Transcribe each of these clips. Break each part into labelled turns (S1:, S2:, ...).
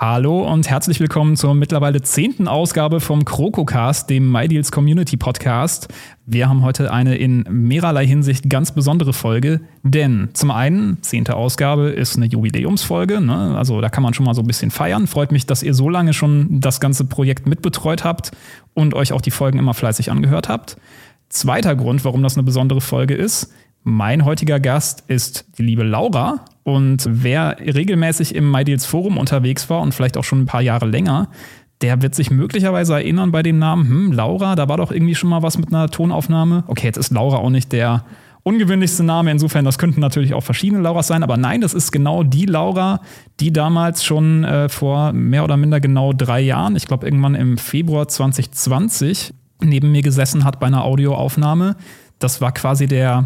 S1: Hallo und herzlich willkommen zur mittlerweile 10. Ausgabe vom KrokoCast, dem MyDeals Community Podcast. Wir haben heute eine in mehrerlei Hinsicht ganz besondere Folge, denn zum einen, 10. Ausgabe ist eine Jubiläumsfolge, ne? Also da kann man schon mal so ein bisschen feiern. Freut mich, dass ihr so lange schon das ganze Projekt mitbetreut habt und euch auch die Folgen immer fleißig angehört habt. Zweiter Grund, warum das eine besondere Folge ist: Mein heutiger Gast ist die liebe Laura, und wer regelmäßig im MyDeals Forum unterwegs war und vielleicht auch schon ein paar Jahre länger, der wird sich möglicherweise erinnern bei dem Namen, Laura, da war doch irgendwie schon mal was mit einer Tonaufnahme. Okay, jetzt ist Laura auch nicht der ungewöhnlichste Name, insofern, das könnten natürlich auch verschiedene Lauras sein, aber nein, das ist genau die Laura, die damals schon vor mehr oder minder genau 3 Jahren, ich glaube irgendwann im Februar 2020, neben mir gesessen hat bei einer Audioaufnahme. Das war quasi der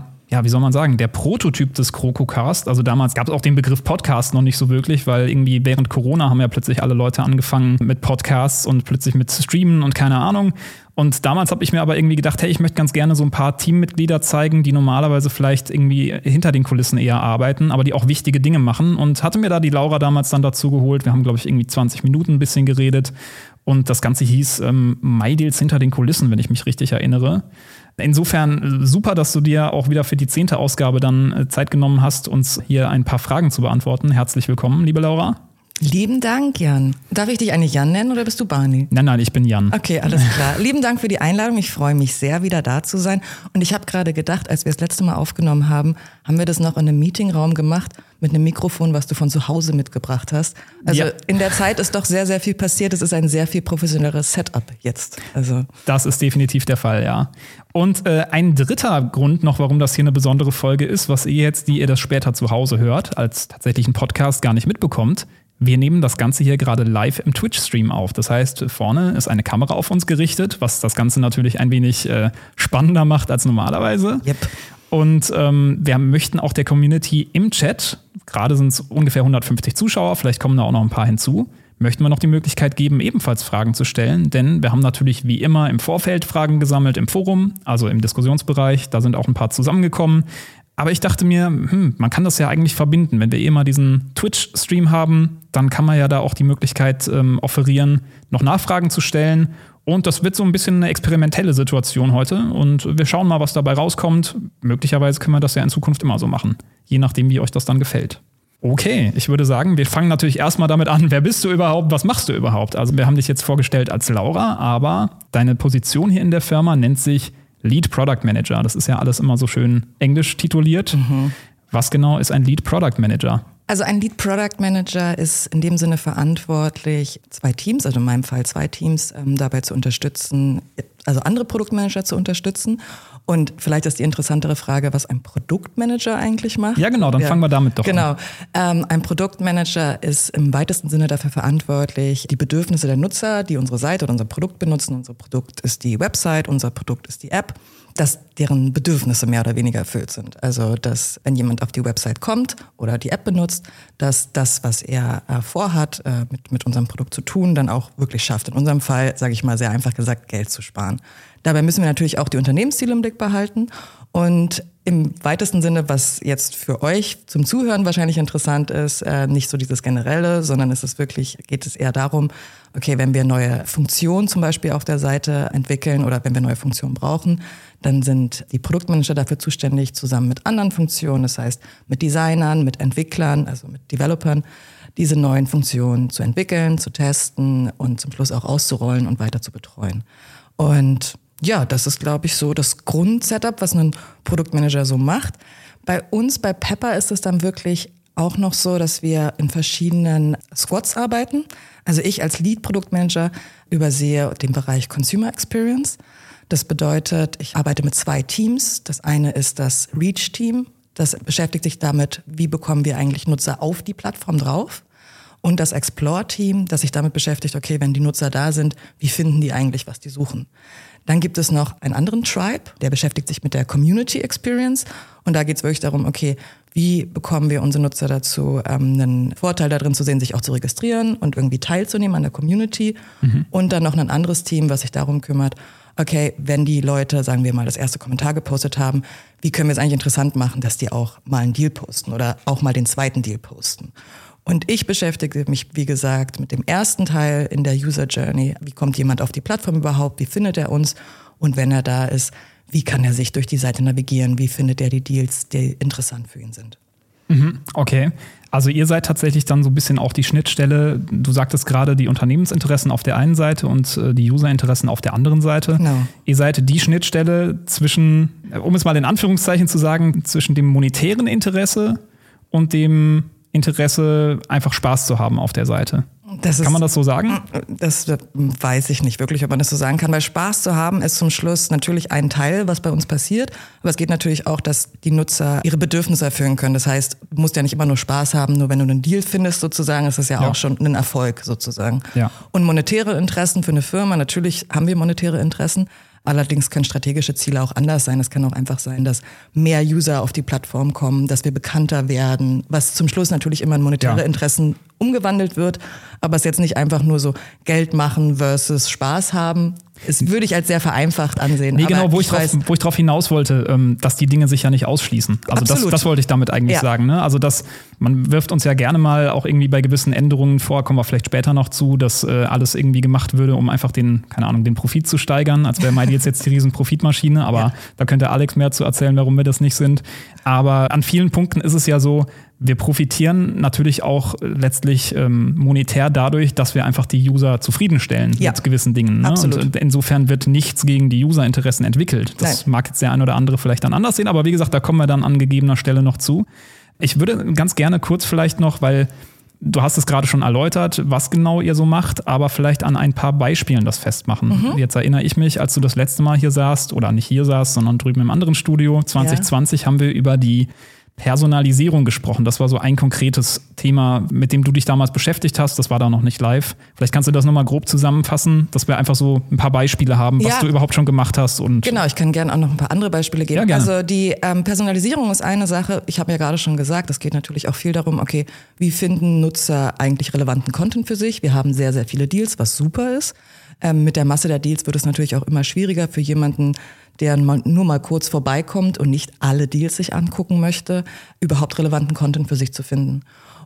S1: Prototyp des KrokoCast. Also damals gab es auch den Begriff Podcast noch nicht so wirklich, weil irgendwie während Corona haben ja plötzlich alle Leute angefangen mit Podcasts und plötzlich mit Streamen und keine Ahnung. Und damals habe ich mir aber irgendwie gedacht, hey, ich möchte ganz gerne so ein paar Teammitglieder zeigen, die normalerweise vielleicht irgendwie hinter den Kulissen eher arbeiten, aber die auch wichtige Dinge machen. Und hatte mir da die Laura damals dann dazu geholt. Wir haben, glaube ich, irgendwie 20 Minuten ein bisschen geredet. Und das Ganze hieß MyDeals hinter den Kulissen, wenn ich mich richtig erinnere. Insofern super, dass du dir auch wieder für die 10. Ausgabe dann Zeit genommen hast, uns hier ein paar Fragen zu beantworten. Herzlich willkommen, liebe Laura.
S2: Lieben Dank, Jan. Darf ich dich eigentlich Jan nennen oder bist du Barney?
S1: Nein, ich bin Jan.
S2: Okay, alles klar. Lieben Dank für die Einladung. Ich freue mich sehr, wieder da zu sein. Und ich habe gerade gedacht, als wir das letzte Mal aufgenommen haben, haben wir das noch in einem Meetingraum gemacht mit einem Mikrofon, was du von zu Hause mitgebracht hast. Also ja. In der Zeit ist doch sehr, sehr viel passiert. Es ist ein sehr viel professionelleres Setup jetzt. Also
S1: das ist definitiv der Fall, ja. Und ein dritter Grund noch, warum das hier eine besondere Folge ist, was ihr jetzt, die ihr das später zu Hause hört, als tatsächlichen Podcast gar nicht mitbekommt: Wir nehmen das Ganze hier gerade live im Twitch-Stream auf. Das heißt, vorne ist eine Kamera auf uns gerichtet, was das Ganze natürlich ein wenig spannender macht als normalerweise.
S2: Yep.
S1: Und wir möchten auch der Community im Chat, gerade sind es ungefähr 150 Zuschauer, vielleicht kommen da auch noch ein paar hinzu, möchten wir noch die Möglichkeit geben, ebenfalls Fragen zu stellen. Denn wir haben natürlich wie immer im Vorfeld Fragen gesammelt im Forum, also im Diskussionsbereich. Da sind auch ein paar zusammengekommen. Aber ich dachte mir, man kann das ja eigentlich verbinden. Wenn wir mal diesen Twitch-Stream haben, dann kann man ja da auch die Möglichkeit offerieren, noch Nachfragen zu stellen. Und das wird so ein bisschen eine experimentelle Situation heute. Und wir schauen mal, was dabei rauskommt. Möglicherweise können wir das ja in Zukunft immer so machen. Je nachdem, wie euch das dann gefällt. Okay, ich würde sagen, wir fangen natürlich erstmal damit an, wer bist du überhaupt, was machst du überhaupt? Also wir haben dich jetzt vorgestellt als Laura, aber deine Position hier in der Firma nennt sich Lead Product Manager. Das ist ja alles immer so schön englisch tituliert. Was genau ist ein Lead Product Manager?
S2: Also ein Lead Product Manager ist in dem Sinne verantwortlich, 2 Teams, also in meinem Fall 2 Teams, dabei zu unterstützen, also andere Produktmanager zu unterstützen. Und vielleicht ist die interessantere Frage, was ein Produktmanager eigentlich macht.
S1: Ja, genau, dann fangen wir damit doch an.
S2: Genau. Ein Produktmanager ist im weitesten Sinne dafür verantwortlich, die Bedürfnisse der Nutzer, die unsere Seite oder unser Produkt benutzen. Unser Produkt ist die Website, unser Produkt ist die App, dass deren Bedürfnisse mehr oder weniger erfüllt sind. Also, dass wenn jemand auf die Website kommt oder die App benutzt, dass das, was er vorhat, mit unserem Produkt zu tun, dann auch wirklich schafft. In unserem Fall, sage ich mal sehr einfach gesagt, Geld zu sparen. Dabei müssen wir natürlich auch die Unternehmensziele im Blick behalten. Und im weitesten Sinne, was jetzt für euch zum Zuhören wahrscheinlich interessant ist, nicht so dieses Generelle, sondern geht es eher darum, okay, wenn wir neue Funktionen zum Beispiel auf der Seite entwickeln oder wenn wir neue Funktionen brauchen, dann sind die Produktmanager dafür zuständig, zusammen mit anderen Funktionen, das heißt mit Designern, mit Entwicklern, also mit Developern, diese neuen Funktionen zu entwickeln, zu testen und zum Schluss auch auszurollen und weiter zu betreuen. Und ja, das ist, glaube ich, so das Grundsetup, was ein Produktmanager so macht. Bei uns, bei Pepper, ist es dann wirklich auch noch so, dass wir in verschiedenen Squads arbeiten. Also ich als Lead-Produktmanager übersehe den Bereich Consumer Experience. Das bedeutet, ich arbeite mit 2 Teams. Das eine ist das Reach-Team. Das beschäftigt sich damit, wie bekommen wir eigentlich Nutzer auf die Plattform drauf. Und das Explore-Team, das sich damit beschäftigt, okay, wenn die Nutzer da sind, wie finden die eigentlich, was die suchen? Dann gibt es noch einen anderen Tribe, der beschäftigt sich mit der Community Experience. Und da geht es wirklich darum, okay, wie bekommen wir unsere Nutzer dazu, einen Vorteil darin zu sehen, sich auch zu registrieren und irgendwie teilzunehmen an der Community. Und dann noch ein anderes Team, was sich darum kümmert, okay, wenn die Leute, sagen wir mal, das erste Kommentar gepostet haben, wie können wir es eigentlich interessant machen, dass die auch mal einen Deal posten oder auch mal den zweiten Deal posten? Und ich beschäftige mich, wie gesagt, mit dem ersten Teil in der User Journey. Wie kommt jemand auf die Plattform überhaupt? Wie findet er uns? Und wenn er da ist, wie kann er sich durch die Seite navigieren? Wie findet er die Deals, die interessant für ihn sind?
S1: Okay, also ihr seid tatsächlich dann so ein bisschen auch die Schnittstelle. Du sagtest gerade die Unternehmensinteressen auf der einen Seite und die Userinteressen auf der anderen Seite.
S2: Genau.
S1: Ihr seid die Schnittstelle zwischen, um es mal in Anführungszeichen zu sagen, zwischen dem monetären Interesse und dem Interesse, einfach Spaß zu haben auf der Seite. Kann man das so sagen?
S2: Das weiß ich nicht wirklich, ob man das so sagen kann, weil Spaß zu haben ist zum Schluss natürlich ein Teil, was bei uns passiert, aber es geht natürlich auch, dass die Nutzer ihre Bedürfnisse erfüllen können. Das heißt, du musst ja nicht immer nur Spaß haben, nur wenn du einen Deal findest sozusagen, ist das ja auch schon ein Erfolg sozusagen.
S1: Ja.
S2: Und monetäre Interessen für eine Firma, natürlich haben wir monetäre Interessen, allerdings können strategische Ziele auch anders sein. Es kann auch einfach sein, dass mehr User auf die Plattform kommen, dass wir bekannter werden, was zum Schluss natürlich immer in monetäre Interessen umgewandelt wird, aber es jetzt nicht einfach nur so Geld machen versus Spaß haben. Das würde ich als sehr vereinfacht ansehen.
S1: Nee, genau, wo ich drauf hinaus wollte, dass die Dinge sich ja nicht ausschließen. Also das wollte ich damit eigentlich sagen. Ne? Also man wirft uns ja gerne mal auch irgendwie bei gewissen Änderungen vor, kommen wir vielleicht später noch zu, dass alles irgendwie gemacht würde, um einfach den Profit zu steigern, als wäre MyDeals jetzt die riesen Profitmaschine, aber da könnte Alex mehr zu erzählen, warum wir das nicht sind. Aber an vielen Punkten ist es ja so, wir profitieren natürlich auch letztlich monetär dadurch, dass wir einfach die User zufriedenstellen mit gewissen Dingen. Ne? Und insofern wird nichts gegen die Userinteressen entwickelt. Das mag jetzt der ein oder andere vielleicht dann anders sehen, aber wie gesagt, da kommen wir dann an gegebener Stelle noch zu. Ich würde ganz gerne kurz vielleicht noch, weil du hast es gerade schon erläutert, was genau ihr so macht, aber vielleicht an ein paar Beispielen das festmachen. Jetzt erinnere ich mich, als du das letzte Mal hier saßt, oder nicht hier saßt, sondern drüben im anderen Studio, 2020 haben wir über die Personalisierung gesprochen. Das war so ein konkretes Thema, mit dem du dich damals beschäftigt hast. Das war da noch nicht live. Vielleicht kannst du das nochmal grob zusammenfassen, dass wir einfach so ein paar Beispiele haben, was du überhaupt schon gemacht hast. Und
S2: genau, ich kann gerne auch noch ein paar andere Beispiele geben. Ja, also die Personalisierung ist eine Sache. Ich habe ja gerade schon gesagt, es geht natürlich auch viel darum, okay, wie finden Nutzer eigentlich relevanten Content für sich? Wir haben sehr, sehr viele Deals, was super ist. Mit der Masse der Deals wird es natürlich auch immer schwieriger für jemanden, der nur mal kurz vorbeikommt und nicht alle Deals sich angucken möchte, überhaupt relevanten Content für sich zu finden.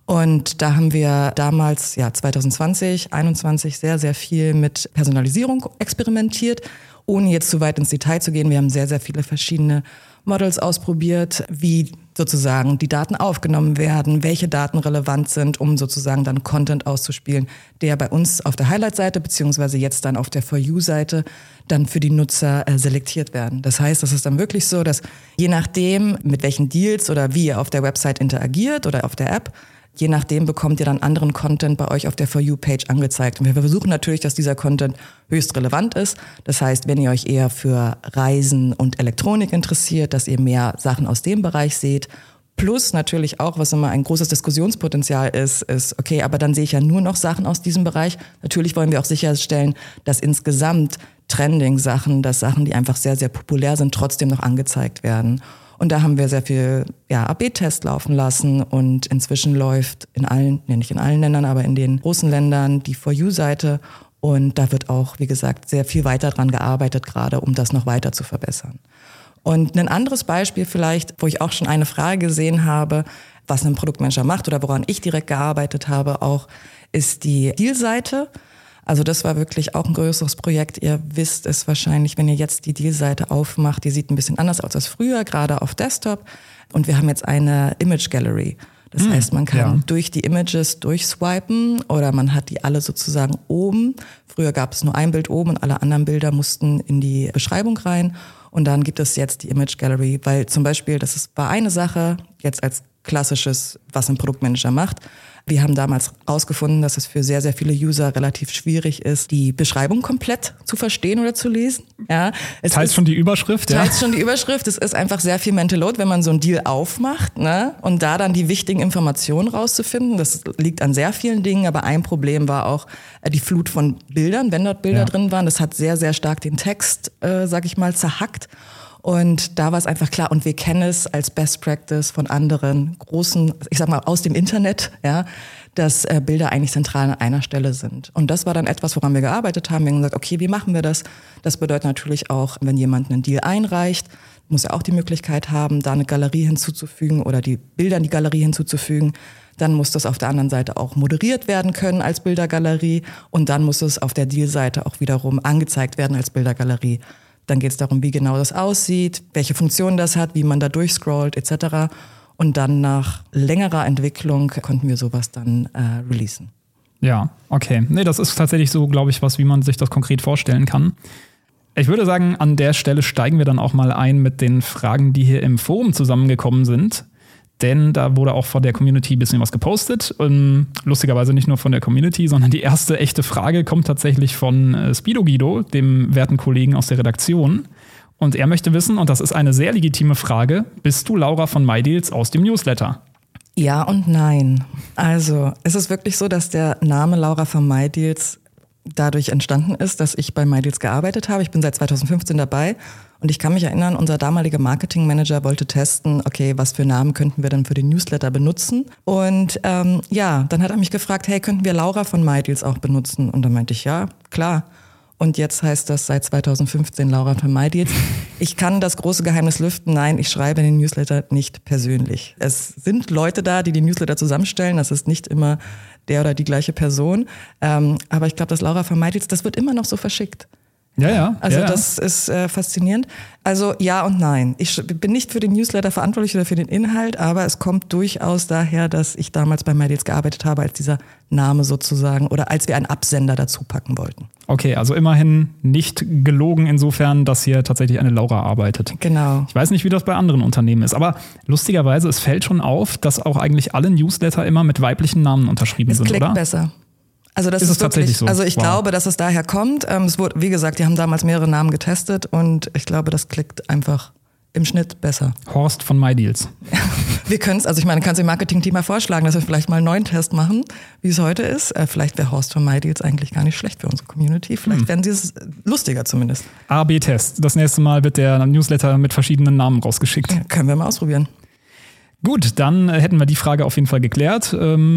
S2: Und da haben wir damals, 2020, 2021 sehr, sehr viel mit Personalisierung experimentiert, ohne jetzt zu weit ins Detail zu gehen. Wir haben sehr, sehr viele verschiedene Models ausprobiert, wie sozusagen die Daten aufgenommen werden, welche Daten relevant sind, um sozusagen dann Content auszuspielen, der bei uns auf der Highlight-Seite beziehungsweise jetzt dann auf der For You-Seite dann für die Nutzer selektiert werden. Das heißt, es ist dann wirklich so, dass je nachdem, mit welchen Deals oder wie ihr auf der Website interagiert oder auf der App, je nachdem bekommt ihr dann anderen Content bei euch auf der For You-Page angezeigt. Und wir versuchen natürlich, dass dieser Content höchst relevant ist. Das heißt, wenn ihr euch eher für Reisen und Elektronik interessiert, dass ihr mehr Sachen aus dem Bereich seht. Plus natürlich auch, was immer ein großes Diskussionspotenzial ist, okay, aber dann sehe ich ja nur noch Sachen aus diesem Bereich. Natürlich wollen wir auch sicherstellen, dass insgesamt Trending-Sachen, dass Sachen, die einfach sehr, sehr populär sind, trotzdem noch angezeigt werden. Und da haben wir sehr viel AB-Test laufen lassen und inzwischen läuft nicht in allen Ländern, aber in den großen Ländern die For You-Seite. Und da wird auch, wie gesagt, sehr viel weiter dran gearbeitet, gerade um das noch weiter zu verbessern. Und ein anderes Beispiel vielleicht, wo ich auch schon eine Frage gesehen habe, was ein Produktmanager macht oder woran ich direkt gearbeitet habe auch, ist die Deal-Seite. Also das war wirklich auch ein größeres Projekt. Ihr wisst es wahrscheinlich, wenn ihr jetzt die Deal-Seite aufmacht, die sieht ein bisschen anders aus als früher, gerade auf Desktop. Und wir haben jetzt eine Image Gallery. Das heißt, man kann durch die Images durchswipen oder man hat die alle sozusagen oben. Früher gab es nur ein Bild oben und alle anderen Bilder mussten in die Beschreibung rein. Und dann gibt es jetzt die Image Gallery, weil zum Beispiel, war eine Sache, jetzt als klassisches, was ein Produktmanager macht. Wir haben damals herausgefunden, dass es für sehr, sehr viele User relativ schwierig ist, die Beschreibung komplett zu verstehen oder zu lesen. Ja,
S1: teils schon die Überschrift.
S2: Teils schon die Überschrift. Es ist einfach sehr viel Mental Load, wenn man so einen Deal aufmacht, ne? Und da dann die wichtigen Informationen rauszufinden. Das liegt an sehr vielen Dingen, aber ein Problem war auch die Flut von Bildern, wenn dort Bilder drin waren. Das hat sehr, sehr stark den Text, sag ich mal, zerhackt. Und da war es einfach klar, und wir kennen es als Best Practice von anderen großen, ich sag mal, aus dem Internet, ja, dass Bilder eigentlich zentral an einer Stelle sind. Und das war dann etwas, woran wir gearbeitet haben. Wir haben gesagt, okay, wie machen wir das? Das bedeutet natürlich auch, wenn jemand einen Deal einreicht, muss er auch die Möglichkeit haben, da eine Galerie hinzuzufügen oder die Bilder in die Galerie hinzuzufügen. Dann muss das auf der anderen Seite auch moderiert werden können als Bildergalerie und dann muss es auf der Deal-Seite auch wiederum angezeigt werden als Bildergalerie. Dann geht es darum, wie genau das aussieht, welche Funktionen das hat, wie man da durchscrollt etc. Und dann nach längerer Entwicklung konnten wir sowas dann releasen.
S1: Ja, okay. Nee, das ist tatsächlich so, glaube ich, wie man sich das konkret vorstellen kann. Ich würde sagen, an der Stelle steigen wir dann auch mal ein mit den Fragen, die hier im Forum zusammengekommen sind. Denn da wurde auch von der Community ein bisschen was gepostet. Lustigerweise nicht nur von der Community, sondern die erste echte Frage kommt tatsächlich von Speedo Guido, dem werten Kollegen aus der Redaktion. Und er möchte wissen, und das ist eine sehr legitime Frage, bist du Laura von MyDeals aus dem Newsletter?
S2: Ja und nein. Also es ist wirklich so, dass der Name Laura von MyDeals dadurch entstanden ist, dass ich bei MyDeals gearbeitet habe. Ich bin seit 2015 dabei und ich kann mich erinnern, unser damaliger Marketingmanager wollte testen, okay, was für Namen könnten wir denn für den Newsletter benutzen? Und dann hat er mich gefragt, hey, könnten wir Laura von MyDeals auch benutzen? Und dann meinte ich, ja, klar. Und jetzt heißt das seit 2015 Laura von MyDeals. Ich kann das große Geheimnis lüften. Nein, ich schreibe den Newsletter nicht persönlich. Es sind Leute da, die Newsletter zusammenstellen. Das ist nicht immer der oder die gleiche Person. Aber ich glaube, das Laura von MyDeals, das wird immer noch so verschickt.
S1: Ja.
S2: Also das ist faszinierend. Also ja und nein. Ich bin nicht für den Newsletter verantwortlich oder für den Inhalt, aber es kommt durchaus daher, dass ich damals bei MyDeals gearbeitet habe, als dieser Name sozusagen oder als wir einen Absender dazu packen wollten.
S1: Okay, also immerhin nicht gelogen insofern, dass hier tatsächlich eine Laura arbeitet.
S2: Genau.
S1: Ich weiß nicht, wie das bei anderen Unternehmen ist, aber lustigerweise, es fällt schon auf, dass auch eigentlich alle Newsletter immer mit weiblichen Namen unterschrieben sind, oder?
S2: Es klickt besser. Also das ist
S1: tatsächlich so?
S2: Also ich glaube, dass es daher kommt. Es wurde, wie gesagt, die haben damals mehrere Namen getestet und ich glaube, das klickt einfach im Schnitt besser.
S1: Horst von MyDeals.
S2: Wir können es, also ich meine, kannst du dem Marketing-Team mal vorschlagen, dass wir vielleicht mal einen neuen Test machen, wie es heute ist. Vielleicht wäre Horst von MyDeals eigentlich gar nicht schlecht für unsere Community. Vielleicht werden sie es lustiger zumindest.
S1: A/B-Test. Das nächste Mal wird der Newsletter mit verschiedenen Namen rausgeschickt.
S2: Ja, können wir mal ausprobieren.
S1: Gut, dann hätten wir die Frage auf jeden Fall geklärt.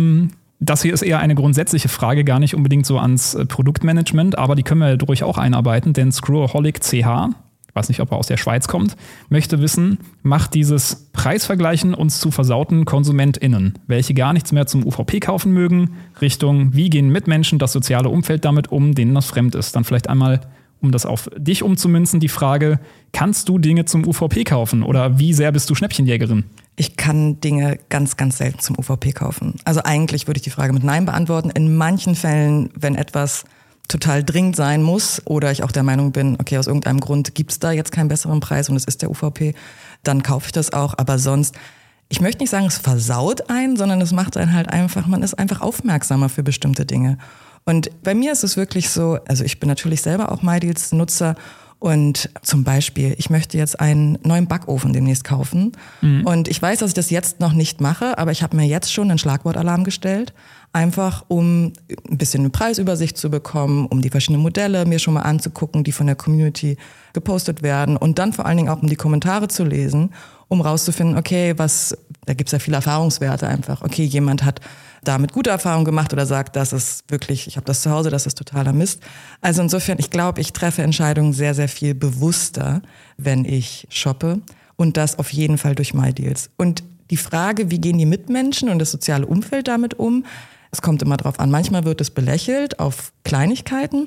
S1: Das hier ist eher eine grundsätzliche Frage, gar nicht unbedingt so ans Produktmanagement, aber die können wir durch auch einarbeiten, denn Screwaholic CH, ich weiß nicht, ob er aus der Schweiz kommt, möchte wissen, macht dieses Preisvergleichen uns zu versauten KonsumentInnen, welche gar nichts mehr zum UVP kaufen mögen, Richtung, wie gehen Mitmenschen das soziale Umfeld damit um, denen das fremd ist. Dann vielleicht einmal, um das auf dich umzumünzen, die Frage, kannst du Dinge zum UVP kaufen oder wie sehr bist du Schnäppchenjägerin?
S2: Ich kann Dinge ganz, ganz selten zum UVP kaufen. Also eigentlich würde ich die Frage mit Nein beantworten. In manchen Fällen, wenn etwas total dringend sein muss oder ich auch der Meinung bin, okay, aus irgendeinem Grund gibt es da jetzt keinen besseren Preis und es ist der UVP, dann kaufe ich das auch. Aber sonst, ich möchte nicht sagen, es versaut einen, sondern es macht einen halt einfach, man ist einfach aufmerksamer für bestimmte Dinge. Und bei mir ist es wirklich so, also ich bin natürlich selber auch MyDeals-Nutzer und zum Beispiel, ich möchte jetzt einen neuen Backofen demnächst kaufen und ich weiß, dass ich das jetzt noch nicht mache, aber ich habe mir jetzt schon einen Schlagwortalarm gestellt, einfach um ein bisschen eine Preisübersicht zu bekommen, um die verschiedenen Modelle mir schon mal anzugucken, die von der Community gepostet werden und dann vor allen Dingen auch um die Kommentare zu lesen, um rauszufinden, okay, da gibt's ja viele Erfahrungswerte einfach, okay, jemand hat damit gute Erfahrungen gemacht oder sagt, das ist wirklich, ich habe das zu Hause, das ist totaler Mist. Also insofern, ich glaube, ich treffe Entscheidungen sehr, sehr viel bewusster, wenn ich shoppe und das auf jeden Fall durch MyDeals. Und die Frage, wie gehen die Mitmenschen und das soziale Umfeld damit um, es kommt immer drauf an. Manchmal wird es belächelt auf Kleinigkeiten,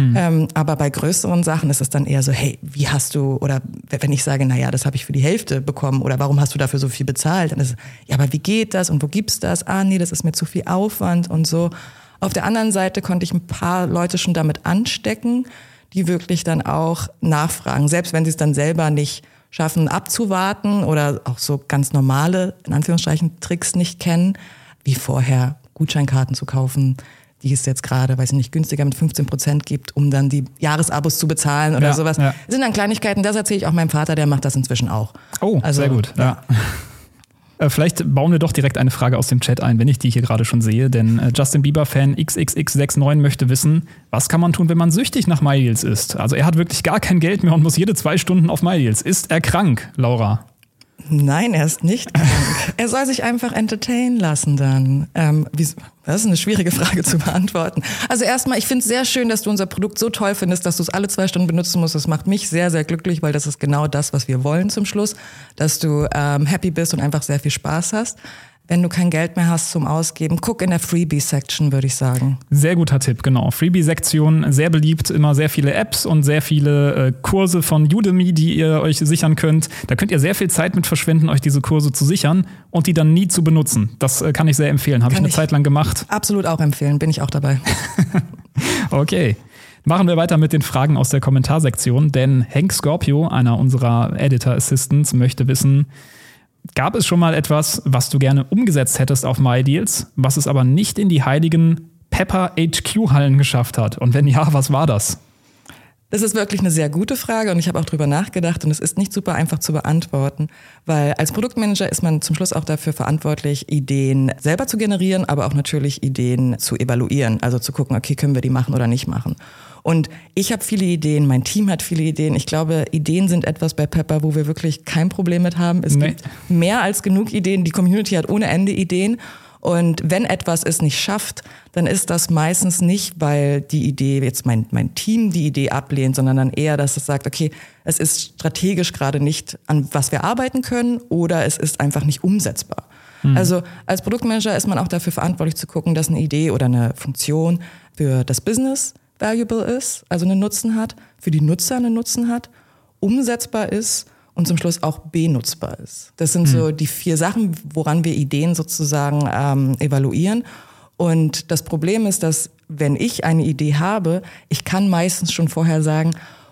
S2: aber bei größeren Sachen ist es dann eher so, hey, wie hast du, oder wenn ich sage, naja, das habe ich für die Hälfte bekommen oder warum hast du dafür so viel bezahlt? Dann ist es, ja, aber wie geht das und wo gibt's das? Ah, nee, das ist mir zu viel Aufwand und so. Auf der anderen Seite konnte ich ein paar Leute schon damit anstecken, die wirklich dann auch nachfragen, selbst wenn sie es dann selber nicht schaffen abzuwarten oder auch so ganz normale, in Anführungsstrichen, Tricks nicht kennen, wie vorher Gutscheinkarten zu kaufen, die es jetzt gerade, weiß ich nicht, günstiger mit 15% gibt, um dann die Jahresabos zu bezahlen oder sowas. Ja. Das sind dann Kleinigkeiten, das erzähle ich auch meinem Vater, der macht das inzwischen auch.
S1: Oh, also, sehr gut. Ja. Vielleicht bauen wir doch direkt eine Frage aus dem Chat ein, wenn ich die hier gerade schon sehe, denn Justin Bieber-Fan XXX69 möchte wissen, was kann man tun, wenn man süchtig nach MyDeals ist? Also er hat wirklich gar kein Geld mehr und muss jede 2 Stunden auf MyDeals. Ist er krank, Laura?
S2: Nein, er ist nicht krank. Er soll sich einfach entertainen lassen dann. Das ist eine schwierige Frage zu beantworten. Also erstmal, ich finde es sehr schön, dass du unser Produkt so toll findest, dass du es alle 2 Stunden benutzen musst. Das macht mich sehr, sehr glücklich, weil das ist genau das, was wir wollen zum Schluss. Dass du happy bist und einfach sehr viel Spaß hast. Wenn du kein Geld mehr hast zum Ausgeben, guck in der Freebie-Section, würde ich sagen.
S1: Sehr guter Tipp, genau. Freebie-Sektion, sehr beliebt, immer sehr viele Apps und sehr viele Kurse von Udemy, die ihr euch sichern könnt. Da könnt ihr sehr viel Zeit mit verschwenden, euch diese Kurse zu sichern und die dann nie zu benutzen. Das kann ich sehr empfehlen, habe ich eine Zeit lang gemacht.
S2: Absolut auch empfehlen, bin ich auch dabei.
S1: Okay. Machen wir weiter mit den Fragen aus der Kommentarsektion, denn Hank Scorpio, einer unserer Editor Assistants, möchte wissen: Gab es schon mal etwas, was du gerne umgesetzt hättest auf MyDeals, was es aber nicht in die heiligen Pepper HQ-Hallen geschafft hat? Und wenn ja, was war das?
S2: Das ist wirklich eine sehr gute Frage und ich habe auch drüber nachgedacht und es ist nicht super einfach zu beantworten, weil als Produktmanager ist man zum Schluss auch dafür verantwortlich, Ideen selber zu generieren, aber auch natürlich Ideen zu evaluieren, also zu gucken, okay, können wir die machen oder nicht machen. Und ich habe viele Ideen, mein Team hat viele Ideen. Ich glaube, Ideen sind etwas bei Pepper, wo wir wirklich kein Problem mit haben. Es gibt mehr als genug Ideen. Die Community hat ohne Ende Ideen. Und wenn etwas es nicht schafft, dann ist das meistens nicht, weil die Idee, jetzt mein Team die Idee ablehnt, sondern dann eher, dass es sagt, okay, es ist strategisch gerade nicht, an was wir arbeiten können, oder es ist einfach nicht umsetzbar. Also als Produktmanager ist man auch dafür verantwortlich zu gucken, dass eine Idee oder eine Funktion für das Business valuable ist, also einen Nutzen hat, für die Nutzer einen Nutzen hat, umsetzbar ist und zum Schluss auch benutzbar ist. Das sind so die 4 Sachen, woran wir Ideen sozusagen evaluieren. Und das Problem ist, dass wenn ich eine Idee habe, ich kann meistens schon vorher sagen,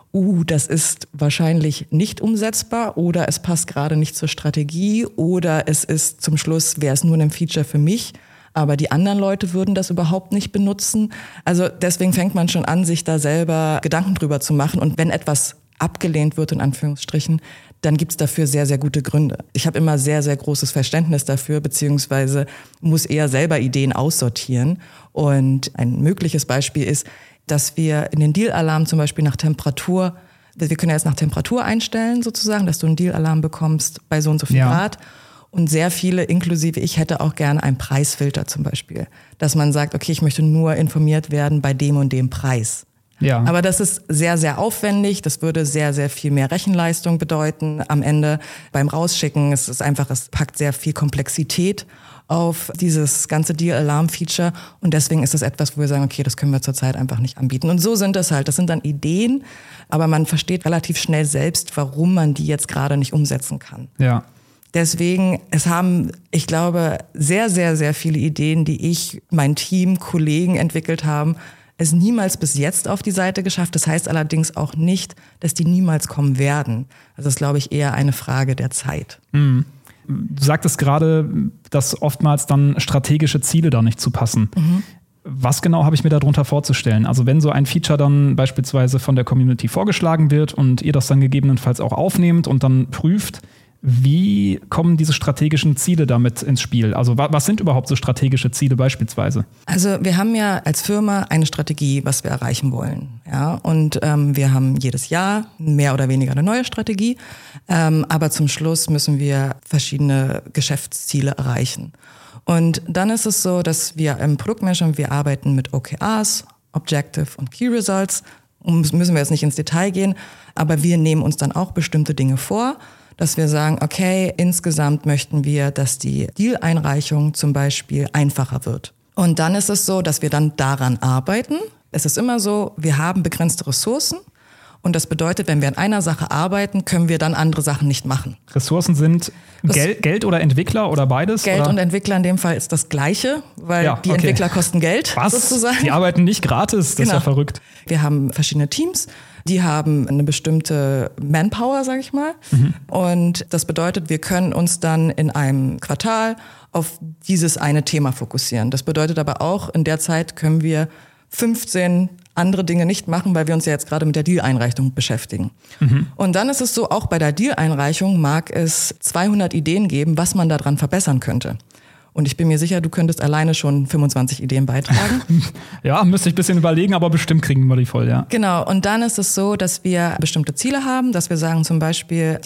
S2: das ist wahrscheinlich nicht umsetzbar oder es passt gerade nicht zur Strategie oder es ist zum Schluss, wäre es nur ein Feature für mich, aber die anderen Leute würden das überhaupt nicht benutzen. Also deswegen fängt man schon an, sich da selber Gedanken drüber zu machen. Und wenn etwas abgelehnt wird, in Anführungsstrichen, dann gibt's dafür sehr, sehr gute Gründe. Ich habe immer sehr, sehr großes Verständnis dafür, beziehungsweise muss eher selber Ideen aussortieren. Und ein mögliches Beispiel ist, dass wir in den Deal-Alarm zum Beispiel nach Temperatur, wir können ja jetzt nach Temperatur einstellen sozusagen, dass du einen Deal-Alarm bekommst bei so und so viel Grad. Und sehr viele, inklusive ich, hätte auch gerne einen Preisfilter zum Beispiel. Dass man sagt, okay, ich möchte nur informiert werden bei dem und dem Preis. Ja. Aber das ist sehr, sehr aufwendig. Das würde sehr, sehr viel mehr Rechenleistung bedeuten am Ende beim Rausschicken. Es packt sehr viel Komplexität auf dieses ganze Deal-Alarm-Feature. Und deswegen ist es etwas, wo wir sagen, okay, das können wir zurzeit einfach nicht anbieten. Und so sind das halt. Das sind dann Ideen, aber man versteht relativ schnell selbst, warum man die jetzt gerade nicht umsetzen kann.
S1: Ja.
S2: Deswegen, es haben, ich glaube, sehr, sehr, sehr viele Ideen, die ich, mein Team, Kollegen entwickelt haben, es niemals bis jetzt auf die Seite geschafft. Das heißt allerdings auch nicht, dass die niemals kommen werden. Also das ist, glaube ich, eher eine Frage der Zeit.
S1: Mhm. Du sagtest gerade, dass oftmals dann strategische Ziele da nicht zu passen. Was genau habe ich mir darunter vorzustellen? Also wenn so ein Feature dann beispielsweise von der Community vorgeschlagen wird und ihr das dann gegebenenfalls auch aufnehmt und dann prüft, wie kommen diese strategischen Ziele damit ins Spiel? Also was sind überhaupt so strategische Ziele beispielsweise?
S2: Also wir haben ja als Firma eine Strategie, was wir erreichen wollen. Ja? Und wir haben jedes Jahr mehr oder weniger eine neue Strategie. Aber zum Schluss müssen wir verschiedene Geschäftsziele erreichen. Und dann ist es so, dass wir im Produktmanagement, wir arbeiten mit OKRs, Objective und Key Results. Müssen wir jetzt nicht ins Detail gehen, aber wir nehmen uns dann auch bestimmte Dinge vor, dass wir sagen, okay, insgesamt möchten wir, dass die Deal-Einreichung zum Beispiel einfacher wird. Und dann ist es so, dass wir dann daran arbeiten. Es ist immer so, wir haben begrenzte Ressourcen. Und das bedeutet, wenn wir an einer Sache arbeiten, können wir dann andere Sachen nicht machen.
S1: Ressourcen sind Geld oder Entwickler oder beides?
S2: Geld
S1: oder?
S2: Und Entwickler in dem Fall ist das Gleiche, weil die Entwickler kosten Geld.
S1: Was?
S2: Sozusagen.
S1: Die arbeiten nicht gratis? Das ist ja verrückt.
S2: Wir haben verschiedene Teams, die haben eine bestimmte Manpower, sage ich mal. Und das bedeutet, wir können uns dann in einem Quartal auf dieses eine Thema fokussieren. Das bedeutet aber auch, in der Zeit können wir 15 andere Dinge nicht machen, weil wir uns ja jetzt gerade mit der Deal-Einreichung beschäftigen. Und dann ist es so, auch bei der Deal-Einreichung mag es 200 Ideen geben, was man daran verbessern könnte. Und ich bin mir sicher, du könntest alleine schon 25 Ideen beitragen.
S1: Ja, müsste ich ein bisschen überlegen, aber bestimmt kriegen wir die voll, ja.
S2: Genau, und dann ist es so, dass wir bestimmte Ziele haben, dass wir sagen zum Beispiel, die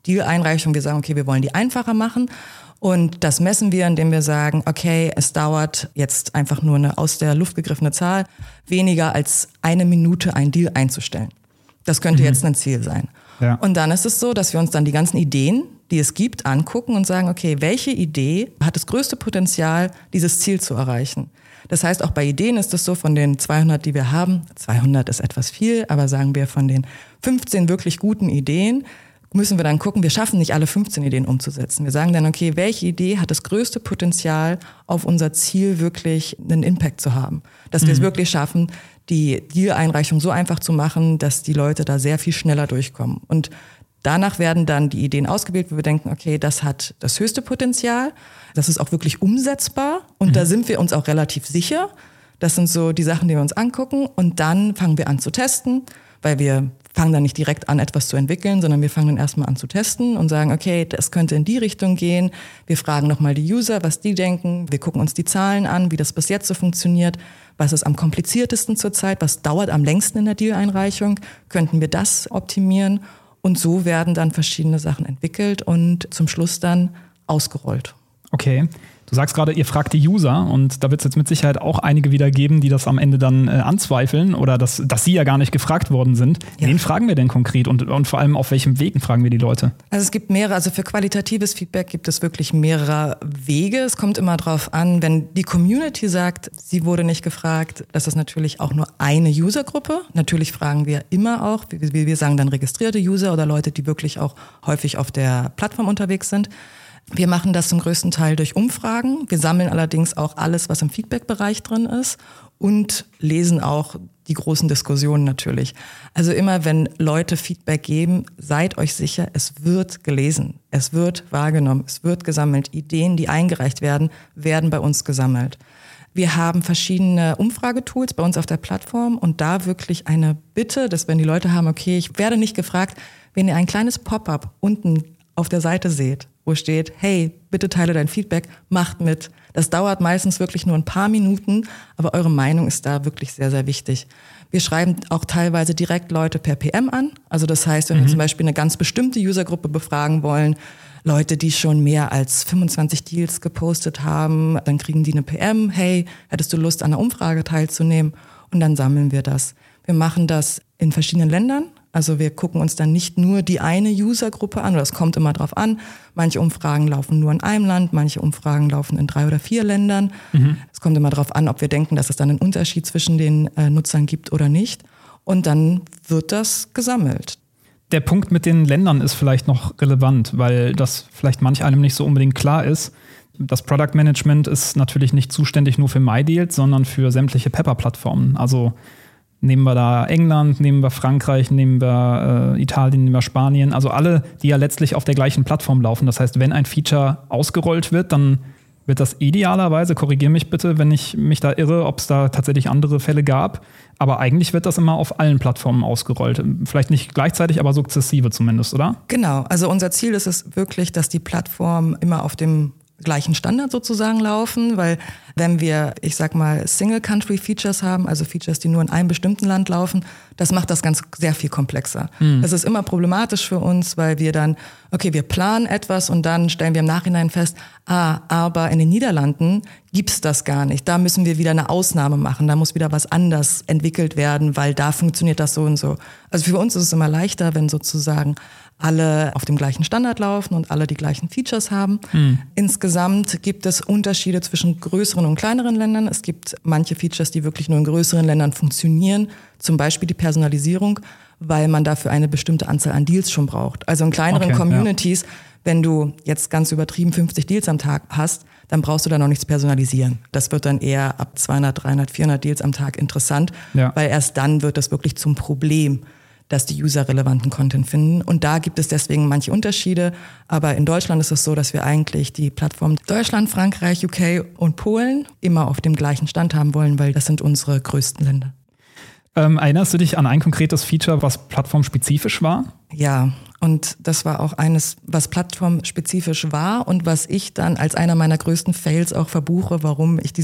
S2: Deal-Einreichung. Wir sagen, okay, wir wollen die einfacher machen. Und das messen wir, indem wir sagen, okay, es dauert jetzt einfach nur eine aus der Luft gegriffene Zahl, weniger als 1 Minute einen Deal einzustellen. Das könnte jetzt ein Ziel sein.
S1: Ja.
S2: Und dann ist es so, dass wir uns dann die ganzen Ideen, die es gibt, angucken und sagen, okay, welche Idee hat das größte Potenzial, dieses Ziel zu erreichen? Das heißt, auch bei Ideen ist es so, von den 200, die wir haben, 200 ist etwas viel, aber sagen wir von den 15 wirklich guten Ideen, müssen wir dann gucken, wir schaffen nicht alle 15 Ideen umzusetzen. Wir sagen dann, okay, welche Idee hat das größte Potenzial, auf unser Ziel wirklich einen Impact zu haben? Dass wir es wirklich schaffen, die Deal-Einreichung so einfach zu machen, dass die Leute da sehr viel schneller durchkommen. Und danach werden dann die Ideen ausgewählt, wo wir denken, okay, das hat das höchste Potenzial, das ist auch wirklich umsetzbar und da sind wir uns auch relativ sicher. Das sind so die Sachen, die wir uns angucken und dann fangen wir an zu testen, weil wir fangen dann nicht direkt an, etwas zu entwickeln, sondern wir fangen dann erstmal an zu testen und sagen, okay, das könnte in die Richtung gehen. Wir fragen nochmal die User, was die denken. Wir gucken uns die Zahlen an, wie das bis jetzt so funktioniert. Was ist am kompliziertesten zurzeit? Was dauert am längsten in der Deal-Einreichung? Könnten wir das optimieren? Und so werden dann verschiedene Sachen entwickelt und zum Schluss dann ausgerollt.
S1: Okay. Du sagst gerade, ihr fragt die User und da wird es jetzt mit Sicherheit auch einige wieder geben, die das am Ende dann anzweifeln oder dass sie ja gar nicht gefragt worden sind. Ja. Wen fragen wir denn konkret und vor allem auf welchem Weg fragen wir die Leute?
S2: Also es gibt mehrere, also für qualitatives Feedback gibt es wirklich mehrere Wege. Es kommt immer drauf an, wenn die Community sagt, sie wurde nicht gefragt, das ist natürlich auch nur eine Usergruppe. Natürlich fragen wir immer auch, wie wir sagen dann registrierte User oder Leute, die wirklich auch häufig auf der Plattform unterwegs sind. Wir machen das zum größten Teil durch Umfragen. Wir sammeln allerdings auch alles, was im Feedback-Bereich drin ist und lesen auch die großen Diskussionen natürlich. Also immer, wenn Leute Feedback geben, seid euch sicher, es wird gelesen, es wird wahrgenommen, es wird gesammelt. Ideen, die eingereicht werden, werden bei uns gesammelt. Wir haben verschiedene Umfragetools bei uns auf der Plattform und da wirklich eine Bitte, dass wenn die Leute haben, okay, ich werde nicht gefragt, wenn ihr ein kleines Pop-up unten auf der Seite seht, wo steht, hey, bitte teile dein Feedback, macht mit. Das dauert meistens wirklich nur ein paar Minuten, aber eure Meinung ist da wirklich sehr, sehr wichtig. Wir schreiben auch teilweise direkt Leute per PM an. Also das heißt, wenn wir zum Beispiel eine ganz bestimmte Usergruppe befragen wollen, Leute, die schon mehr als 25 Deals gepostet haben, dann kriegen die eine PM, hey, hättest du Lust, an einer Umfrage teilzunehmen? Und dann sammeln wir das. Wir machen das in verschiedenen Ländern. Also wir gucken uns dann nicht nur die eine Usergruppe an, oder es kommt immer drauf an. Manche Umfragen laufen nur in einem Land, manche Umfragen laufen in 3 oder 4 Ländern. Es kommt immer drauf an, ob wir denken, dass es dann einen Unterschied zwischen den Nutzern gibt oder nicht. Und dann wird das gesammelt.
S1: Der Punkt mit den Ländern ist vielleicht noch relevant, weil das vielleicht manch einem nicht so unbedingt klar ist. Das Product Management ist natürlich nicht zuständig nur für MyDeals, sondern für sämtliche Pepper-Plattformen. Also nehmen wir da England, nehmen wir Frankreich, nehmen wir Italien, nehmen wir Spanien. Also alle, die ja letztlich auf der gleichen Plattform laufen. Das heißt, wenn ein Feature ausgerollt wird, dann wird das idealerweise, korrigiere mich bitte, wenn ich mich da irre, ob es da tatsächlich andere Fälle gab. Aber eigentlich wird das immer auf allen Plattformen ausgerollt. Vielleicht nicht gleichzeitig, aber sukzessive zumindest, oder?
S2: Genau. Also unser Ziel ist es wirklich, dass die Plattformen immer auf dem gleichen Standard sozusagen laufen, weil wenn wir, ich sag mal, Single-Country-Features haben, also Features, die nur in einem bestimmten Land laufen, das macht das Ganze sehr viel komplexer. Das ist immer problematisch für uns, weil wir dann, okay, wir planen etwas und dann stellen wir im Nachhinein fest, aber in den Niederlanden gibt's das gar nicht. Da müssen wir wieder eine Ausnahme machen, da muss wieder was anders entwickelt werden, weil da funktioniert das so und so. Also für uns ist es immer leichter, wenn sozusagen alle auf dem gleichen Standard laufen und alle die gleichen Features haben. Insgesamt gibt es Unterschiede zwischen größeren und kleineren Ländern. Es gibt manche Features, die wirklich nur in größeren Ländern funktionieren, zum Beispiel die Personalisierung, weil man dafür eine bestimmte Anzahl an Deals schon braucht. Also in kleineren Communities, wenn du jetzt ganz übertrieben 50 Deals am Tag hast, dann brauchst du da noch nichts personalisieren. Das wird dann eher ab 200, 300, 400 Deals am Tag interessant, weil erst dann wird das wirklich zum Problem, dass die User relevanten Content finden. Und da gibt es deswegen manche Unterschiede. Aber in Deutschland ist es so, dass wir eigentlich die Plattform Deutschland, Frankreich, UK und Polen immer auf dem gleichen Stand haben wollen, weil das sind unsere größten Länder.
S1: Erinnerst du dich an ein konkretes Feature, was plattformspezifisch war?
S2: Ja, und das war auch eines, was plattformspezifisch war und was ich dann als einer meiner größten Fails auch verbuche, warum ich dieses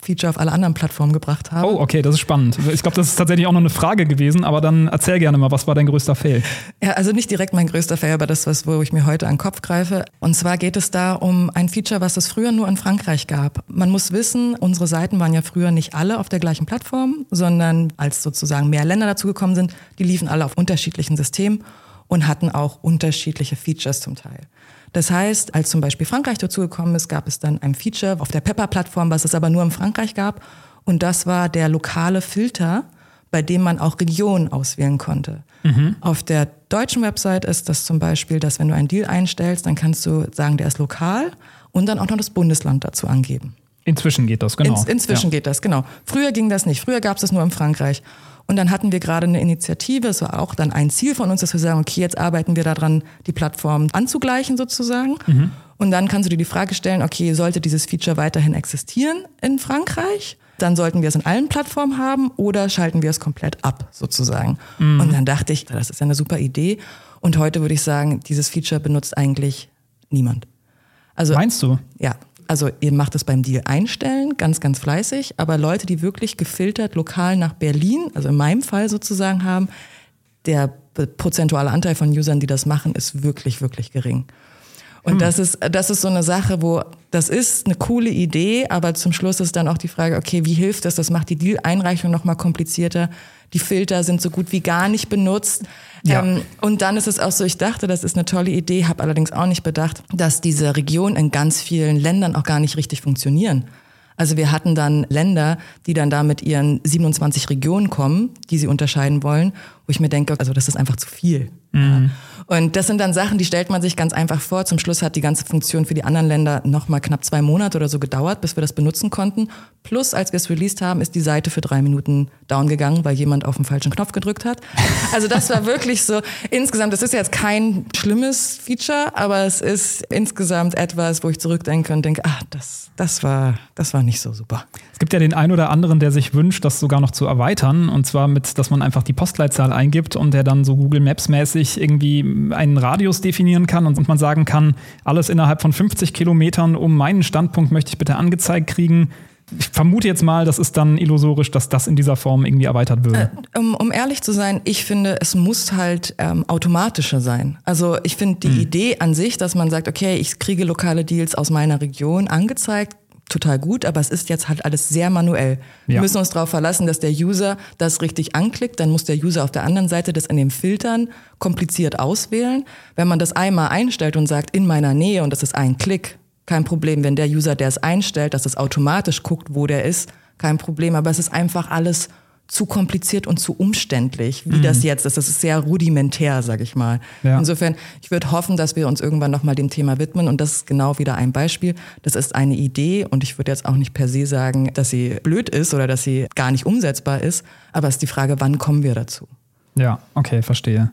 S2: Feature auf alle anderen Plattformen gebracht habe.
S1: Oh, okay, das ist spannend. Ich glaube, das ist tatsächlich auch noch eine Frage gewesen, aber dann erzähl gerne mal, was war dein größter Fail?
S2: Ja, also nicht direkt mein größter Fail, aber das, wo ich mir heute an den Kopf greife. Und zwar geht es da um ein Feature, was es früher nur in Frankreich gab. Man muss wissen, unsere Seiten waren ja früher nicht alle auf der gleichen Plattform, sondern als sozusagen mehr Länder dazugekommen sind, die liefen alle auf unterschiedlichen Systemen und hatten auch unterschiedliche Features zum Teil. Das heißt, als zum Beispiel Frankreich dazugekommen ist, gab es dann ein Feature auf der Pepper-Plattform, was es aber nur in Frankreich gab. Und das war der lokale Filter, bei dem man auch Regionen auswählen konnte. Auf der deutschen Website ist das zum Beispiel, dass wenn du einen Deal einstellst, dann kannst du sagen, der ist lokal und dann auch noch das Bundesland dazu angeben.
S1: Inzwischen geht das, genau.
S2: Inzwischen geht das, genau. Früher ging das nicht. Früher gab es das nur in Frankreich. Und dann hatten wir gerade eine Initiative, es war auch dann ein Ziel von uns, dass wir sagen, okay, jetzt arbeiten wir daran, die Plattform anzugleichen sozusagen. Und dann kannst du dir die Frage stellen, okay, sollte dieses Feature weiterhin existieren in Frankreich? Dann sollten wir es in allen Plattformen haben oder schalten wir es komplett ab sozusagen. Und dann dachte ich, das ist ja eine super Idee. Und heute würde ich sagen, dieses Feature benutzt eigentlich niemand. Also,
S1: meinst du?
S2: Ja. Also ihr macht es beim Deal einstellen, ganz, ganz fleißig, aber Leute, die wirklich gefiltert lokal nach Berlin, also in meinem Fall sozusagen haben, der prozentuale Anteil von Usern, die das machen, ist wirklich, wirklich gering. Und das ist so eine Sache, wo das ist eine coole Idee, aber zum Schluss ist dann auch die Frage, okay, wie hilft das? Das macht die Deal-Einreichung noch mal komplizierter. Die Filter sind so gut wie gar nicht benutzt. Ja. Und dann ist es auch so, ich dachte, das ist eine tolle Idee, habe allerdings auch nicht bedacht, dass diese Regionen in ganz vielen Ländern auch gar nicht richtig funktionieren. Also wir hatten dann Länder, die dann da mit ihren 27 Regionen kommen, die sie unterscheiden wollen, wo ich mir denke, also das ist einfach zu viel. Ja. Und das sind dann Sachen, die stellt man sich ganz einfach vor. Zum Schluss hat die ganze Funktion für die anderen Länder noch mal knapp 2 Monate oder so gedauert, bis wir das benutzen konnten. Plus, als wir es released haben, ist die Seite für 3 Minuten down gegangen, weil jemand auf den falschen Knopf gedrückt hat. Also das war wirklich so, insgesamt, das ist jetzt kein schlimmes Feature, aber es ist insgesamt etwas, wo ich zurückdenke und denke, das war nicht so super.
S1: Es gibt ja den einen oder anderen, der sich wünscht, das sogar noch zu erweitern. Und zwar mit, dass man einfach die Postleitzahl eingibt und der dann so Google Maps mäßig irgendwie einen Radius definieren kann und man sagen kann, alles innerhalb von 50 Kilometern um meinen Standpunkt möchte ich bitte angezeigt kriegen. Ich vermute jetzt mal, das ist dann illusorisch, dass das in dieser Form irgendwie erweitert würde.
S2: Um ehrlich zu sein, ich finde, es muss halt automatischer sein. Also ich finde die Idee an sich, dass man sagt, okay, ich kriege lokale Deals aus meiner Region angezeigt, total gut, aber es ist jetzt halt alles sehr manuell. Wir müssen uns darauf verlassen, dass der User das richtig anklickt, dann muss der User auf der anderen Seite das in den Filtern kompliziert auswählen. Wenn man das einmal einstellt und sagt, in meiner Nähe, und das ist ein Klick, kein Problem. Wenn der User, der es einstellt, dass es automatisch guckt, wo der ist, kein Problem. Aber es ist einfach alles zu kompliziert und zu umständlich, wie das jetzt ist. Das ist sehr rudimentär, sag ich mal. Ja. Insofern, ich würde hoffen, dass wir uns irgendwann nochmal dem Thema widmen. Und das ist genau wieder ein Beispiel. Das ist eine Idee und ich würde jetzt auch nicht per se sagen, dass sie blöd ist oder dass sie gar nicht umsetzbar ist. Aber es ist die Frage, wann kommen wir dazu?
S1: Ja, okay, verstehe.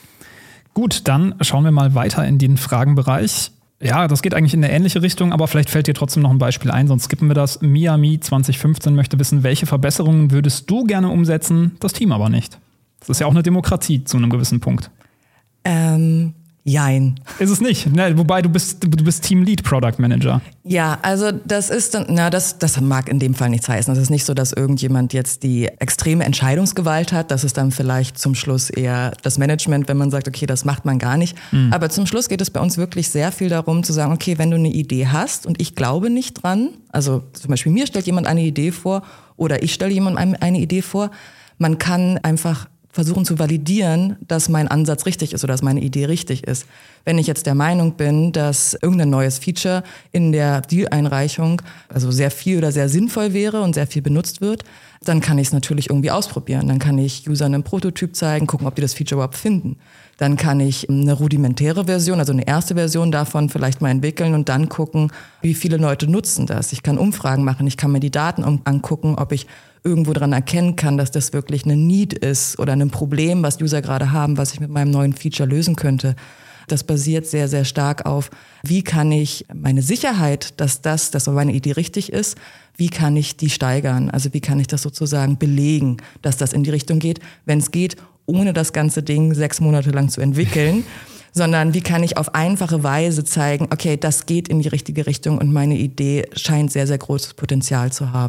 S1: Gut, dann schauen wir mal weiter in den Fragenbereich. Ja, das geht eigentlich in eine ähnliche Richtung, aber vielleicht fällt dir trotzdem noch ein Beispiel ein, sonst skippen wir das. Miami 2015 möchte wissen, welche Verbesserungen würdest du gerne umsetzen, das Team aber nicht. Das ist ja auch eine Demokratie zu einem gewissen Punkt.
S2: Jein.
S1: Ist es nicht, ne? Wobei du bist Team Lead Product Manager.
S2: Ja, also das ist dann, das mag in dem Fall nichts heißen. Es ist nicht so, dass irgendjemand jetzt die extreme Entscheidungsgewalt hat. Das ist dann vielleicht zum Schluss eher das Management, wenn man sagt, okay, das macht man gar nicht. Aber zum Schluss geht es bei uns wirklich sehr viel darum zu sagen, okay, wenn du eine Idee hast und ich glaube nicht dran, also zum Beispiel mir stellt jemand eine Idee vor oder ich stelle jemandem eine Idee vor, man kann einfach versuchen zu validieren, dass mein Ansatz richtig ist oder dass meine Idee richtig ist. Wenn ich jetzt der Meinung bin, dass irgendein neues Feature in der Deal-Einreichung also sehr viel oder sehr sinnvoll wäre und sehr viel benutzt wird, dann kann ich es natürlich irgendwie ausprobieren. Dann kann ich Usern einen Prototyp zeigen, gucken, ob die das Feature überhaupt finden. Dann kann ich eine rudimentäre Version, also eine erste Version davon vielleicht mal entwickeln und dann gucken, wie viele Leute nutzen das. Ich kann Umfragen machen, ich kann mir die Daten angucken, ob ich irgendwo dran erkennen kann, dass das wirklich eine Need ist oder ein Problem, was User gerade haben, was ich mit meinem neuen Feature lösen könnte. Das basiert sehr, sehr stark auf, wie kann ich meine Sicherheit, dass meine Idee richtig ist, wie kann ich die steigern? Also wie kann ich das sozusagen belegen, dass das in die Richtung geht, wenn es geht, ohne das ganze Ding 6 Monate lang zu entwickeln, sondern wie kann ich auf einfache Weise zeigen, okay, das geht in die richtige Richtung und meine Idee scheint sehr, sehr großes Potenzial zu haben.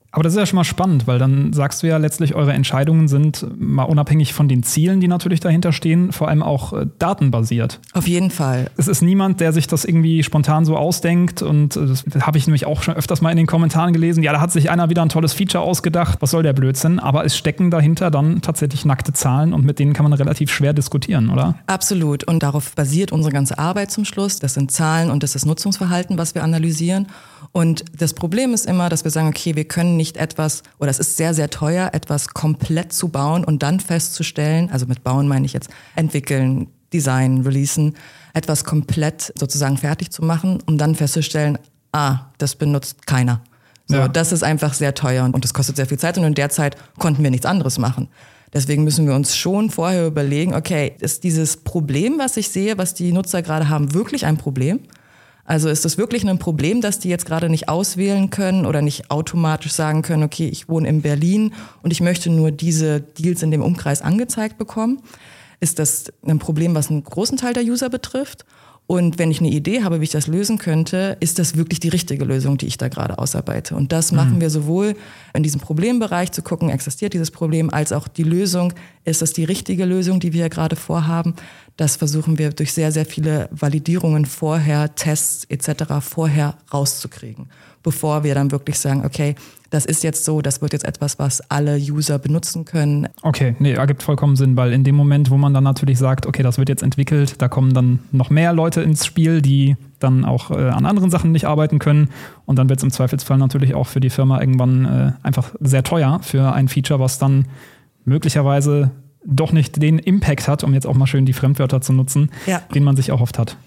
S1: Aber das ist ja schon mal spannend, weil dann sagst du ja letztlich, eure Entscheidungen sind mal unabhängig von den Zielen, die natürlich dahinter stehen, vor allem auch datenbasiert.
S2: Auf jeden Fall.
S1: Es ist niemand, der sich das irgendwie spontan so ausdenkt und das habe ich nämlich auch schon öfters mal in den Kommentaren gelesen. Ja, da hat sich einer wieder ein tolles Feature ausgedacht. Was soll der Blödsinn? Aber es stecken dahinter dann tatsächlich nackte Zahlen und mit denen kann man relativ schwer diskutieren, oder?
S2: Absolut. Und darauf basiert unsere ganze Arbeit zum Schluss. Das sind Zahlen und das ist Nutzungsverhalten, was wir analysieren. Und das Problem ist immer, dass wir sagen, okay, wir können nicht etwas, oder es ist sehr, sehr teuer, etwas komplett zu bauen und dann festzustellen, also mit bauen meine ich jetzt entwickeln, designen, releasen, etwas komplett sozusagen fertig zu machen, um dann festzustellen, das benutzt keiner. So, ja. Das ist einfach sehr teuer und das kostet sehr viel Zeit und in der Zeit konnten wir nichts anderes machen. Deswegen müssen wir uns schon vorher überlegen, okay, ist dieses Problem, was ich sehe, was die Nutzer gerade haben, wirklich ein Problem? Also ist es wirklich ein Problem, dass die jetzt gerade nicht auswählen können oder nicht automatisch sagen können, okay, ich wohne in Berlin und ich möchte nur diese Deals in dem Umkreis angezeigt bekommen? Ist das ein Problem, was einen großen Teil der User betrifft? Und wenn ich eine Idee habe, wie ich das lösen könnte, ist das wirklich die richtige Lösung, die ich da gerade ausarbeite? Und das machen wir sowohl in diesem Problembereich zu gucken, existiert dieses Problem, als auch die Lösung, ist das die richtige Lösung, die wir ja gerade vorhaben? Das versuchen wir durch sehr, sehr viele Validierungen vorher, Tests etc. vorher rauszukriegen, bevor wir dann wirklich sagen, okay, das ist jetzt so, das wird jetzt etwas, was alle User benutzen können.
S1: Okay, nee, ergibt vollkommen Sinn, weil in dem Moment, wo man dann natürlich sagt, okay, das wird jetzt entwickelt, da kommen dann noch mehr Leute ins Spiel, die dann auch an anderen Sachen nicht arbeiten können und dann wird es im Zweifelsfall natürlich auch für die Firma irgendwann einfach sehr teuer für ein Feature, was dann möglicherweise doch nicht den Impact hat, um jetzt auch mal schön die Fremdwörter zu nutzen, den man sich erhofft hat.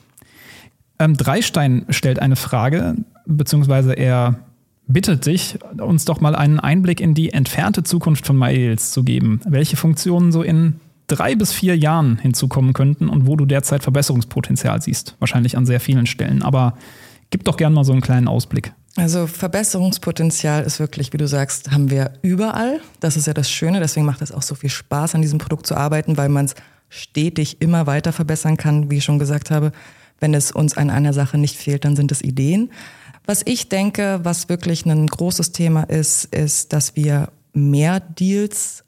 S1: Dreistein stellt eine Frage, beziehungsweise er bittet dich, uns doch mal einen Einblick in die entfernte Zukunft von MyDeals zu geben. Welche Funktionen so in 3 bis 4 Jahren hinzukommen könnten und wo du derzeit Verbesserungspotenzial siehst. Wahrscheinlich an sehr vielen Stellen. Aber gib doch gerne mal so einen kleinen Ausblick.
S2: Also Verbesserungspotenzial ist wirklich, wie du sagst, haben wir überall. Das ist ja das Schöne. Deswegen macht es auch so viel Spaß, an diesem Produkt zu arbeiten, weil man es stetig immer weiter verbessern kann. Wie ich schon gesagt habe, wenn es uns an einer Sache nicht fehlt, dann sind es Ideen. Was ich denke, was wirklich ein großes Thema ist, dass wir mehr Deals,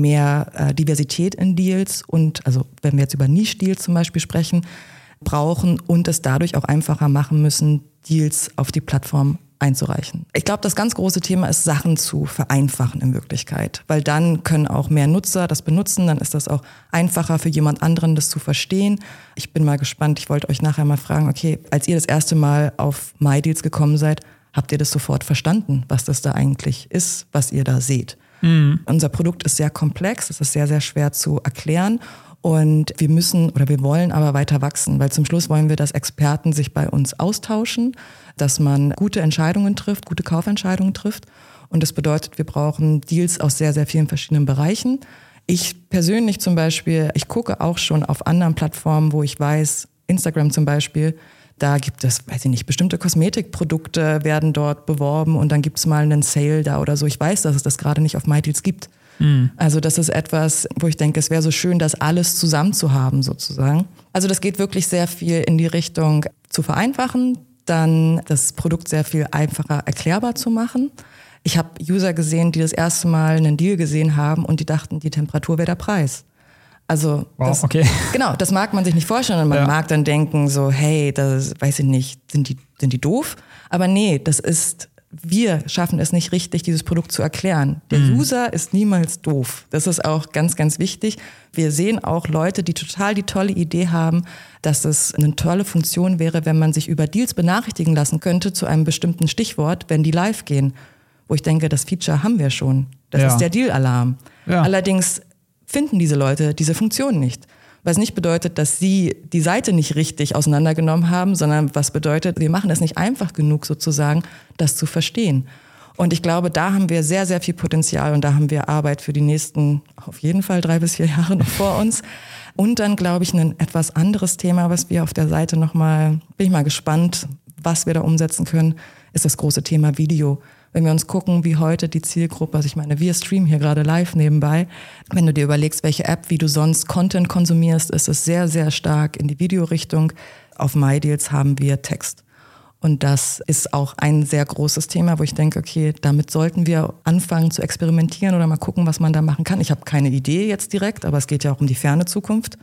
S2: mehr Diversität in Deals und, also wenn wir jetzt über Niche-Deals zum Beispiel sprechen, brauchen und es dadurch auch einfacher machen müssen, Deals auf die Plattform einzureichen. Ich glaube, das ganz große Thema ist, Sachen zu vereinfachen in Wirklichkeit, weil dann können auch mehr Nutzer das benutzen, dann ist das auch einfacher für jemand anderen, das zu verstehen. Ich bin mal gespannt, ich wollte euch nachher mal fragen, okay, als ihr das erste Mal auf MyDeals gekommen seid, habt ihr das sofort verstanden, was das da eigentlich ist, was ihr da seht? Unser Produkt ist sehr komplex, es ist sehr, sehr schwer zu erklären. Und wir müssen oder wir wollen aber weiter wachsen, weil zum Schluss wollen wir, dass Experten sich bei uns austauschen, dass man gute Entscheidungen trifft, gute Kaufentscheidungen trifft. Und das bedeutet, wir brauchen Deals aus sehr, sehr vielen verschiedenen Bereichen. Ich persönlich zum Beispiel, ich gucke auch schon auf anderen Plattformen, wo ich weiß, Instagram zum Beispiel, da gibt es, weiß ich nicht, bestimmte Kosmetikprodukte werden dort beworben und dann gibt es mal einen Sale da oder so. Ich weiß, dass es das gerade nicht auf MyDeals gibt. Also das ist etwas, wo ich denke, es wäre so schön, das alles zusammen zu haben sozusagen. Also das geht wirklich sehr viel in die Richtung zu vereinfachen, dann das Produkt sehr viel einfacher erklärbar zu machen. Ich habe User gesehen, die das erste Mal einen Deal gesehen haben und die dachten, die Temperatur wäre der Preis. Also
S1: wow, okay.
S2: Genau, das mag man sich nicht vorstellen und man mag dann denken so, hey, das weiß ich nicht, sind die doof? Aber nee, das ist... Wir schaffen es nicht richtig, dieses Produkt zu erklären. Der User ist niemals doof. Das ist auch ganz, ganz wichtig. Wir sehen auch Leute, die total die tolle Idee haben, dass es eine tolle Funktion wäre, wenn man sich über Deals benachrichtigen lassen könnte zu einem bestimmten Stichwort, wenn die live gehen. Wo ich denke, das Feature haben wir schon. Das ist der Deal-Alarm. Ja. Allerdings finden diese Leute diese Funktion nicht. Was nicht bedeutet, dass sie die Seite nicht richtig auseinandergenommen haben, sondern was bedeutet, wir machen es nicht einfach genug sozusagen, das zu verstehen. Und ich glaube, da haben wir sehr, sehr viel Potenzial und da haben wir Arbeit für die nächsten, auf jeden Fall 3 bis 4 Jahre noch vor uns. Und dann, glaube ich, ein etwas anderes Thema, was wir auf der Seite nochmal, bin ich mal gespannt, was wir da umsetzen können, ist das große Thema Video. Wenn wir uns gucken, wie heute die Zielgruppe, also ich meine, wir streamen hier gerade live nebenbei. Wenn du dir überlegst, welche App, wie du sonst Content konsumierst, ist es sehr, sehr stark in die Videorichtung. Auf MyDeals haben wir Text. Und das ist auch ein sehr großes Thema, wo ich denke, okay, damit sollten wir anfangen zu experimentieren oder mal gucken, was man da machen kann. Ich habe keine Idee jetzt direkt, aber es geht ja auch um die ferne Zukunft.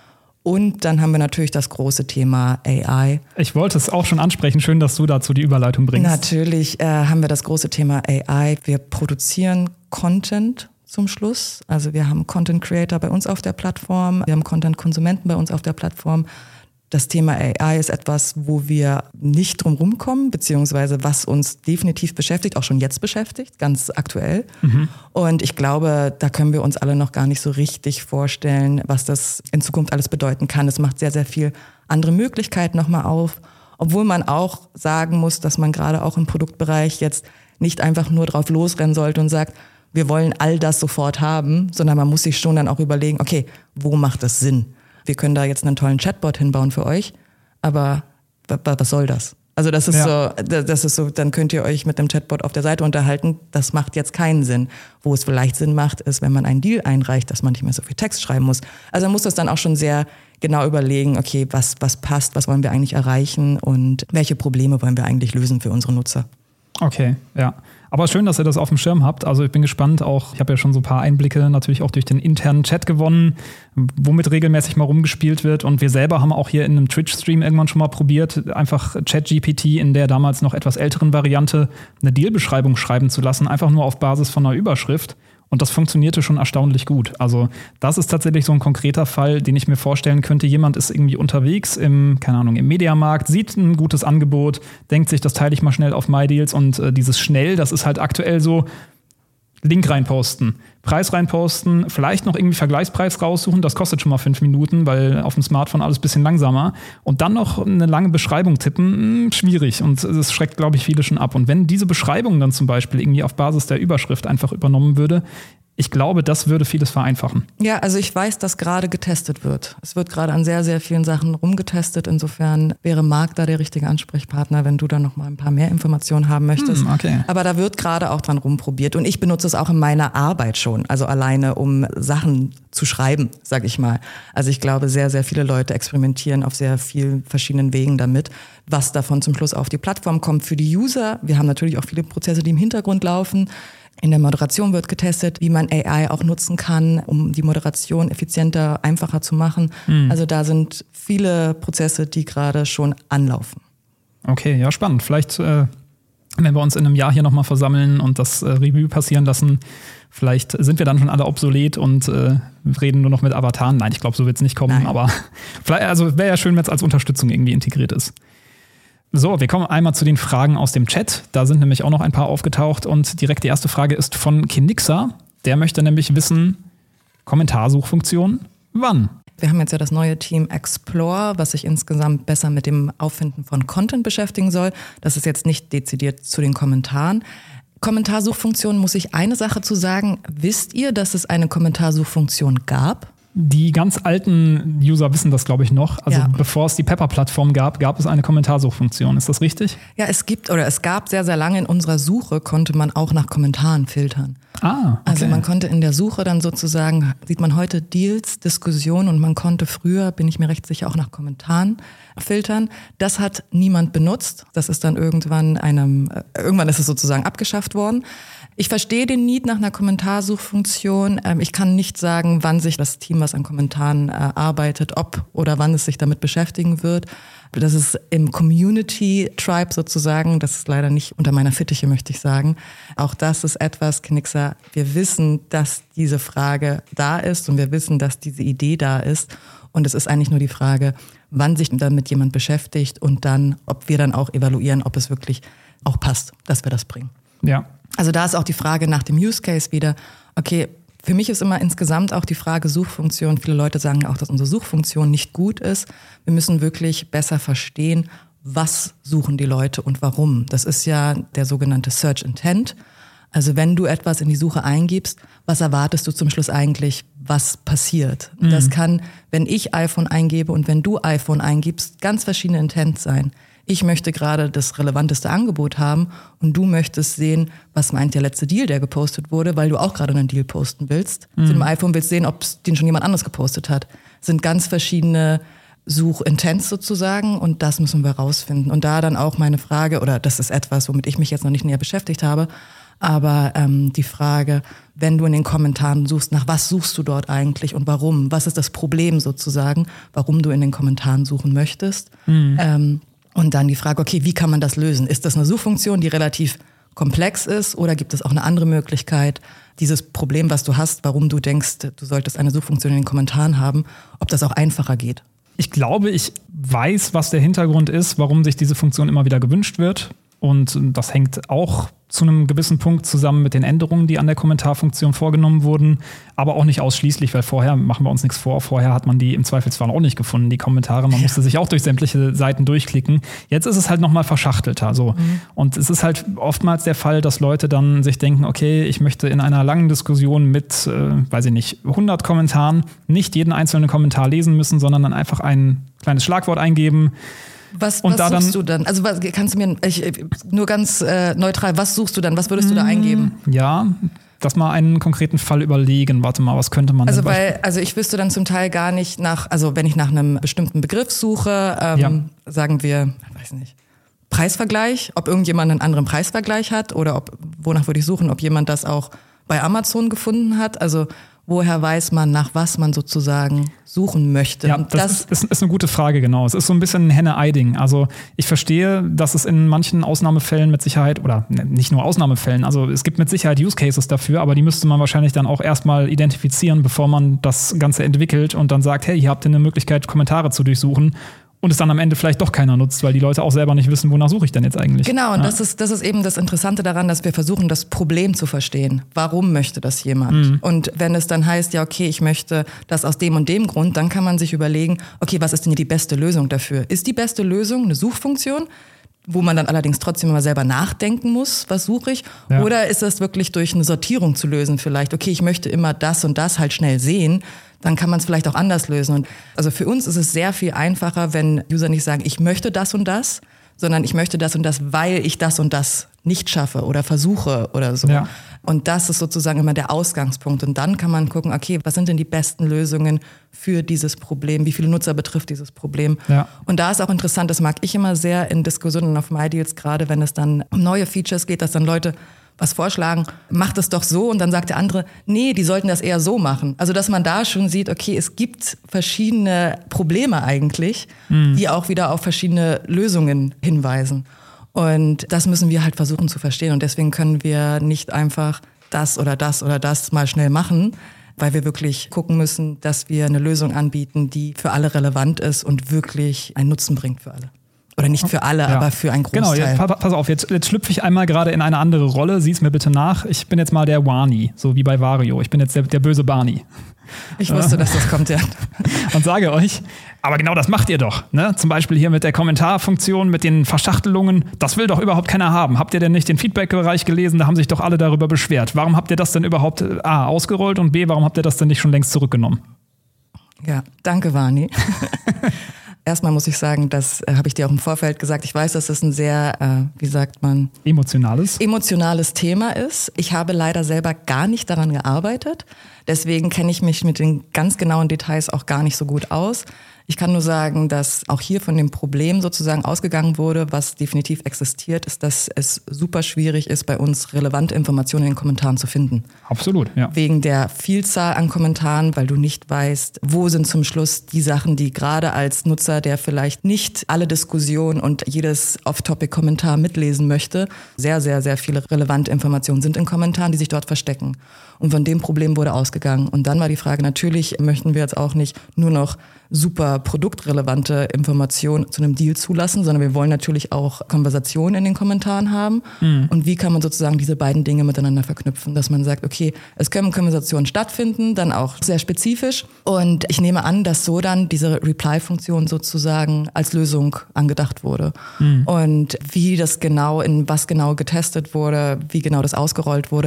S2: Und dann haben wir natürlich das große Thema AI.
S1: Ich wollte es auch schon ansprechen. Schön, dass du dazu die Überleitung bringst.
S2: Natürlich haben wir das große Thema AI. Wir produzieren Content zum Schluss. Also wir haben Content Creator bei uns auf der Plattform. Wir haben Content Konsumenten bei uns auf der Plattform. Das Thema AI ist etwas, wo wir nicht drum rumkommen, beziehungsweise was uns definitiv beschäftigt, auch schon jetzt beschäftigt, ganz aktuell. Und ich glaube, da können wir uns alle noch gar nicht so richtig vorstellen, was das in Zukunft alles bedeuten kann. Es macht sehr, sehr viel andere Möglichkeiten nochmal auf, obwohl man auch sagen muss, dass man gerade auch im Produktbereich jetzt nicht einfach nur drauf losrennen sollte und sagt, wir wollen all das sofort haben, sondern man muss sich schon dann auch überlegen, okay, wo macht das Sinn? Wir können da jetzt einen tollen Chatbot hinbauen für euch, aber was soll das? Also das ist so, dann könnt ihr euch mit dem Chatbot auf der Seite unterhalten, das macht jetzt keinen Sinn. Wo es vielleicht Sinn macht, ist, wenn man einen Deal einreicht, dass man nicht mehr so viel Text schreiben muss. Also man muss das dann auch schon sehr genau überlegen, okay, was passt, was wollen wir eigentlich erreichen und welche Probleme wollen wir eigentlich lösen für unsere Nutzer.
S1: Okay, ja. Aber schön, dass ihr das auf dem Schirm habt. Also ich bin gespannt auch, ich habe ja schon so ein paar Einblicke natürlich auch durch den internen Chat gewonnen, womit regelmäßig mal rumgespielt wird. Und wir selber haben auch hier in einem Twitch-Stream irgendwann schon mal probiert, einfach ChatGPT in der damals noch etwas älteren Variante eine Dealbeschreibung schreiben zu lassen, einfach nur auf Basis von einer Überschrift. Und das funktionierte schon erstaunlich gut. Also das ist tatsächlich so ein konkreter Fall, den ich mir vorstellen könnte. Jemand ist irgendwie unterwegs im Mediamarkt, sieht ein gutes Angebot, denkt sich, das teile ich mal schnell auf MyDeals und dieses schnell, das ist halt aktuell so, Link reinposten, Preis reinposten, vielleicht noch irgendwie Vergleichspreis raussuchen, das kostet schon mal 5 Minuten, weil auf dem Smartphone alles ein bisschen langsamer und dann noch eine lange Beschreibung tippen, schwierig und das schreckt, glaube ich, viele schon ab. Und wenn diese Beschreibung dann zum Beispiel irgendwie auf Basis der Überschrift einfach übernommen würde, ich glaube, das würde vieles vereinfachen.
S2: Ja, also ich weiß, dass gerade getestet wird. Es wird gerade an sehr, sehr vielen Sachen rumgetestet. Insofern wäre Marc da der richtige Ansprechpartner, wenn du da noch mal ein paar mehr Informationen haben möchtest.
S1: Okay.
S2: Aber da wird gerade auch dran rumprobiert. Und ich benutze es auch in meiner Arbeit schon. Also alleine, um Sachen zu schreiben, sag ich mal. Also ich glaube, sehr, sehr viele Leute experimentieren auf sehr vielen verschiedenen Wegen damit. Was davon zum Schluss auf die Plattform kommt für die User. Wir haben natürlich auch viele Prozesse, die im Hintergrund laufen. In der Moderation wird getestet, wie man AI auch nutzen kann, um die Moderation effizienter, einfacher zu machen. Also da sind viele Prozesse, die gerade schon anlaufen.
S1: Okay, ja, spannend. Vielleicht, wenn wir uns in einem Jahr hier nochmal versammeln und das Revue passieren lassen, vielleicht sind wir dann schon alle obsolet und reden nur noch mit Avataren. Nein, ich glaube, so wird es nicht kommen. Nein. Aber vielleicht, also wäre ja schön, wenn es als Unterstützung irgendwie integriert ist. So, wir kommen einmal zu den Fragen aus dem Chat. Da sind nämlich auch noch ein paar aufgetaucht. Und direkt die erste Frage ist von Kinixa. Der möchte nämlich wissen, Kommentarsuchfunktion, wann?
S2: Wir haben jetzt ja das neue Team Explore, was sich insgesamt besser mit dem Auffinden von Content beschäftigen soll. Das ist jetzt nicht dezidiert zu den Kommentaren. Kommentarsuchfunktion, muss ich eine Sache zu sagen. Wisst ihr, dass es eine Kommentarsuchfunktion gab?
S1: Die ganz alten User wissen das, glaube ich, noch. Also bevor es die Pepper-Plattform gab, gab es eine Kommentarsuchfunktion. Ist das richtig?
S2: Ja, es gab sehr, sehr lange in unserer Suche, konnte man auch nach Kommentaren filtern.
S1: Ah, okay.
S2: Also man konnte in der Suche dann sozusagen, sieht man heute Deals, Diskussionen und man konnte früher, bin ich mir recht sicher, auch nach Kommentaren filtern. Das hat niemand benutzt. Das ist dann irgendwann ist es sozusagen abgeschafft worden. Ich verstehe den Need nach einer Kommentarsuchfunktion. Ich kann nicht sagen, wann sich das Team, was an Kommentaren arbeitet, ob oder wann es sich damit beschäftigen wird. Das ist im Community-Tribe sozusagen. Das ist leider nicht unter meiner Fittiche, möchte ich sagen. Auch das ist etwas, Kinixa, wir wissen, dass diese Frage da ist und wir wissen, dass diese Idee da ist. Und es ist eigentlich nur die Frage, wann sich damit jemand beschäftigt und dann, ob wir dann auch evaluieren, ob es wirklich auch passt, dass wir das bringen.
S1: Ja.
S2: Also da ist auch die Frage nach dem Use Case wieder, okay, für mich ist immer insgesamt auch die Frage Suchfunktion. Viele Leute sagen auch, dass unsere Suchfunktion nicht gut ist. Wir müssen wirklich besser verstehen, was suchen die Leute und warum. Das ist ja der sogenannte Search Intent. Also wenn du etwas in die Suche eingibst, was erwartest du zum Schluss eigentlich, was passiert? Das kann, wenn ich iPhone eingebe und wenn du iPhone eingibst, ganz verschiedene Intents sein. Ich möchte gerade das relevanteste Angebot haben und du möchtest sehen, was meint der letzte Deal, der gepostet wurde, weil du auch gerade einen Deal posten willst. Zu dem iPhone willst du sehen, ob den schon jemand anderes gepostet hat. Das sind ganz verschiedene Suchintents sozusagen und das müssen wir rausfinden. Und da dann auch meine Frage, oder das ist etwas, womit ich mich jetzt noch nicht näher beschäftigt habe, aber die Frage, wenn du in den Kommentaren suchst, nach was suchst du dort eigentlich und warum? Was ist das Problem sozusagen, warum du in den Kommentaren suchen möchtest? Und dann die Frage, okay, wie kann man das lösen? Ist das eine Suchfunktion, die relativ komplex ist oder gibt es auch eine andere Möglichkeit, dieses Problem, was du hast, warum du denkst, du solltest eine Suchfunktion in den Kommentaren haben, ob das auch einfacher geht?
S1: Ich glaube, ich weiß, was der Hintergrund ist, warum sich diese Funktion immer wieder gewünscht wird. Und das hängt auch zu einem gewissen Punkt zusammen mit den Änderungen, die an der Kommentarfunktion vorgenommen wurden, aber auch nicht ausschließlich, weil vorher, machen wir uns nichts vor, vorher hat man die im Zweifelsfall auch nicht gefunden, die Kommentare. Man musste sich auch durch sämtliche Seiten durchklicken. Jetzt ist es halt nochmal verschachtelter. So. Und es ist halt oftmals der Fall, dass Leute dann sich denken, okay, ich möchte in einer langen Diskussion mit, 100 Kommentaren nicht jeden einzelnen Kommentar lesen müssen, sondern dann einfach ein kleines Schlagwort eingeben.
S2: Was suchst du dann? Also kannst du mir nur ganz neutral, was suchst du dann? Was würdest du da eingeben?
S1: Ja, lass mal einen konkreten Fall überlegen. Warte mal, was könnte man denn?
S2: Also ich wüsste dann zum Teil gar nicht wenn ich nach einem bestimmten Begriff suche, sagen wir, weiß nicht, Preisvergleich, ob irgendjemand einen anderen Preisvergleich hat oder wonach würde ich suchen, ob jemand das auch bei Amazon gefunden hat. Also woher weiß man, nach was man sozusagen suchen möchte?
S1: Ja, das ist eine gute Frage, genau. Es ist so ein bisschen ein Henne-Ei-Ding. Also ich verstehe, dass es in manchen Ausnahmefällen mit Sicherheit, oder nicht nur Ausnahmefällen, also es gibt mit Sicherheit Use Cases dafür, aber die müsste man wahrscheinlich dann auch erstmal identifizieren, bevor man das Ganze entwickelt und dann sagt, hey, hier habt ihr eine Möglichkeit, Kommentare zu durchsuchen. Und es dann am Ende vielleicht doch keiner nutzt, weil die Leute auch selber nicht wissen, wonach suche ich denn jetzt eigentlich.
S2: Genau, und das ist eben das Interessante daran, dass wir versuchen, das Problem zu verstehen. Warum möchte das jemand? Und wenn es dann heißt, ja, okay, ich möchte das aus dem und dem Grund, dann kann man sich überlegen, okay, was ist denn die beste Lösung dafür? Ist die beste Lösung eine Suchfunktion, wo man dann allerdings trotzdem immer selber nachdenken muss, was suche ich? Ja. Oder ist das wirklich durch eine Sortierung zu lösen vielleicht? Okay, ich möchte immer das und das halt schnell sehen. Dann kann man es vielleicht auch anders lösen. Und also für uns ist es sehr viel einfacher, wenn User nicht sagen, ich möchte das und das, sondern ich möchte das und das, weil ich das und das nicht schaffe oder versuche oder so. Ja. Und das ist sozusagen immer der Ausgangspunkt. Und dann kann man gucken, okay, was sind denn die besten Lösungen für dieses Problem? Wie viele Nutzer betrifft dieses Problem? Ja. Und da ist auch interessant, das mag ich immer sehr in Diskussionen auf MyDeals, gerade wenn es dann um neue Features geht, dass dann Leute was vorschlagen, macht es doch so, und dann sagt der andere, nee, die sollten das eher so machen. Also dass man da schon sieht, okay, es gibt verschiedene Probleme eigentlich, die auch wieder auf verschiedene Lösungen hinweisen. Und das müssen wir halt versuchen zu verstehen. Und deswegen können wir nicht einfach das oder das oder das mal schnell machen, weil wir wirklich gucken müssen, dass wir eine Lösung anbieten, die für alle relevant ist und wirklich einen Nutzen bringt für alle. Oder nicht für alle, aber für einen Großteil.
S1: Genau, jetzt, pass auf, jetzt schlüpfe ich einmal gerade in eine andere Rolle. Sieh's mir bitte nach. Ich bin jetzt mal der Wani, so wie bei Wario. Ich bin jetzt der böse Barney.
S2: Ich wusste, dass das kommt, ja.
S1: Und sage euch, aber genau das macht ihr doch. Ne? Zum Beispiel hier mit der Kommentarfunktion, mit den Verschachtelungen. Das will doch überhaupt keiner haben. Habt ihr denn nicht den Feedback-Bereich gelesen? Da haben sich doch alle darüber beschwert. Warum habt ihr das denn überhaupt A, ausgerollt und B, warum habt ihr das denn nicht schon längst zurückgenommen?
S2: Ja, danke, Wani. Erstmal muss ich sagen, das habe ich dir auch im Vorfeld gesagt. Ich weiß, dass das ein sehr, wie sagt man? Emotionales Thema ist. Ich habe leider selber gar nicht daran gearbeitet. Deswegen kenne ich mich mit den ganz genauen Details auch gar nicht so gut aus. Ich kann nur sagen, dass auch hier von dem Problem sozusagen ausgegangen wurde, was definitiv existiert, ist, dass es super schwierig ist, bei uns relevante Informationen in den Kommentaren zu finden.
S1: Absolut, ja.
S2: Wegen der Vielzahl an Kommentaren, weil du nicht weißt, wo sind zum Schluss die Sachen, die gerade als Nutzer, der vielleicht nicht alle Diskussionen und jedes Off-Topic-Kommentar mitlesen möchte, sehr, sehr, sehr viele relevante Informationen sind in Kommentaren, die sich dort verstecken. Und von dem Problem wurde ausgegangen. Und dann war die Frage, natürlich möchten wir jetzt auch nicht nur noch super produktrelevante Informationen zu einem Deal zulassen, sondern wir wollen natürlich auch Konversationen in den Kommentaren haben. Und wie kann man sozusagen diese beiden Dinge miteinander verknüpfen, dass man sagt, okay, es können Konversationen stattfinden, dann auch sehr spezifisch. Und ich nehme an, dass so dann diese Reply-Funktion sozusagen als Lösung angedacht wurde. Und wie das genau, in was genau getestet wurde, wie genau das ausgerollt wurde,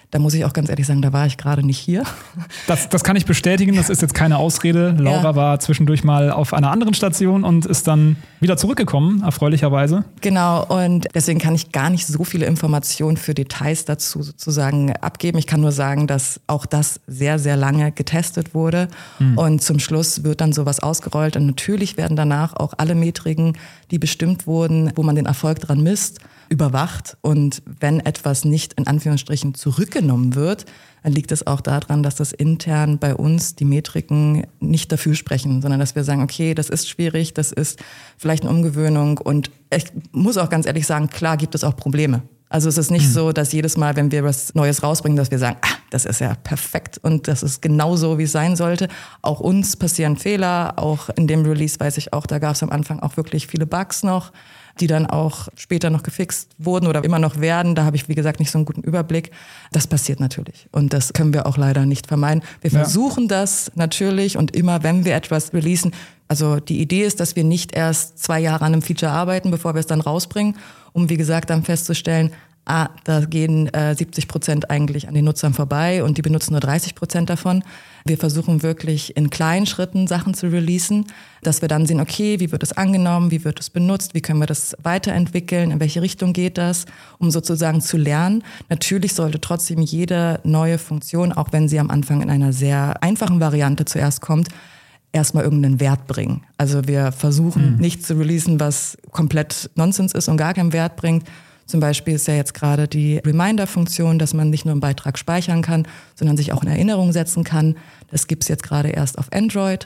S2: Da muss ich auch ganz ehrlich sagen, da war ich gerade nicht hier.
S1: Das kann ich bestätigen, das ist jetzt keine Ausrede. Laura war zwischendurch mal auf einer anderen Station und ist dann wieder zurückgekommen, erfreulicherweise.
S2: Genau, und deswegen kann ich gar nicht so viele Informationen für Details dazu sozusagen abgeben. Ich kann nur sagen, dass auch das sehr, sehr lange getestet wurde und zum Schluss wird dann sowas ausgerollt und natürlich werden danach auch alle Metriken, die bestimmt wurden, wo man den Erfolg dran misst, überwacht und wenn etwas nicht in Anführungsstrichen zurückgenommen wird, dann liegt es auch daran, dass das intern bei uns die Metriken nicht dafür sprechen, sondern dass wir sagen, okay, das ist schwierig, das ist vielleicht eine Umgewöhnung und ich muss auch ganz ehrlich sagen, klar gibt es auch Probleme. Also es ist nicht so, dass jedes Mal, wenn wir was Neues rausbringen, dass wir sagen, das ist ja perfekt und das ist genau so, wie es sein sollte. Auch uns passieren Fehler, auch in dem Release weiß ich auch, da gab es am Anfang auch wirklich viele Bugs noch, die dann auch später noch gefixt wurden oder immer noch werden. Da habe ich, wie gesagt, nicht so einen guten Überblick. Das passiert natürlich und das können wir auch leider nicht vermeiden. Wir versuchen das natürlich und immer, wenn wir etwas releasen, also die Idee ist, dass wir nicht erst 2 Jahre an einem Feature arbeiten, bevor wir es dann rausbringen, um, wie gesagt, dann festzustellen, da gehen 70% eigentlich an den Nutzern vorbei und die benutzen nur 30% davon. Wir versuchen wirklich in kleinen Schritten Sachen zu releasen, dass wir dann sehen, okay, wie wird es angenommen, wie wird es benutzt, wie können wir das weiterentwickeln, in welche Richtung geht das, um sozusagen zu lernen. Natürlich sollte trotzdem jede neue Funktion, auch wenn sie am Anfang in einer sehr einfachen Variante zuerst kommt, erstmal irgendeinen Wert bringen. Also wir versuchen nicht zu releasen, was komplett Nonsens ist und gar keinen Wert bringt. Zum Beispiel ist ja jetzt gerade die Reminder-Funktion, dass man nicht nur einen Beitrag speichern kann, sondern sich auch in Erinnerung setzen kann. Das gibt's jetzt gerade erst auf Android.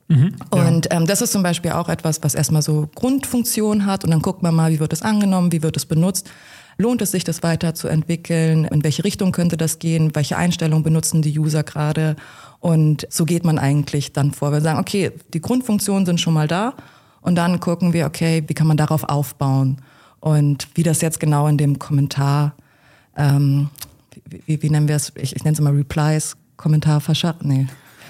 S2: Und das ist zum Beispiel auch etwas, was erstmal so Grundfunktion hat und dann guckt man mal, wie wird es angenommen, wie wird es benutzt. Lohnt es sich, das weiterzuentwickeln? In welche Richtung könnte das gehen? Welche Einstellungen benutzen die User gerade? Und so geht man eigentlich dann vor. Wir sagen, okay, die Grundfunktionen sind schon mal da und dann gucken wir, okay, wie kann man darauf aufbauen? Und wie das jetzt genau in dem Kommentar, wie nennen wir es? Ich nenne es immer Replies, Kommentar verschafft, nee.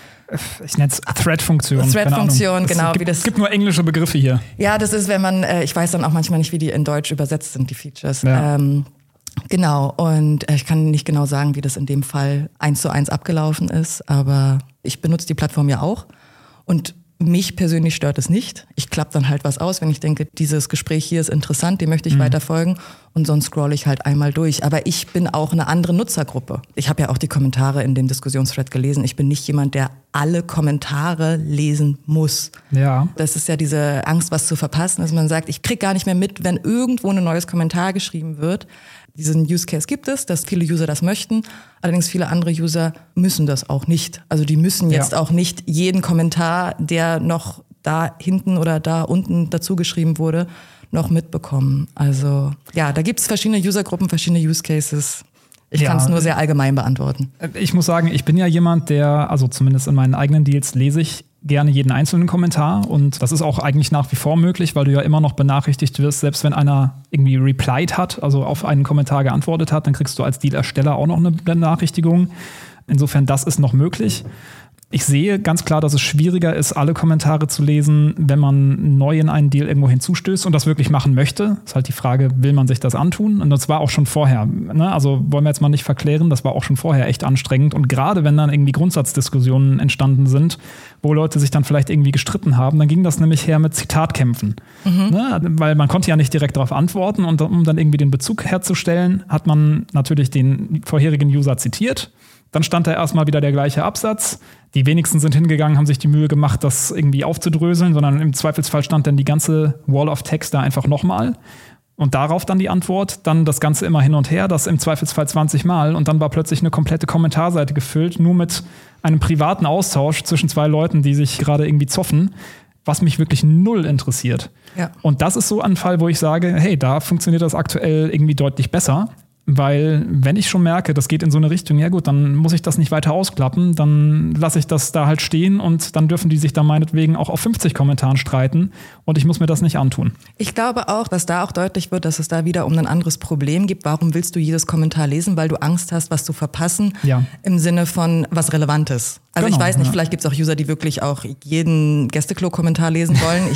S1: Ich nenne es Thread-Funktion.
S2: Thread-Funktion, genau.
S1: Es gibt nur englische Begriffe hier.
S2: Ja, das ist, wenn man, ich weiß dann auch manchmal nicht, wie die in Deutsch übersetzt sind, die Features.
S1: Ja.
S2: Genau, und ich kann nicht genau sagen, wie das in dem Fall 1:1 abgelaufen ist, aber ich benutze die Plattform ja auch und mich persönlich stört es nicht. Ich klappe dann halt was aus, wenn ich denke, dieses Gespräch hier ist interessant, dem möchte ich weiter folgen und sonst scrolle ich halt einmal durch. Aber ich bin auch eine andere Nutzergruppe. Ich habe ja auch die Kommentare in dem Diskussionsthread gelesen. Ich bin nicht jemand, der alle Kommentare lesen muss.
S1: Ja.
S2: Das ist ja diese Angst, was zu verpassen, dass man sagt, ich kriege gar nicht mehr mit, wenn irgendwo ein neues Kommentar geschrieben wird. Diesen Use Case gibt es, dass viele User das möchten. Allerdings viele andere User müssen das auch nicht. Also die müssen jetzt auch nicht jeden Kommentar, der noch da hinten oder da unten dazu geschrieben wurde, noch mitbekommen. Also ja, da gibt es verschiedene Usergruppen, verschiedene Use Cases. Ich kann es nur sehr allgemein beantworten.
S1: Ich muss sagen, ich bin ja jemand, der, also zumindest in meinen eigenen Deals lese ich gerne jeden einzelnen Kommentar und das ist auch eigentlich nach wie vor möglich, weil du ja immer noch benachrichtigt wirst, selbst wenn einer irgendwie replied hat, also auf einen Kommentar geantwortet hat, dann kriegst du als Dealersteller auch noch eine Benachrichtigung. Insofern, das ist noch möglich. Ich sehe ganz klar, dass es schwieriger ist, alle Kommentare zu lesen, wenn man neu in einen Deal irgendwo hinzustößt und das wirklich machen möchte. Ist halt die Frage, will man sich das antun? Und das war auch schon vorher. Ne? Also wollen wir jetzt mal nicht verklären, das war auch schon vorher echt anstrengend. Und gerade wenn dann irgendwie Grundsatzdiskussionen entstanden sind, wo Leute sich dann vielleicht irgendwie gestritten haben, dann ging das nämlich her mit Zitatkämpfen. Ne? Weil man konnte ja nicht direkt darauf antworten und um dann irgendwie den Bezug herzustellen, hat man natürlich den vorherigen User zitiert. Dann stand da erstmal wieder der gleiche Absatz. Die wenigsten sind hingegangen, haben sich die Mühe gemacht, das irgendwie aufzudröseln, sondern im Zweifelsfall stand dann die ganze Wall of Text da einfach nochmal. Und darauf dann die Antwort, dann das Ganze immer hin und her, das im Zweifelsfall 20 Mal. Und dann war plötzlich eine komplette Kommentarseite gefüllt, nur mit einem privaten Austausch zwischen 2 Leuten, die sich gerade irgendwie zoffen, was mich wirklich null interessiert.
S2: Ja.
S1: Und das ist so ein Fall, wo ich sage, hey, da funktioniert das aktuell irgendwie deutlich besser. Weil wenn ich schon merke, das geht in so eine Richtung, ja gut, dann muss ich das nicht weiter ausklappen, dann lasse ich das da halt stehen und dann dürfen die sich da meinetwegen auch auf 50 Kommentaren streiten und ich muss mir das nicht antun.
S2: Ich glaube auch, dass da auch deutlich wird, dass es da wieder um ein anderes Problem gibt. Warum willst du jedes Kommentar lesen? Weil du Angst hast, was zu verpassen, im Sinne von was Relevantes. Also ich weiß nicht, vielleicht gibt es auch User, die wirklich auch jeden Gästeklo-Kommentar lesen wollen. Ich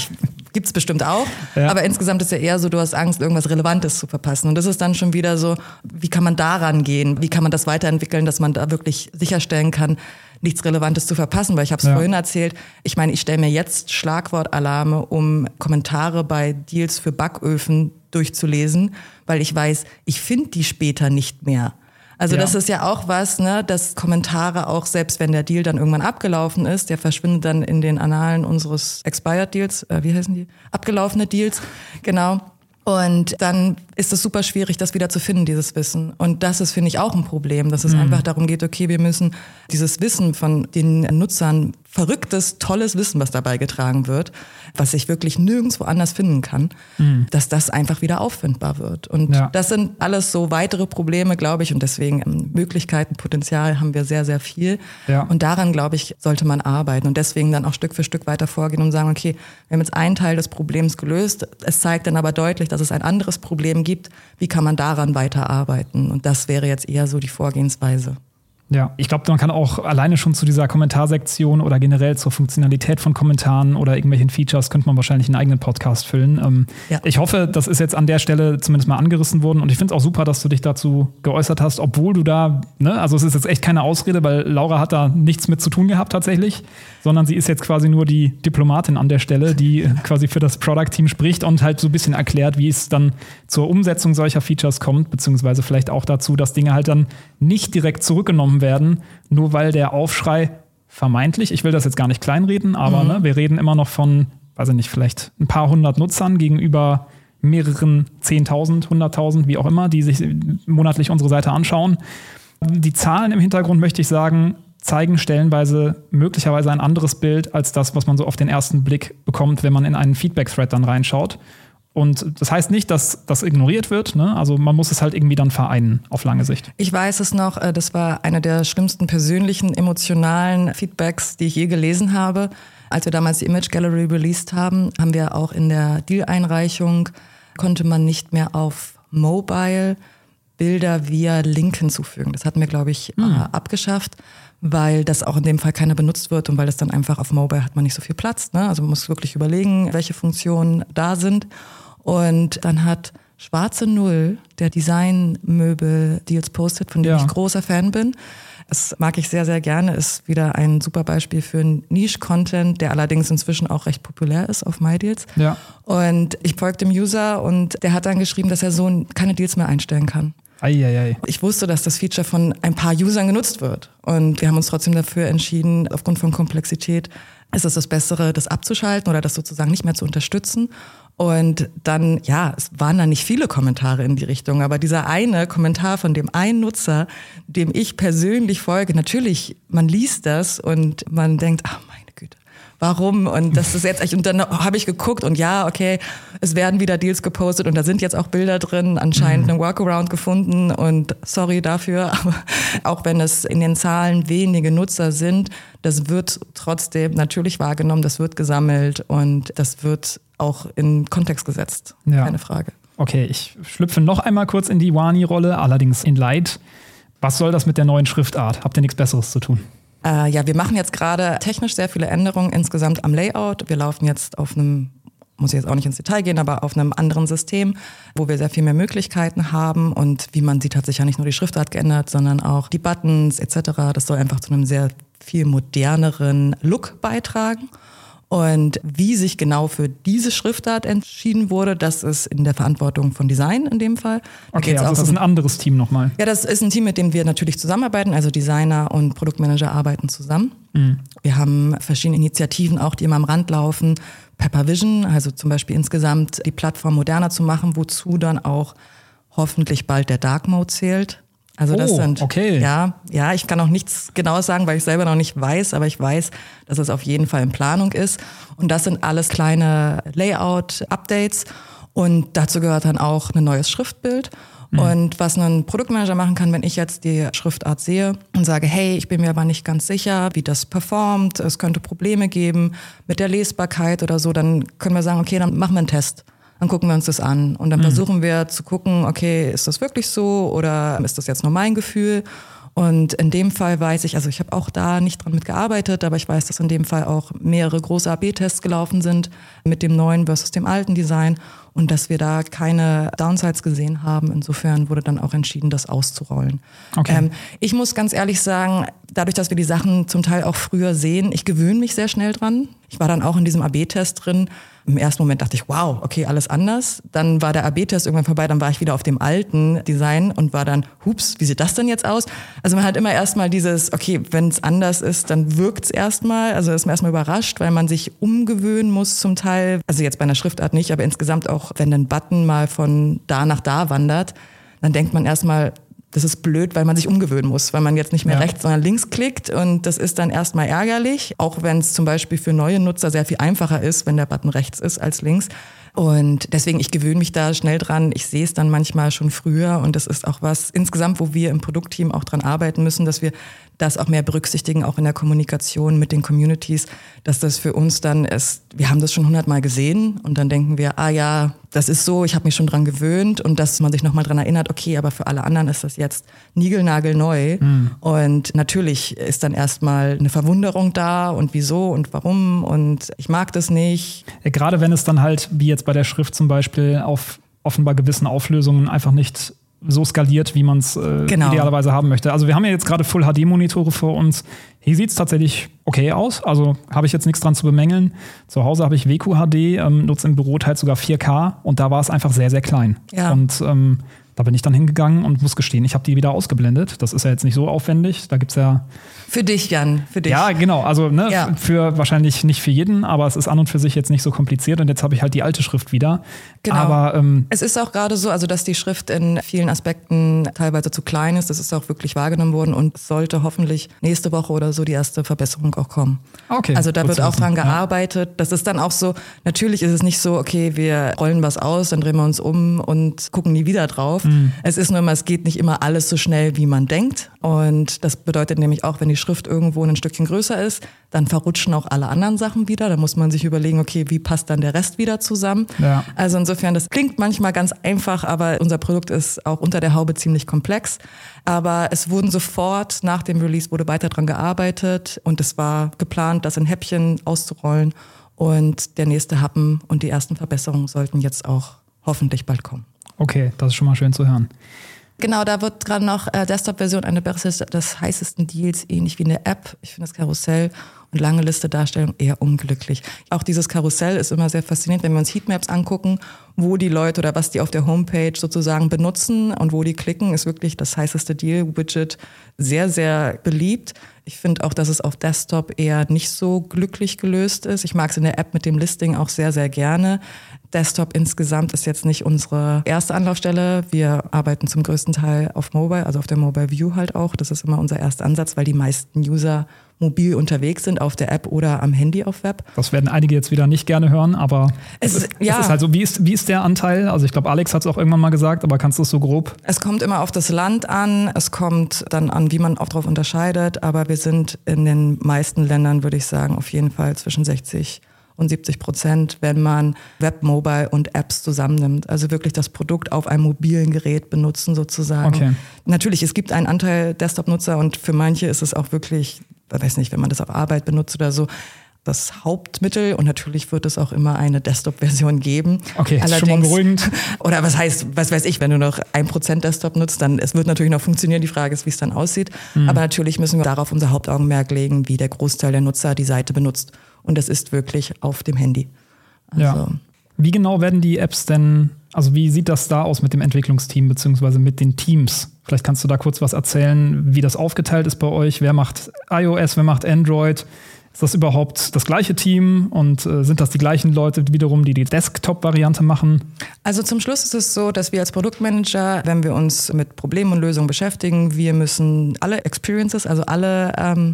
S2: gibt's bestimmt auch. Ja. Aber insgesamt ist ja eher so, du hast Angst, irgendwas Relevantes zu verpassen. Und das ist dann schon wieder so, wie kann man daran gehen? Wie kann man das weiterentwickeln, dass man da wirklich sicherstellen kann, nichts Relevantes zu verpassen? Weil ich habe es vorhin erzählt, ich meine, ich stelle mir jetzt Schlagwortalarme, um Kommentare bei Deals für Backöfen durchzulesen, weil ich weiß, ich finde die später nicht mehr. Also das ist ja auch was, ne, dass Kommentare auch, selbst wenn der Deal dann irgendwann abgelaufen ist, der verschwindet dann in den Annalen unseres Expired Deals, wie heißen die? Abgelaufene Deals, genau. Und dann ist es super schwierig, das wieder zu finden, dieses Wissen. Und das ist, finde ich, auch ein Problem, dass es einfach darum geht, okay, wir müssen dieses Wissen von den Nutzern, verrücktes, tolles Wissen, was dabei getragen wird, was ich wirklich nirgendwo anders finden kann, dass das einfach wieder auffindbar wird. Und das sind alles so weitere Probleme, glaube ich, und deswegen Möglichkeiten, Potenzial haben wir sehr, sehr viel. Ja. Und daran, glaube ich, sollte man arbeiten und deswegen dann auch Stück für Stück weiter vorgehen und sagen, okay, wir haben jetzt einen Teil des Problems gelöst, es zeigt dann aber deutlich, dass es ein anderes Problem gibt, wie kann man daran weiterarbeiten? Und das wäre jetzt eher so die Vorgehensweise.
S1: Ja, ich glaube, man kann auch alleine schon zu dieser Kommentarsektion oder generell zur Funktionalität von Kommentaren oder irgendwelchen Features könnte man wahrscheinlich einen eigenen Podcast füllen. Ich hoffe, das ist jetzt an der Stelle zumindest mal angerissen worden und ich finde es auch super, dass du dich dazu geäußert hast, obwohl du da, ne, also es ist jetzt echt keine Ausrede, weil Laura hat da nichts mit zu tun gehabt tatsächlich, sondern sie ist jetzt quasi nur die Diplomatin an der Stelle, die quasi für das Product-Team spricht und halt so ein bisschen erklärt, wie es dann zur Umsetzung solcher Features kommt, beziehungsweise vielleicht auch dazu, dass Dinge halt dann nicht direkt zurückgenommen werden, nur weil der Aufschrei vermeintlich, ich will das jetzt gar nicht kleinreden, aber ne, wir reden immer noch von, weiß ich nicht, vielleicht ein paar hundert Nutzern gegenüber mehreren 10.000, 100.000, wie auch immer, die sich monatlich unsere Seite anschauen. Die Zahlen im Hintergrund, möchte ich sagen, zeigen stellenweise möglicherweise ein anderes Bild als das, was man so auf den ersten Blick bekommt, wenn man in einen Feedback-Thread dann reinschaut. Und das heißt nicht, dass das ignoriert wird, ne? Also man muss es halt irgendwie dann vereinen auf lange Sicht.
S2: Ich weiß es noch, das war einer der schlimmsten persönlichen, emotionalen Feedbacks, die ich je gelesen habe. Als wir damals die Image Gallery released haben, haben wir auch in der Deal-Einreichung, konnte man nicht mehr auf Mobile Bilder via Link hinzufügen. Das hatten wir, glaube ich, abgeschafft, weil das auch in dem Fall keiner benutzt wird und weil das dann einfach auf Mobile hat man nicht so viel Platz, ne? Also man muss wirklich überlegen, welche Funktionen da sind. Und dann hat Schwarze Null, der Designmöbel-Deals postet, von dem ich großer Fan bin. Das mag ich sehr, sehr gerne. Ist wieder ein super Beispiel für Niche-Content, der allerdings inzwischen auch recht populär ist auf MyDeals. Ja. Und ich folge dem User und der hat dann geschrieben, dass er so keine Deals mehr einstellen kann.
S1: Eieiei.
S2: Ich wusste, dass das Feature von ein paar Usern genutzt wird. Und wir haben uns trotzdem dafür entschieden, aufgrund von Komplexität ist es das Bessere, das abzuschalten oder das sozusagen nicht mehr zu unterstützen. Und dann, ja, es waren da nicht viele Kommentare in die Richtung, aber dieser eine Kommentar von dem einen Nutzer, dem ich persönlich folge, natürlich, man liest das und man denkt, ach meine Güte, warum? Und das ist jetzt echt, und dann habe ich geguckt und ja, okay, es werden wieder Deals gepostet und da sind jetzt auch Bilder drin, anscheinend einen Workaround gefunden und sorry dafür, aber auch wenn es in den Zahlen wenige Nutzer sind, das wird trotzdem natürlich wahrgenommen, das wird gesammelt und das wird auch in Kontext gesetzt, keine Frage.
S1: Okay, ich schlüpfe noch einmal kurz in die Wani-Rolle, allerdings in Light. Was soll das mit der neuen Schriftart? Habt ihr nichts Besseres zu tun?
S2: Ja, wir machen jetzt gerade technisch sehr viele Änderungen insgesamt am Layout. Wir laufen jetzt auf einem, muss ich jetzt auch nicht ins Detail gehen, aber auf einem anderen System, wo wir sehr viel mehr Möglichkeiten haben. Und wie man sieht, hat sich ja nicht nur die Schriftart geändert, sondern auch die Buttons etc. Das soll einfach zu einem sehr viel moderneren Look beitragen. Und wie sich genau für diese Schriftart entschieden wurde, das ist in der Verantwortung von Design in dem Fall.
S1: Okay, also das ist ein anderes Team nochmal.
S2: Ja, das ist ein Team, mit dem wir natürlich zusammenarbeiten. Also Designer und Produktmanager arbeiten zusammen. Wir haben verschiedene Initiativen auch, die immer am Rand laufen. Pepper Vision, also zum Beispiel insgesamt die Plattform moderner zu machen, wozu dann auch hoffentlich bald der Dark Mode zählt. Also das sind, ja, ich kann auch nichts Genaues sagen, weil ich selber noch nicht weiß, aber ich weiß, dass es auf jeden Fall in Planung ist. Und das sind alles kleine Layout-Updates und dazu gehört dann auch ein neues Schriftbild. Und was ein Produktmanager machen kann, wenn ich jetzt die Schriftart sehe und sage, hey, ich bin mir aber nicht ganz sicher, wie das performt, es könnte Probleme geben mit der Lesbarkeit oder so, dann können wir sagen, okay, dann machen wir einen Test. Dann gucken wir uns das an und dann versuchen wir zu gucken, okay, ist das wirklich so oder ist das jetzt nur mein Gefühl? Und in dem Fall weiß ich, also ich habe auch da nicht dran mitgearbeitet, aber ich weiß, dass in dem Fall auch mehrere große AB-Tests gelaufen sind mit dem neuen versus dem alten Design und dass wir da keine Downsides gesehen haben. Insofern wurde dann auch entschieden, das auszurollen.
S1: Okay.
S2: Ich muss ganz ehrlich sagen, dadurch, dass wir die Sachen zum Teil auch früher sehen, ich gewöhne mich sehr schnell dran. Ich war dann auch in diesem AB-Test drin. Im ersten Moment dachte ich, wow, okay, alles anders. Dann war der AB-Test irgendwann vorbei, dann war ich wieder auf dem alten Design und war dann, hups, wie sieht das denn jetzt aus? Also man hat immer erstmal dieses, okay, wenn es anders ist, dann wirkt es erstmal. Also ist man erstmal überrascht, weil man sich umgewöhnen muss zum Teil. Also jetzt bei einer Schriftart nicht, aber insgesamt auch, wenn ein Button mal von da nach da wandert, dann denkt man erstmal, das ist blöd, weil man sich umgewöhnen muss, weil man jetzt nicht mehr rechts, sondern links klickt und das ist dann erstmal ärgerlich, auch wenn es zum Beispiel für neue Nutzer sehr viel einfacher ist, wenn der Button rechts ist als links. Und deswegen, ich gewöhne mich da schnell dran. Ich sehe es dann manchmal schon früher und das ist auch was insgesamt, wo wir im Produktteam auch dran arbeiten müssen, dass wir das auch mehr berücksichtigen, auch in der Kommunikation mit den Communities, dass das für uns dann ist, wir haben das schon 100-mal gesehen und dann denken wir, ja, das ist so, ich habe mich schon dran gewöhnt und dass man sich nochmal dran erinnert, okay, aber für alle anderen ist das jetzt niegelnagelneu und natürlich ist dann erstmal eine Verwunderung da und wieso und warum und ich mag das nicht.
S1: Ja, gerade wenn es dann halt, wie jetzt bei der Schrift zum Beispiel, auf offenbar gewissen Auflösungen einfach nicht so skaliert, wie man es idealerweise haben möchte. Also wir haben ja jetzt gerade Full-HD-Monitore vor uns. Hier sieht es tatsächlich okay aus. Also habe ich jetzt nichts dran zu bemängeln. Zu Hause habe ich WQHD, nutze im Büro halt sogar 4K und da war es einfach sehr, sehr klein. Ja. Und da bin ich dann hingegangen und muss gestehen, ich habe die wieder ausgeblendet. Das ist ja jetzt nicht so aufwendig. Da gibt's ja...
S2: Für dich, Jan, für dich.
S1: Ja, genau. Also für wahrscheinlich nicht für jeden, aber es ist an und für sich jetzt nicht so kompliziert. Und jetzt habe ich halt die alte Schrift wieder.
S2: Genau.
S1: Aber
S2: es ist auch gerade so, also dass die Schrift in vielen Aspekten teilweise zu klein ist. Das ist auch wirklich wahrgenommen worden und es sollte hoffentlich nächste Woche oder so die erste Verbesserung auch kommen.
S1: Okay.
S2: Also da wird auch dran gearbeitet. Das ist dann auch so, natürlich ist es nicht so, okay, wir rollen was aus, dann drehen wir uns um und gucken nie wieder drauf. Es ist nur immer, es geht nicht immer alles so schnell, wie man denkt. Und das bedeutet nämlich auch, wenn die Schrift irgendwo ein Stückchen größer ist, dann verrutschen auch alle anderen Sachen wieder. Da muss man sich überlegen, okay, wie passt dann der Rest wieder zusammen? Ja. Also insofern, das klingt manchmal ganz einfach, aber unser Produkt ist auch unter der Haube ziemlich komplex. Aber es wurden sofort, nach dem Release wurde weiter dran gearbeitet und es war geplant, das in Häppchen auszurollen. Und der nächste Happen und die ersten Verbesserungen sollten jetzt auch hoffentlich bald kommen.
S1: Okay, das ist schon mal schön zu hören.
S2: Genau, da wird gerade noch Desktop-Version eine des heißesten Deals, ähnlich wie eine App. Ich finde das Karussell und lange Liste Darstellung eher unglücklich. Auch dieses Karussell ist immer sehr faszinierend, wenn wir uns Heatmaps angucken, wo die Leute oder was die auf der Homepage sozusagen benutzen und wo die klicken, ist wirklich das heißeste Deal-Widget sehr, sehr beliebt. Ich finde auch, dass es auf Desktop eher nicht so glücklich gelöst ist. Ich mag es in der App mit dem Listing auch sehr, sehr gerne. Desktop insgesamt ist jetzt nicht unsere erste Anlaufstelle. Wir arbeiten zum größten Teil auf Mobile, also auf der Mobile View halt auch. Das ist immer unser erster Ansatz, weil die meisten User mobil unterwegs sind auf der App oder am Handy auf Web.
S1: Das werden einige jetzt wieder nicht gerne hören, aber es ist halt so, wie ist der Anteil? Also ich glaube, Alex hat es auch irgendwann mal gesagt, aber kannst du es so grob?
S2: Es kommt immer auf das Land an, es kommt dann an, wie man auch darauf unterscheidet, aber wir sind in den meisten Ländern, würde ich sagen, auf jeden Fall zwischen 60% und 70%, wenn man Web, Mobile und Apps zusammennimmt. Also wirklich das Produkt auf einem mobilen Gerät benutzen sozusagen. Okay. Natürlich, es gibt einen Anteil Desktop-Nutzer und für manche ist es auch wirklich, ich weiß nicht, wenn man das auf Arbeit benutzt oder so, das Hauptmittel und natürlich wird es auch immer eine Desktop-Version geben.
S1: Okay, das ist schon mal beruhigend.
S2: Oder was weiß ich, wenn du noch 1% Desktop nutzt, dann es wird natürlich noch funktionieren. Die Frage ist, wie es dann aussieht. Aber natürlich müssen wir darauf unser Hauptaugenmerk legen, wie der Großteil der Nutzer die Seite benutzt. Und das ist wirklich auf dem Handy. Also,
S1: ja. Wie genau werden die Apps denn, also wie sieht das da aus mit dem Entwicklungsteam beziehungsweise mit den Teams? Vielleicht kannst du da kurz was erzählen, wie das aufgeteilt ist bei euch. Wer macht iOS, wer macht Android? Ist das überhaupt das gleiche Team und sind das die gleichen Leute wiederum, die Desktop-Variante machen?
S2: Also zum Schluss ist es so, dass wir als Produktmanager, wenn wir uns mit Problemen und Lösungen beschäftigen, wir müssen alle Experiences, also alle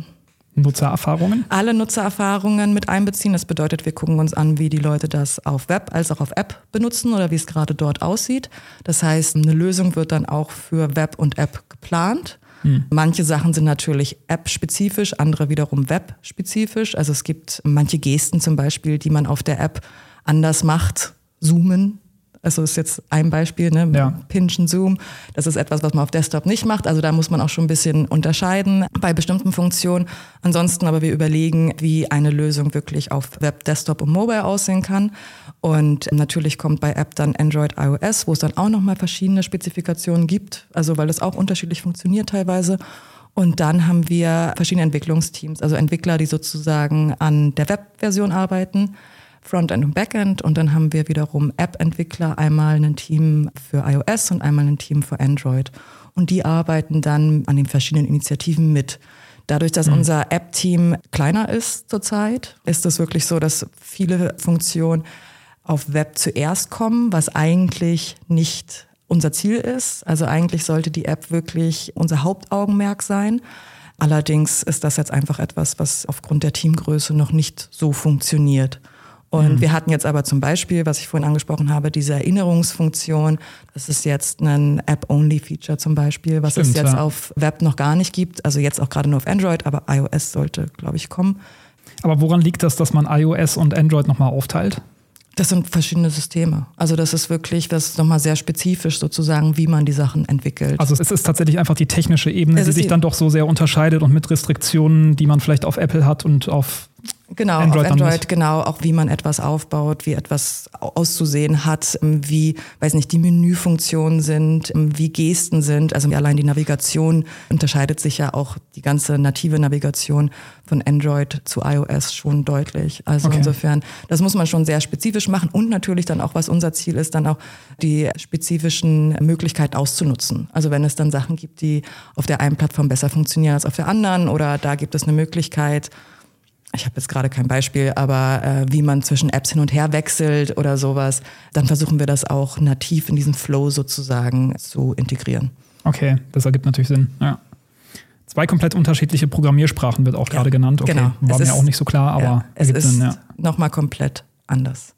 S2: Nutzererfahrungen mit einbeziehen. Das bedeutet, wir gucken uns an, wie die Leute das auf Web als auch auf App benutzen oder wie es gerade dort aussieht. Das heißt, eine Lösung wird dann auch für Web und App geplant. Manche Sachen sind natürlich App-spezifisch, andere wiederum Web-spezifisch. Also es gibt manche Gesten zum Beispiel, die man auf der App anders macht. Zoomen Also ist jetzt ein Beispiel, ne?
S1: Ja.
S2: Pinch und Zoom. Das ist etwas, was man auf Desktop nicht macht. Also da muss man auch schon ein bisschen unterscheiden bei bestimmten Funktionen. Ansonsten aber wir überlegen, wie eine Lösung wirklich auf Web, Desktop und Mobile aussehen kann. Und natürlich kommt bei App dann Android, iOS, wo es dann auch nochmal verschiedene Spezifikationen gibt. Also weil das auch unterschiedlich funktioniert teilweise. Und dann haben wir verschiedene Entwicklungsteams, also Entwickler, die sozusagen an der Webversion arbeiten, Frontend und Backend. Und dann haben wir wiederum App-Entwickler, einmal ein Team für iOS und einmal ein Team für Android. Und die arbeiten dann an den verschiedenen Initiativen mit. Dadurch, dass unser App-Team kleiner ist zurzeit, ist es wirklich so, dass viele Funktionen auf Web zuerst kommen, was eigentlich nicht unser Ziel ist. Also eigentlich sollte die App wirklich unser Hauptaugenmerk sein. Allerdings ist das jetzt einfach etwas, was aufgrund der Teamgröße noch nicht so funktioniert. Und wir hatten jetzt aber zum Beispiel, was ich vorhin angesprochen habe, diese Erinnerungsfunktion. Das ist jetzt ein App-Only-Feature zum Beispiel, was es jetzt auf Web noch gar nicht gibt. Also jetzt auch gerade nur auf Android, aber iOS sollte, glaube ich, kommen.
S1: Aber woran liegt das, dass man iOS und Android nochmal aufteilt?
S2: Das sind verschiedene Systeme. Also das ist wirklich, das ist nochmal sehr spezifisch sozusagen, wie man die Sachen entwickelt.
S1: Also es ist tatsächlich einfach die technische Ebene, die sich dann doch so sehr unterscheidet und mit Restriktionen, die man vielleicht auf Apple hat und auf
S2: Genau,
S1: Android
S2: auf Android, genau, auch wie man etwas aufbaut, wie etwas auszusehen hat, wie, weiß nicht, die Menüfunktionen sind, wie Gesten sind. Also allein die Navigation unterscheidet sich ja auch, die ganze native Navigation von Android zu iOS schon deutlich. Also insofern, das muss man schon sehr spezifisch machen und natürlich dann auch, was unser Ziel ist, dann auch die spezifischen Möglichkeiten auszunutzen. Also wenn es dann Sachen gibt, die auf der einen Plattform besser funktionieren als auf der anderen oder da gibt es eine Möglichkeit, ich habe jetzt gerade kein Beispiel, aber wie man zwischen Apps hin und her wechselt oder sowas, dann versuchen wir das auch nativ in diesen Flow sozusagen zu integrieren.
S1: Okay, das ergibt natürlich Sinn, ja. 2 komplett unterschiedliche Programmiersprachen wird auch gerade genannt. Okay,
S2: genau.
S1: War mir auch nicht so klar, aber
S2: es ist
S1: Sinn,
S2: nochmal komplett anders.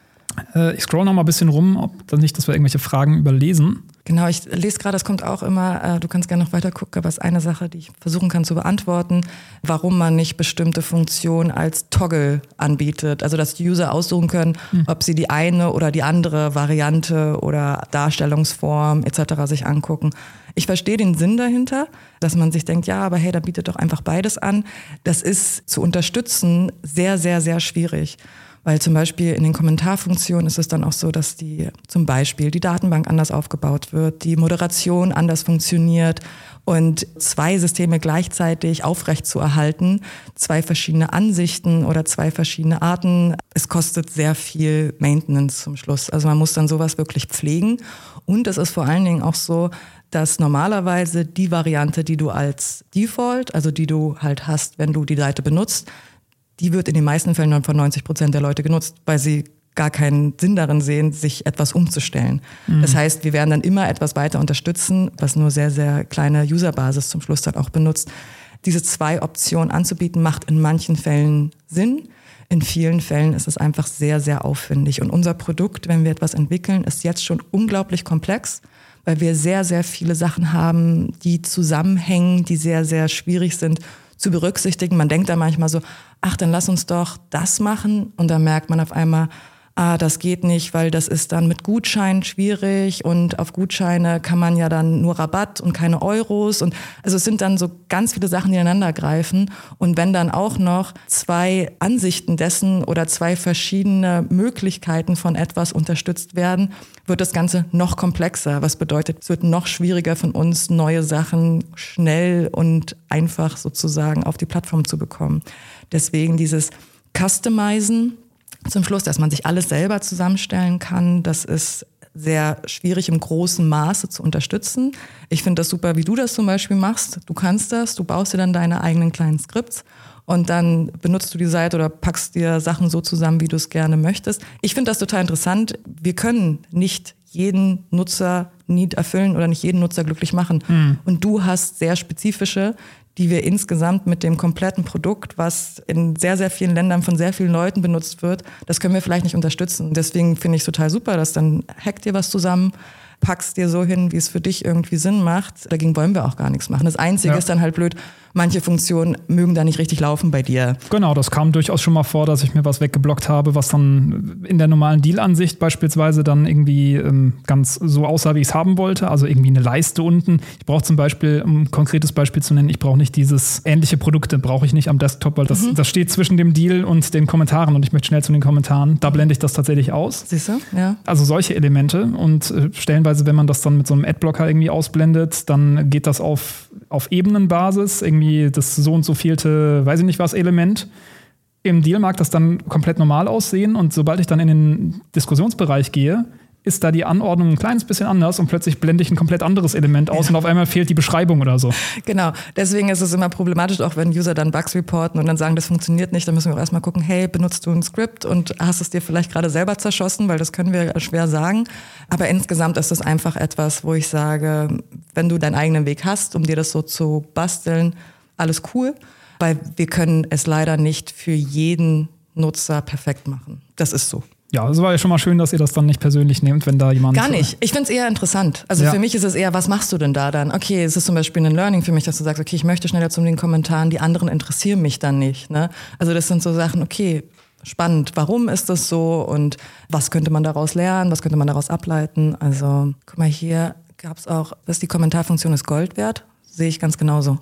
S1: Ich scroll noch mal ein bisschen rum, ob dann nicht, dass wir irgendwelche Fragen überlesen.
S2: Genau, ich lese gerade, es kommt auch immer, du kannst gerne noch weiter gucken, aber es ist eine Sache, die ich versuchen kann zu beantworten, warum man nicht bestimmte Funktionen als Toggle anbietet. Also dass die User aussuchen können, ob sie die eine oder die andere Variante oder Darstellungsform etc. sich angucken. Ich verstehe den Sinn dahinter, dass man sich denkt, ja, aber hey, da bietet doch einfach beides an. Das ist zu unterstützen sehr, sehr, sehr schwierig. Weil zum Beispiel in den Kommentarfunktionen ist es dann auch so, dass zum Beispiel die Datenbank anders aufgebaut wird, die Moderation anders funktioniert und 2 Systeme gleichzeitig aufrechtzuerhalten, 2 verschiedene Ansichten oder 2 verschiedene Arten. Es kostet sehr viel Maintenance zum Schluss. Also man muss dann sowas wirklich pflegen. Und es ist vor allen Dingen auch so, dass normalerweise die Variante, die du als Default, also die du halt hast, wenn du die Seite benutzt, die wird in den meisten Fällen von 90% der Leute genutzt, weil sie gar keinen Sinn darin sehen, sich etwas umzustellen. Das heißt, wir werden dann immer etwas weiter unterstützen, was nur sehr, sehr kleine Userbasis zum Schluss dann auch benutzt. Diese 2 Optionen anzubieten, macht in manchen Fällen Sinn. In vielen Fällen ist es einfach sehr, sehr aufwendig. Und unser Produkt, wenn wir etwas entwickeln, ist jetzt schon unglaublich komplex, weil wir sehr, sehr viele Sachen haben, die zusammenhängen, die sehr, sehr schwierig sind zu berücksichtigen. Man denkt da manchmal so, ach, dann lass uns doch das machen. Und dann merkt man auf einmal, das geht nicht, weil das ist dann mit Gutscheinen schwierig und auf Gutscheine kann man ja dann nur Rabatt und keine Euros. Und also es sind dann so ganz viele Sachen, die ineinander greifen. Und wenn dann auch noch 2 Ansichten dessen oder 2 verschiedene Möglichkeiten von etwas unterstützt werden, wird das Ganze noch komplexer. Was bedeutet, es wird noch schwieriger von uns, neue Sachen schnell und einfach sozusagen auf die Plattform zu bekommen. Deswegen dieses Customizen zum Schluss, dass man sich alles selber zusammenstellen kann, das ist sehr schwierig im großen Maße zu unterstützen. Ich finde das super, wie du das zum Beispiel machst. Du kannst das, du baust dir dann deine eigenen kleinen Skripts und dann benutzt du die Seite oder packst dir Sachen so zusammen, wie du es gerne möchtest. Ich finde das total interessant. Wir können nicht jeden Nutzer-Need erfüllen oder nicht jeden Nutzer glücklich machen. Und du hast sehr spezifische, die wir insgesamt mit dem kompletten Produkt, was in sehr, sehr vielen Ländern von sehr vielen Leuten benutzt wird, das können wir vielleicht nicht unterstützen. Deswegen finde ich es total super, dass dann hackt ihr was zusammen, packst dir so hin, wie es für dich irgendwie Sinn macht. Dagegen wollen wir auch gar nichts machen. Das Einzige ist dann halt blöd, manche Funktionen mögen da nicht richtig laufen bei dir.
S1: Genau, das kam durchaus schon mal vor, dass ich mir was weggeblockt habe, was dann in der normalen Deal-Ansicht beispielsweise dann irgendwie ganz so aussah, wie ich es haben wollte. Also irgendwie eine Leiste unten. Ich brauche zum Beispiel, um ein konkretes Beispiel zu nennen, ich brauche nicht dieses ähnliche Produkte, brauche ich nicht am Desktop, weil das steht zwischen dem Deal und den Kommentaren und ich möchte schnell zu den Kommentaren. Da blende ich das tatsächlich aus.
S2: Siehst du? Ja.
S1: Also solche Elemente und stellenweise, wenn man das dann mit so einem Adblocker irgendwie ausblendet, dann geht das auf Ebenenbasis, irgendwie das so und so vielte, weiß ich nicht was, Element. Im Deal mag das dann komplett normal aussehen und sobald ich dann in den Diskussionsbereich gehe, ist da die Anordnung ein kleines bisschen anders und plötzlich blende ich ein komplett anderes Element aus und auf einmal fehlt die Beschreibung oder so.
S2: Genau, deswegen ist es immer problematisch, auch wenn User dann Bugs reporten und dann sagen, das funktioniert nicht, dann müssen wir auch erstmal gucken, hey, benutzt du ein Skript und hast es dir vielleicht gerade selber zerschossen, weil das können wir schwer sagen. Aber insgesamt ist es einfach etwas, wo ich sage, wenn du deinen eigenen Weg hast, um dir das so zu basteln, alles cool, weil wir können es leider nicht für jeden Nutzer perfekt machen. Das ist so.
S1: Ja, es war ja schon mal schön, dass ihr das dann nicht persönlich nehmt, wenn da jemand...
S2: Gar nicht. Ich finde es eher interessant. Also für mich ist es eher, was machst du denn da dann? Okay, es ist zum Beispiel ein Learning für mich, dass du sagst, okay, ich möchte schneller zu den Kommentaren, die anderen interessieren mich dann nicht. Ne? Also das sind so Sachen, okay, spannend, warum ist das so und was könnte man daraus lernen, was könnte man daraus ableiten? Also guck mal, hier gab es auch, dass die Kommentarfunktion ist Gold wert, sehe ich ganz genauso.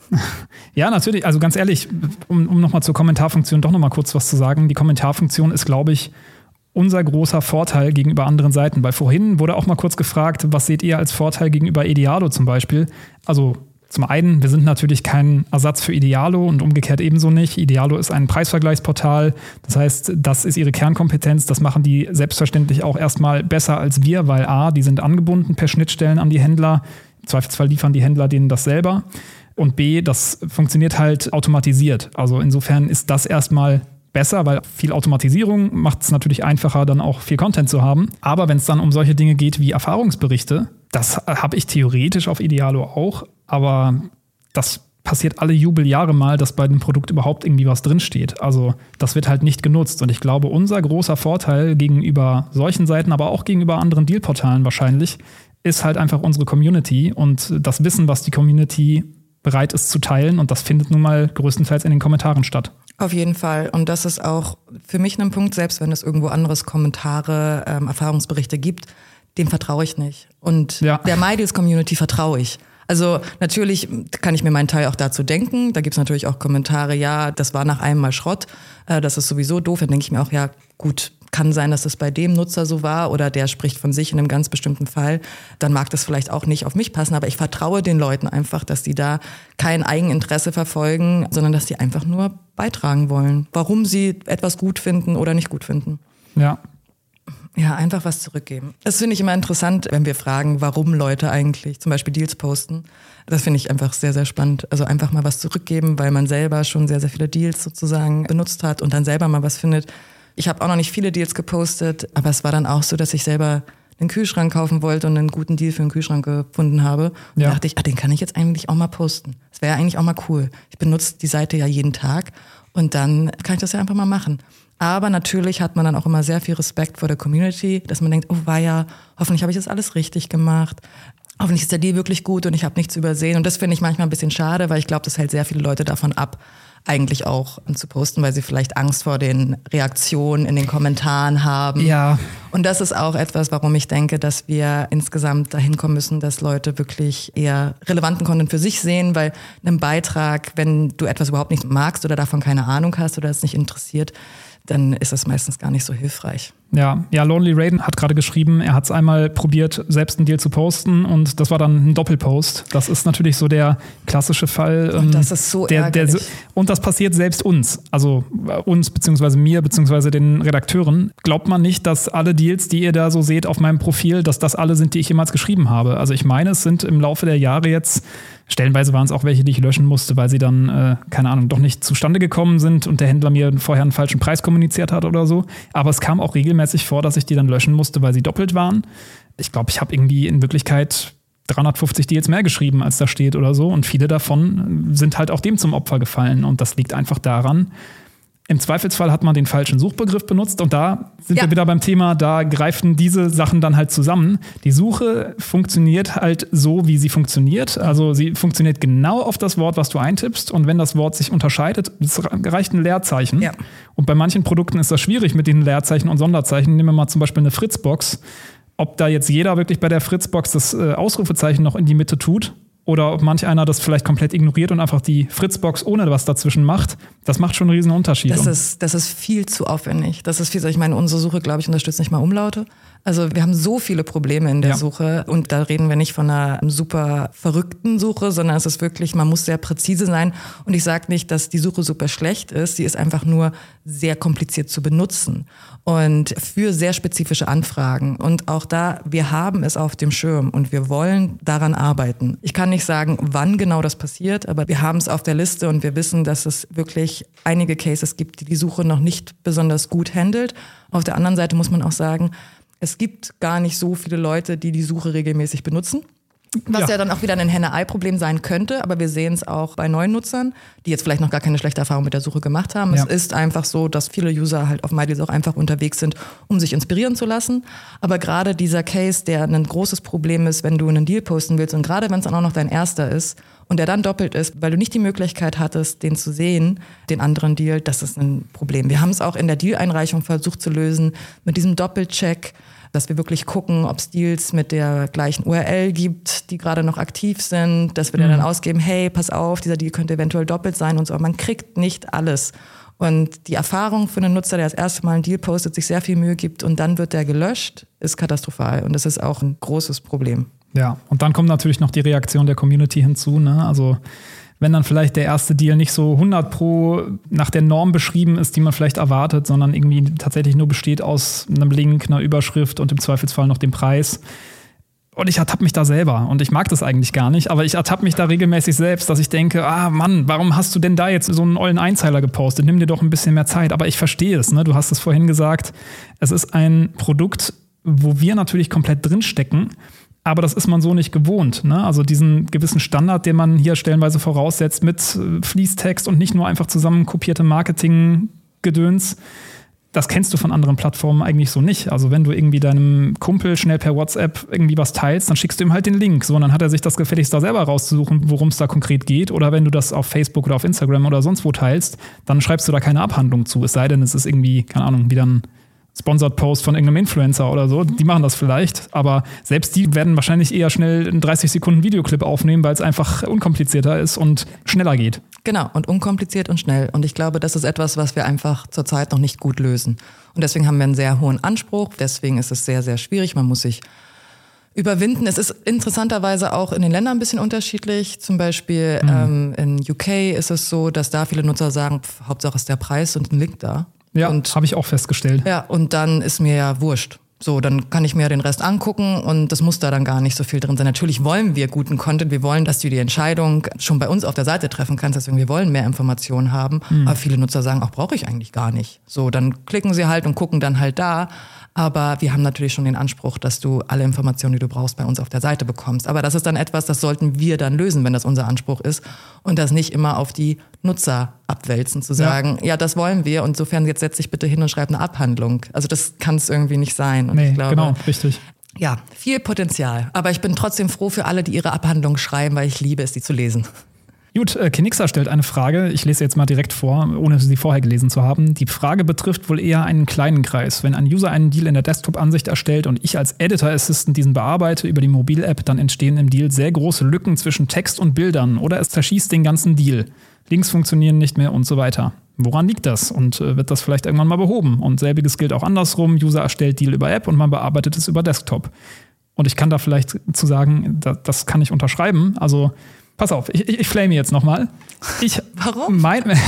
S1: Ja, natürlich. Also ganz ehrlich, um nochmal zur Kommentarfunktion doch nochmal kurz was zu sagen. Die Kommentarfunktion ist, glaube ich, unser großer Vorteil gegenüber anderen Seiten. Weil vorhin wurde auch mal kurz gefragt, was seht ihr als Vorteil gegenüber Idealo zum Beispiel? Also zum einen, wir sind natürlich kein Ersatz für Idealo und umgekehrt ebenso nicht. Idealo ist ein Preisvergleichsportal. Das heißt, das ist ihre Kernkompetenz. Das machen die selbstverständlich auch erstmal besser als wir, weil A, die sind angebunden per Schnittstellen an die Händler. Im Zweifelsfall liefern die Händler denen das selber. Und B, das funktioniert halt automatisiert. Also insofern ist das erstmal besser, weil viel Automatisierung macht es natürlich einfacher, dann auch viel Content zu haben. Aber wenn es dann um solche Dinge geht wie Erfahrungsberichte, das habe ich theoretisch auf Idealo auch, aber das passiert alle Jubeljahre mal, dass bei dem Produkt überhaupt irgendwie was drinsteht. Also das wird halt nicht genutzt. Und ich glaube, unser großer Vorteil gegenüber solchen Seiten, aber auch gegenüber anderen Dealportalen wahrscheinlich, ist halt einfach unsere Community und das Wissen, was die Community bereit ist zu teilen. Und das findet nun mal größtenteils in den Kommentaren statt.
S2: Auf jeden Fall. Und das ist auch für mich ein Punkt, selbst wenn es irgendwo anderes Kommentare, Erfahrungsberichte gibt, dem vertraue ich nicht. Und der MyDeals-Community vertraue ich. Also natürlich kann ich mir meinen Teil auch dazu denken. Da gibt es natürlich auch Kommentare, ja, das war nach einem Mal Schrott, das ist sowieso doof. Dann denke ich mir auch, ja gut, kann sein, dass es bei dem Nutzer so war oder der spricht von sich in einem ganz bestimmten Fall. Dann mag das vielleicht auch nicht auf mich passen, aber ich vertraue den Leuten einfach, dass die da kein Eigeninteresse verfolgen, sondern dass die einfach nur beitragen wollen, warum sie etwas gut finden oder nicht gut finden. Ja, einfach was zurückgeben. Das finde ich immer interessant, wenn wir fragen, warum Leute eigentlich zum Beispiel Deals posten. Das finde ich einfach sehr, sehr spannend. Also einfach mal was zurückgeben, weil man selber schon sehr, sehr viele Deals sozusagen benutzt hat und dann selber mal was findet. Ich habe auch noch nicht viele Deals gepostet, aber es war dann auch so, dass ich selber einen Kühlschrank kaufen wollte und einen guten Deal für einen Kühlschrank gefunden habe. Und da dachte ich, den kann ich jetzt eigentlich auch mal posten. Das wäre ja eigentlich auch mal cool. Ich benutze die Seite ja jeden Tag und dann kann ich das ja einfach mal machen. Aber natürlich hat man dann auch immer sehr viel Respekt vor der Community, dass man denkt, oh weia, hoffentlich habe ich das alles richtig gemacht. Hoffentlich ist der Deal wirklich gut und ich habe nichts übersehen. Und das finde ich manchmal ein bisschen schade, weil ich glaube, das hält sehr viele Leute davon ab, eigentlich auch zu posten, weil sie vielleicht Angst vor den Reaktionen in den Kommentaren haben.
S1: Ja.
S2: Und das ist auch etwas, warum ich denke, dass wir insgesamt dahin kommen müssen, dass Leute wirklich eher relevanten Content für sich sehen, weil einem Beitrag, wenn du etwas überhaupt nicht magst oder davon keine Ahnung hast oder es nicht interessiert, dann ist das meistens gar nicht so hilfreich.
S1: Ja, Lonely Raiden hat gerade geschrieben, er hat es einmal probiert, selbst einen Deal zu posten und das war dann ein Doppelpost. Das ist natürlich so der klassische Fall.
S2: Und das ist so ärgerlich.
S1: Und das passiert selbst uns, also uns beziehungsweise mir beziehungsweise den Redakteuren. Glaubt man nicht, dass alle Deals, die ihr da so seht auf meinem Profil, dass das alle sind, die ich jemals geschrieben habe. Also ich meine, es sind im Laufe der Jahre jetzt, stellenweise waren es auch welche, die ich löschen musste, weil sie dann, keine Ahnung, doch nicht zustande gekommen sind und der Händler mir vorher einen falschen Preis kommuniziert hat oder so. Aber es kam auch regelmäßig vor, dass ich die dann löschen musste, weil sie doppelt waren. Ich glaube, ich habe irgendwie in Wirklichkeit 350 Deals mehr geschrieben, als da steht oder so. Und viele davon sind halt auch dem zum Opfer gefallen. Und das liegt einfach daran, Im Zweifelsfall hat man den falschen Suchbegriff benutzt und da sind wir wieder beim Thema, da greifen diese Sachen dann halt zusammen. Die Suche funktioniert halt so, wie sie funktioniert. Also sie funktioniert genau auf das Wort, was du eintippst und wenn das Wort sich unterscheidet, es reicht ein Leerzeichen. Ja. Und bei manchen Produkten ist das schwierig mit den Leerzeichen und Sonderzeichen. Nehmen wir mal zum Beispiel eine Fritzbox. Ob da jetzt jeder wirklich bei der Fritzbox das Ausrufezeichen noch in die Mitte tut, oder ob manch einer das vielleicht komplett ignoriert und einfach die Fritzbox ohne was dazwischen macht, das macht schon einen riesen Unterschied.
S2: Das ist viel zu aufwendig. Das ist viel, ich meine, unsere Suche, glaube ich, unterstützt nicht mal Umlaute. Also wir haben so viele Probleme in der Suche und da reden wir nicht von einer super verrückten Suche, sondern es ist wirklich, man muss sehr präzise sein und ich sage nicht, dass die Suche super schlecht ist, sie ist einfach nur sehr kompliziert zu benutzen und für sehr spezifische Anfragen und auch da, wir haben es auf dem Schirm und wir wollen daran arbeiten. Ich kann nicht sagen, wann genau das passiert, aber wir haben es auf der Liste und wir wissen, dass es wirklich einige Cases gibt, die Suche noch nicht besonders gut handelt. Auf der anderen Seite muss man auch sagen, es gibt gar nicht so viele Leute, die Suche regelmäßig benutzen. Was ja dann auch wieder ein Henne-Ei-Problem sein könnte, aber wir sehen es auch bei neuen Nutzern, die jetzt vielleicht noch gar keine schlechte Erfahrung mit der Suche gemacht haben. Ja. Es ist einfach so, dass viele User halt auf MyDeals auch einfach unterwegs sind, um sich inspirieren zu lassen. Aber gerade dieser Case, der ein großes Problem ist, wenn du einen Deal posten willst und gerade wenn es dann auch noch dein erster ist und der dann doppelt ist, weil du nicht die Möglichkeit hattest, den zu sehen, den anderen Deal, das ist ein Problem. Wir haben es auch in der Deal-Einreichung versucht zu lösen mit diesem Doppelcheck, dass wir wirklich gucken, ob es Deals mit der gleichen URL gibt, die gerade noch aktiv sind, dass wir dann ausgeben, hey, pass auf, dieser Deal könnte eventuell doppelt sein und so. Aber man kriegt nicht alles. Und die Erfahrung für einen Nutzer, der das erste Mal einen Deal postet, sich sehr viel Mühe gibt und dann wird der gelöscht, ist katastrophal. Und das ist auch ein großes Problem.
S1: Ja, und dann kommt natürlich noch die Reaktion der Community hinzu, ne? Also wenn dann vielleicht der erste Deal nicht so 100% nach der Norm beschrieben ist, die man vielleicht erwartet, sondern irgendwie tatsächlich nur besteht aus einem Link, einer Überschrift und im Zweifelsfall noch dem Preis. Und ich ertappe mich da selber und ich mag das eigentlich gar nicht, aber ich ertappe mich da regelmäßig selbst, dass ich denke, Mann, warum hast du denn da jetzt so einen ollen Einzeiler gepostet? Nimm dir doch ein bisschen mehr Zeit. Aber ich verstehe es, ne? Du hast es vorhin gesagt, es ist ein Produkt, wo wir natürlich komplett drinstecken. Aber das ist man so nicht gewohnt, ne? Also diesen gewissen Standard, den man hier stellenweise voraussetzt mit Fließtext und nicht nur einfach zusammenkopierte Marketing-Gedöns, das kennst du von anderen Plattformen eigentlich so nicht. Also wenn du irgendwie deinem Kumpel schnell per WhatsApp irgendwie was teilst, dann schickst du ihm halt den Link. So, und dann hat er sich das gefälligst da selber rauszusuchen, worum es da konkret geht. Oder wenn du das auf Facebook oder auf Instagram oder sonst wo teilst, dann schreibst du da keine Abhandlung zu. Es sei denn, es ist irgendwie, keine Ahnung, wieder ein Sponsored Post von irgendeinem Influencer oder so, die machen das vielleicht, aber selbst die werden wahrscheinlich eher schnell einen 30 Sekunden Videoclip aufnehmen, weil es einfach unkomplizierter ist und schneller geht.
S2: Genau, und unkompliziert und schnell. Und ich glaube, das ist etwas, was wir einfach zurzeit noch nicht gut lösen. Und deswegen haben wir einen sehr hohen Anspruch, deswegen ist es sehr, sehr schwierig. Man muss sich überwinden. Es ist interessanterweise auch in den Ländern ein bisschen unterschiedlich. Zum Beispiel in UK ist es so, dass da viele Nutzer sagen, Hauptsache ist der Preis und ein Link da.
S1: Ja, habe ich auch festgestellt.
S2: Ja, und dann ist mir ja wurscht. So, dann kann ich mir den Rest angucken und das muss da dann gar nicht so viel drin sein. Natürlich wollen wir guten Content, wir wollen, dass du die Entscheidung schon bei uns auf der Seite treffen kannst, deswegen wir wollen mehr Informationen haben. Aber viele Nutzer sagen, auch brauche ich eigentlich gar nicht. So, dann klicken sie halt und gucken dann halt da. Aber wir haben natürlich schon den Anspruch, dass du alle Informationen, die du brauchst, bei uns auf der Seite bekommst. Aber das ist dann etwas, das sollten wir dann lösen, wenn das unser Anspruch ist. Und das nicht immer auf die Nutzer abwälzen, zu sagen, ja, das wollen wir. Und insofern jetzt setz dich bitte hin und schreib eine Abhandlung. Also das kann es irgendwie nicht sein. Und ich glaube,
S1: genau, richtig.
S2: Ja, viel Potenzial. Aber ich bin trotzdem froh für alle, die ihre Abhandlung schreiben, weil ich liebe es, die zu lesen.
S1: Gut, Kenixa stellt eine Frage. Ich lese jetzt mal direkt vor, ohne sie vorher gelesen zu haben. Die Frage betrifft wohl eher einen kleinen Kreis. Wenn ein User einen Deal in der Desktop-Ansicht erstellt und ich als Editor Assistant diesen bearbeite über die Mobil-App, dann entstehen im Deal sehr große Lücken zwischen Text und Bildern oder es zerschießt den ganzen Deal. Links funktionieren nicht mehr und so weiter. Woran liegt das? Und wird das vielleicht irgendwann mal behoben? Und selbiges gilt auch andersrum. User erstellt Deal über App und man bearbeitet es über Desktop. Und ich kann da vielleicht zu sagen, das kann ich unterschreiben. Also pass auf, ich flame jetzt nochmal.
S2: Warum?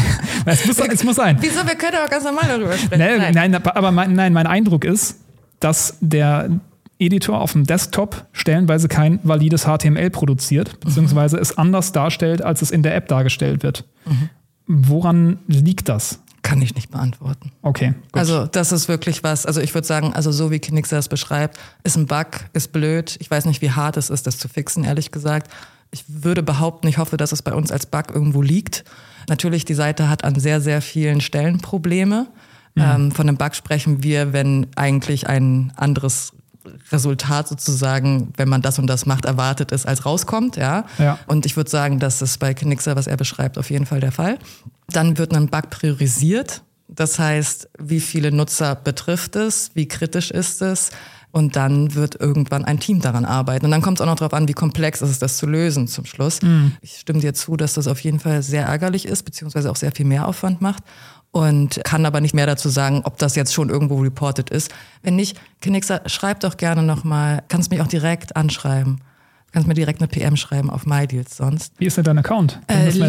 S1: Es muss sein.
S2: Wieso? Wir können aber ganz normal darüber sprechen.
S1: Mein Eindruck ist, dass der Editor auf dem Desktop stellenweise kein valides HTML produziert, beziehungsweise es anders darstellt, als es in der App dargestellt wird. Woran liegt das?
S2: Kann ich nicht beantworten.
S1: Okay, gut.
S2: Also das ist wirklich was, also ich würde sagen, also so wie Kenixa das beschreibt, ist ein Bug, ist blöd. Ich weiß nicht, wie hart es ist, das zu fixen, ehrlich gesagt. Ich würde behaupten, ich hoffe, dass es bei uns als Bug irgendwo liegt. Natürlich, die Seite hat an sehr, sehr vielen Stellen Probleme. Von einem Bug sprechen wir, wenn eigentlich ein anderes Resultat sozusagen, wenn man das und das macht, erwartet ist, als rauskommt. Ja. Und ich würde sagen, das ist bei Knixer, was er beschreibt, auf jeden Fall der Fall. Dann wird ein Bug priorisiert. Das heißt, wie viele Nutzer betrifft es, wie kritisch ist es? Und dann wird irgendwann ein Team daran arbeiten. Und dann kommt es auch noch darauf an, wie komplex ist es, das zu lösen zum Schluss. Ich stimme dir zu, dass das auf jeden Fall sehr ärgerlich ist, beziehungsweise auch sehr viel Mehraufwand macht. Und kann aber nicht mehr dazu sagen, ob das jetzt schon irgendwo reported ist. Wenn nicht, Knixer, schreib doch gerne nochmal, kannst mich auch direkt anschreiben. Du kannst mir direkt eine PM schreiben auf MyDeals sonst.
S1: Wie ist denn dein Account?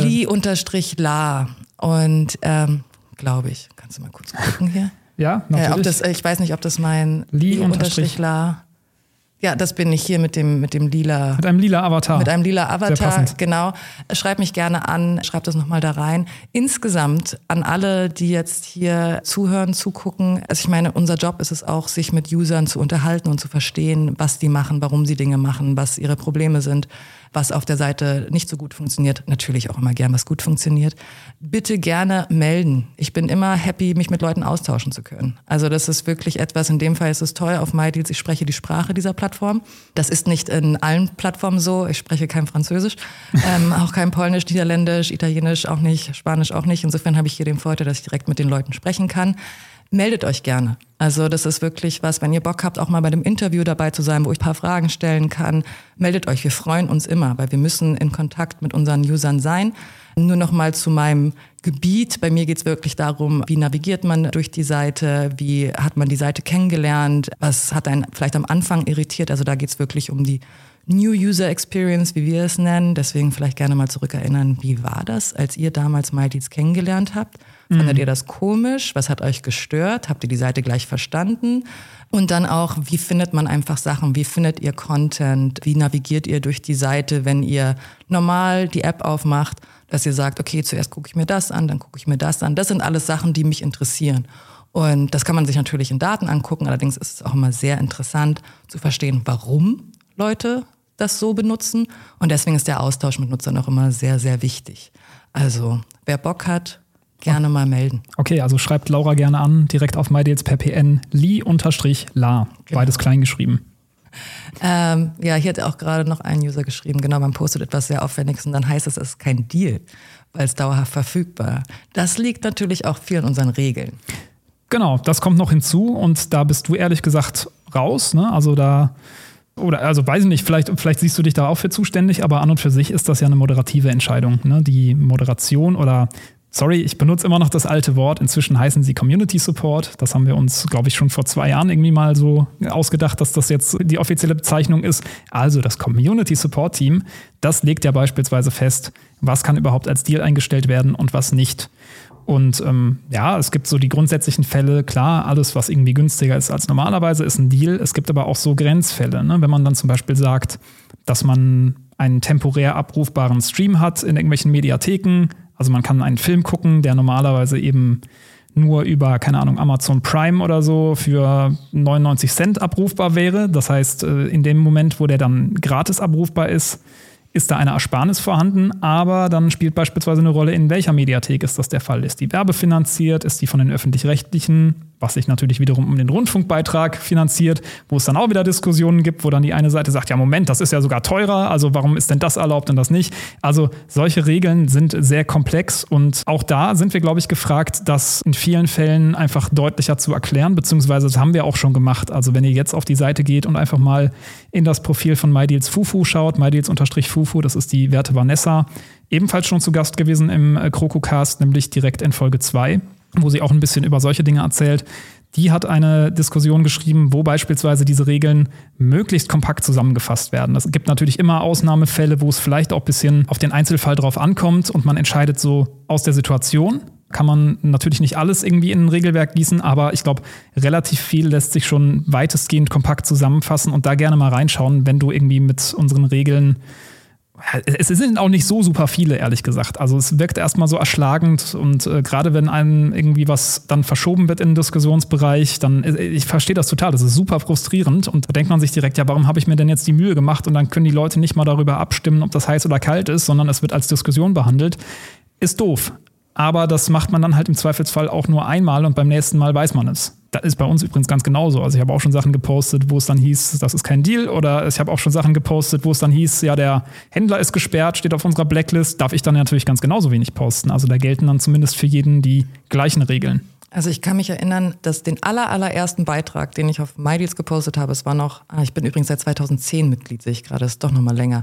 S2: Li_la. Und glaube ich, kannst du mal kurz gucken hier?
S1: Ja, natürlich.
S2: Ich weiß nicht, ob das mein Li_la. Ja, das bin ich hier mit dem lila.
S1: Mit einem lila Avatar.
S2: Mit einem lila Avatar,
S1: sehr passend.
S2: Genau. Schreib mich gerne an, schreib das nochmal da rein. Insgesamt an alle, die jetzt hier zuhören, zugucken. Also ich meine, unser Job ist es auch, sich mit Usern zu unterhalten und zu verstehen, was die machen, warum sie Dinge machen, was ihre Probleme sind, was auf der Seite nicht so gut funktioniert. Natürlich auch immer gern, was gut funktioniert. Bitte gerne melden. Ich bin immer happy, mich mit Leuten austauschen zu können. Also das ist wirklich etwas, in dem Fall ist es toll auf MyDeals. Ich spreche die Sprache dieser Plattform. Das ist nicht in allen Plattformen so. Ich spreche kein Französisch, auch kein Polnisch, Niederländisch, Italienisch auch nicht, Spanisch auch nicht. Insofern habe ich hier den Vorteil, dass ich direkt mit den Leuten sprechen kann. Meldet euch gerne. Also das ist wirklich was, wenn ihr Bock habt, auch mal bei dem Interview dabei zu sein, wo ich ein paar Fragen stellen kann, meldet euch. Wir freuen uns immer, weil wir müssen in Kontakt mit unseren Usern sein. Nur noch mal zu meinem Gebiet. Bei mir geht es wirklich darum, wie navigiert man durch die Seite, wie hat man die Seite kennengelernt, was hat einen vielleicht am Anfang irritiert. Also da geht es wirklich um die New User Experience, wie wir es nennen. Deswegen vielleicht gerne mal zurückerinnern, wie war das, als ihr damals MyDeals kennengelernt habt? Fandet ihr das komisch? Was hat euch gestört? Habt ihr die Seite gleich verstanden? Und dann auch, wie findet man einfach Sachen? Wie findet ihr Content? Wie navigiert ihr durch die Seite, wenn ihr normal die App aufmacht, dass ihr sagt, okay, zuerst gucke ich mir das an, dann gucke ich mir das an. Das sind alles Sachen, die mich interessieren. Und das kann man sich natürlich in Daten angucken. Allerdings ist es auch immer sehr interessant zu verstehen, warum Leute das so benutzen. Und deswegen ist der Austausch mit Nutzern auch immer sehr, sehr wichtig. Also, wer Bock hat, gerne mal melden.
S1: Okay, also schreibt Laura gerne an, direkt auf MyDeals per PN, li_la, beides klein geschrieben.
S2: Hier hat auch gerade noch ein User geschrieben, genau, man postet etwas sehr Aufwendiges und dann heißt es ist kein Deal, weil es dauerhaft verfügbar. Das liegt natürlich auch viel in unseren Regeln.
S1: Genau, das kommt noch hinzu und da bist du ehrlich gesagt raus, ne? Also weiß ich nicht, vielleicht siehst du dich da auch für zuständig, aber an und für sich ist das ja eine moderative Entscheidung, ne? Die Moderation Sorry, ich benutze immer noch das alte Wort. Inzwischen heißen sie Community Support. Das haben wir uns, glaube ich, schon vor 2 Jahren irgendwie mal so ausgedacht, dass das jetzt die offizielle Bezeichnung ist. Also das Community Support Team, das legt ja beispielsweise fest, was kann überhaupt als Deal eingestellt werden und was nicht. Und es gibt so die grundsätzlichen Fälle, klar, alles, was irgendwie günstiger ist als normalerweise, ist ein Deal. Es gibt aber auch so Grenzfälle, ne? Wenn man dann zum Beispiel sagt, dass man einen temporär abrufbaren Stream hat in irgendwelchen Mediatheken. Also man kann einen Film gucken, der normalerweise eben nur über, keine Ahnung, Amazon Prime oder so für 99 Cent abrufbar wäre. Das heißt, in dem Moment, wo der dann gratis abrufbar ist da eine Ersparnis vorhanden. Aber dann spielt beispielsweise eine Rolle, in welcher Mediathek ist das der Fall. Ist die werbefinanziert? Ist die von den Öffentlich-Rechtlichen? Was sich natürlich wiederum um den Rundfunkbeitrag finanziert, wo es dann auch wieder Diskussionen gibt, wo dann die eine Seite sagt, ja Moment, das ist ja sogar teurer, also warum ist denn das erlaubt und das nicht? Also solche Regeln sind sehr komplex und auch da sind wir, glaube ich, gefragt, das in vielen Fällen einfach deutlicher zu erklären, beziehungsweise das haben wir auch schon gemacht. Also wenn ihr jetzt auf die Seite geht und einfach mal in das Profil von MyDeals Fufu schaut, MyDeals_Fufu, das ist die werte Vanessa, ebenfalls schon zu Gast gewesen im Krokocast, nämlich direkt in Folge 2. Wo sie auch ein bisschen über solche Dinge erzählt. Die hat eine Diskussion geschrieben, wo beispielsweise diese Regeln möglichst kompakt zusammengefasst werden. Es gibt natürlich immer Ausnahmefälle, wo es vielleicht auch ein bisschen auf den Einzelfall drauf ankommt und man entscheidet so aus der Situation. Kann man natürlich nicht alles irgendwie in ein Regelwerk gießen, aber ich glaube, relativ viel lässt sich schon weitestgehend kompakt zusammenfassen und da gerne mal reinschauen, wenn du irgendwie mit unseren Regeln Es sind auch nicht so super viele, ehrlich gesagt. Also es wirkt erstmal so erschlagend und gerade wenn einem irgendwie was dann verschoben wird in den Diskussionsbereich, dann, ich verstehe das total, das ist super frustrierend und da denkt man sich direkt, ja, warum habe ich mir denn jetzt die Mühe gemacht und dann können die Leute nicht mal darüber abstimmen, ob das heiß oder kalt ist, sondern es wird als Diskussion behandelt. Ist doof. Aber das macht man dann halt im Zweifelsfall auch nur einmal und beim nächsten Mal weiß man es. Das ist bei uns übrigens ganz genauso. Also ich habe auch schon Sachen gepostet, wo es dann hieß, das ist kein Deal. Oder ich habe auch schon Sachen gepostet, wo es dann hieß, ja, der Händler ist gesperrt, steht auf unserer Blacklist. Darf ich dann natürlich ganz genauso wenig posten. Also da gelten dann zumindest für jeden die gleichen Regeln.
S2: Also ich kann mich erinnern, dass den allerersten Beitrag, den ich auf MyDeals gepostet habe, es war noch, ich bin übrigens seit 2010 Mitglied, sehe ich gerade, das ist doch noch mal länger.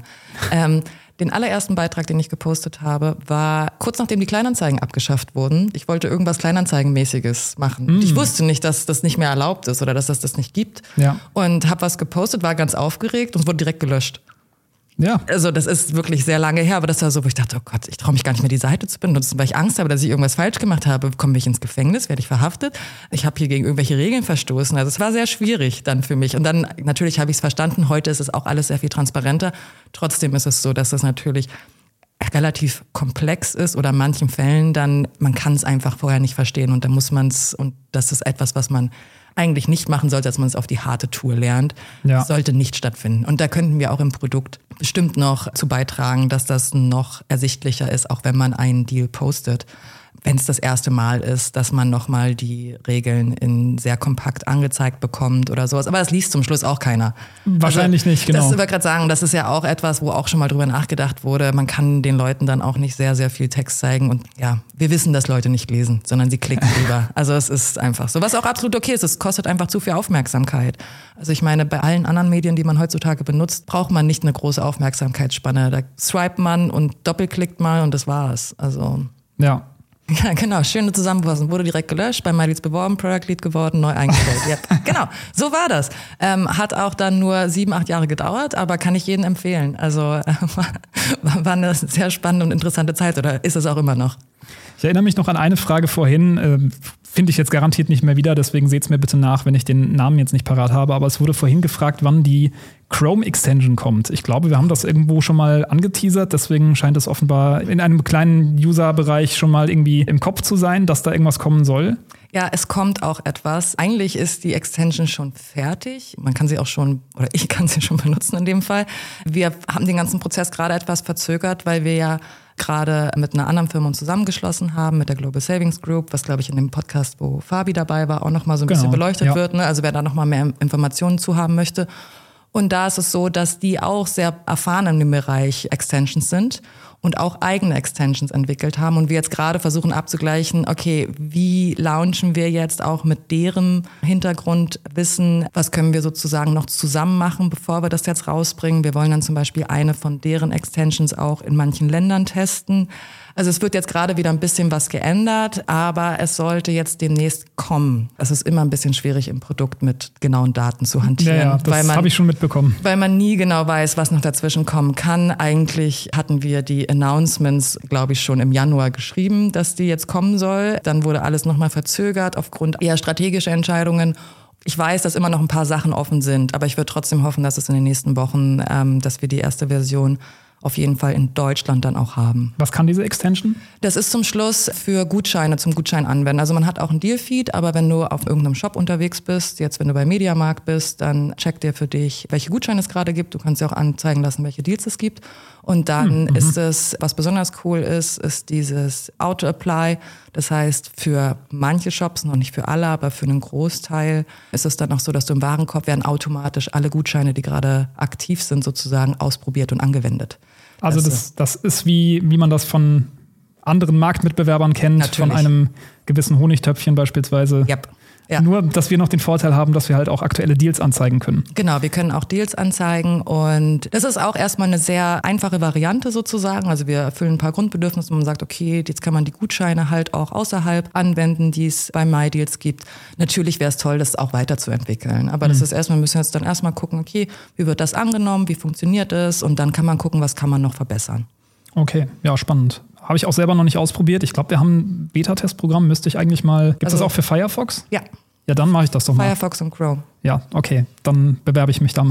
S2: Den allerersten Beitrag, den ich gepostet habe, war kurz nachdem die Kleinanzeigen abgeschafft wurden. Ich wollte irgendwas Kleinanzeigenmäßiges machen. Ich wusste nicht, dass das nicht mehr erlaubt ist oder dass es das nicht gibt. Ja. Und habe was gepostet, war ganz aufgeregt und wurde direkt gelöscht. Ja. Also das ist wirklich sehr lange her, aber das war so, wo ich dachte, oh Gott, ich traue mich gar nicht mehr, die Seite zu benutzen, weil ich Angst habe, dass ich irgendwas falsch gemacht habe. Komme ich ins Gefängnis, werde ich verhaftet? Ich habe hier gegen irgendwelche Regeln verstoßen. Also es war sehr schwierig dann für mich. Und dann, natürlich habe ich es verstanden, heute ist es auch alles sehr viel transparenter. Trotzdem ist es so, dass es natürlich relativ komplex ist oder in manchen Fällen dann, man kann es einfach vorher nicht verstehen und dann muss man es, und das ist etwas, was man eigentlich nicht machen sollte, dass man es auf die harte Tour lernt. Ja. Das sollte nicht stattfinden. Und da könnten wir auch im Produkt bestimmt noch zu beitragen, dass das noch ersichtlicher ist, auch wenn man einen Deal postet. Wenn es das erste Mal ist, dass man nochmal die Regeln in sehr kompakt angezeigt bekommt oder sowas. Aber das liest zum Schluss auch keiner.
S1: Wahrscheinlich nicht, genau.
S2: Das wollte ich gerade sagen, das ist ja auch etwas, wo auch schon mal drüber nachgedacht wurde. Man kann den Leuten dann auch nicht sehr, sehr viel Text zeigen. Und ja, wir wissen, dass Leute nicht lesen, sondern sie klicken drüber. Also es ist einfach so. Was auch absolut okay ist, es kostet einfach zu viel Aufmerksamkeit. Also ich meine, bei allen anderen Medien, die man heutzutage benutzt, braucht man nicht eine große Aufmerksamkeitsspanne. Da swipet man und doppelklickt mal und das war's. Also
S1: ja.
S2: Ja, genau. Schöne Zusammenfassung. Wurde direkt gelöscht, bei MyDeals beworben, Product Lead geworden, neu eingestellt. Yep. Genau, so war das. Hat auch dann nur 7-8 Jahre gedauert, aber kann ich jedem empfehlen. Also war eine sehr spannende und interessante Zeit, oder ist es auch immer noch?
S1: Ich erinnere mich noch an eine Frage vorhin, finde ich jetzt garantiert nicht mehr wieder, deswegen seht's mir bitte nach, wenn ich den Namen jetzt nicht parat habe, aber es wurde vorhin gefragt, wann die Chrome-Extension kommt. Ich glaube, wir haben das irgendwo schon mal angeteasert, deswegen scheint es offenbar in einem kleinen User-Bereich schon mal irgendwie im Kopf zu sein, dass da irgendwas kommen soll.
S2: Ja, es kommt auch etwas. Eigentlich ist die Extension schon fertig. Man kann sie auch schon, oder ich kann sie schon benutzen in dem Fall. Wir haben den ganzen Prozess gerade etwas verzögert, weil wir ja gerade mit einer anderen Firma uns zusammengeschlossen haben, mit der Global Savings Group, was, glaube ich, in dem Podcast, wo Fabi dabei war, auch nochmal so ein bisschen beleuchtet wird. Ne? Also wer da nochmal mehr Informationen zu haben möchte. Und da ist es so, dass die auch sehr erfahren in dem Bereich Extensions sind und auch eigene Extensions entwickelt haben. Und wir jetzt gerade versuchen abzugleichen, okay, wie launchen wir jetzt auch mit deren Hintergrundwissen, was können wir sozusagen noch zusammen machen, bevor wir das jetzt rausbringen. Wir wollen dann zum Beispiel eine von deren Extensions auch in manchen Ländern testen. Also es wird jetzt gerade wieder ein bisschen was geändert, aber es sollte jetzt demnächst kommen. Es ist immer ein bisschen schwierig im Produkt mit genauen Daten zu hantieren.
S1: Ja, das habe ich schon mitbekommen.
S2: Weil man nie genau weiß, was noch dazwischen kommen kann. Eigentlich hatten wir die Announcements, glaube ich, schon im Januar geschrieben, dass die jetzt kommen soll. Dann wurde alles nochmal verzögert aufgrund eher strategischer Entscheidungen. Ich weiß, dass immer noch ein paar Sachen offen sind, aber ich würde trotzdem hoffen, dass es in den nächsten Wochen, dass wir die erste Version auf jeden Fall in Deutschland dann auch haben.
S1: Was kann diese Extension?
S2: Das ist zum Schluss für Gutscheine, zum Gutschein anwenden. Also man hat auch einen Dealfeed, aber wenn du auf irgendeinem Shop unterwegs bist, jetzt wenn du bei Mediamarkt bist, dann checkt der für dich, welche Gutscheine es gerade gibt. Du kannst dir auch anzeigen lassen, welche Deals es gibt. Und dann ist es, was besonders cool ist dieses Auto-Apply. Das heißt, für manche Shops, noch nicht für alle, aber für einen Großteil ist es dann auch so, dass du im Warenkorb werden automatisch alle Gutscheine, die gerade aktiv sind, sozusagen ausprobiert und angewendet.
S1: Also das ist wie man das von anderen Marktmitbewerbern kennt, natürlich. Von einem gewissen Honigtöpfchen beispielsweise.
S2: Yep. Ja.
S1: Nur, dass wir noch den Vorteil haben, dass wir halt auch aktuelle Deals anzeigen können.
S2: Genau, wir können auch Deals anzeigen und das ist auch erstmal eine sehr einfache Variante sozusagen. Also wir erfüllen ein paar Grundbedürfnisse und man sagt, okay, jetzt kann man die Gutscheine halt auch außerhalb anwenden, die es bei MyDeals gibt. Natürlich wäre es toll, das auch weiterzuentwickeln. Aber das ist erstmal, müssen wir jetzt dann erstmal gucken, okay, wie wird das angenommen, wie funktioniert es und dann kann man gucken, was kann man noch verbessern.
S1: Okay, ja, spannend. Habe ich auch selber noch nicht ausprobiert. Ich glaube, wir haben ein Beta-Testprogramm, müsste ich eigentlich mal... Gibt es das auch für Firefox?
S2: Ja.
S1: Ja, dann mache ich das doch mal.
S2: Firefox und Chrome.
S1: Ja, okay, dann bewerbe ich mich da mal.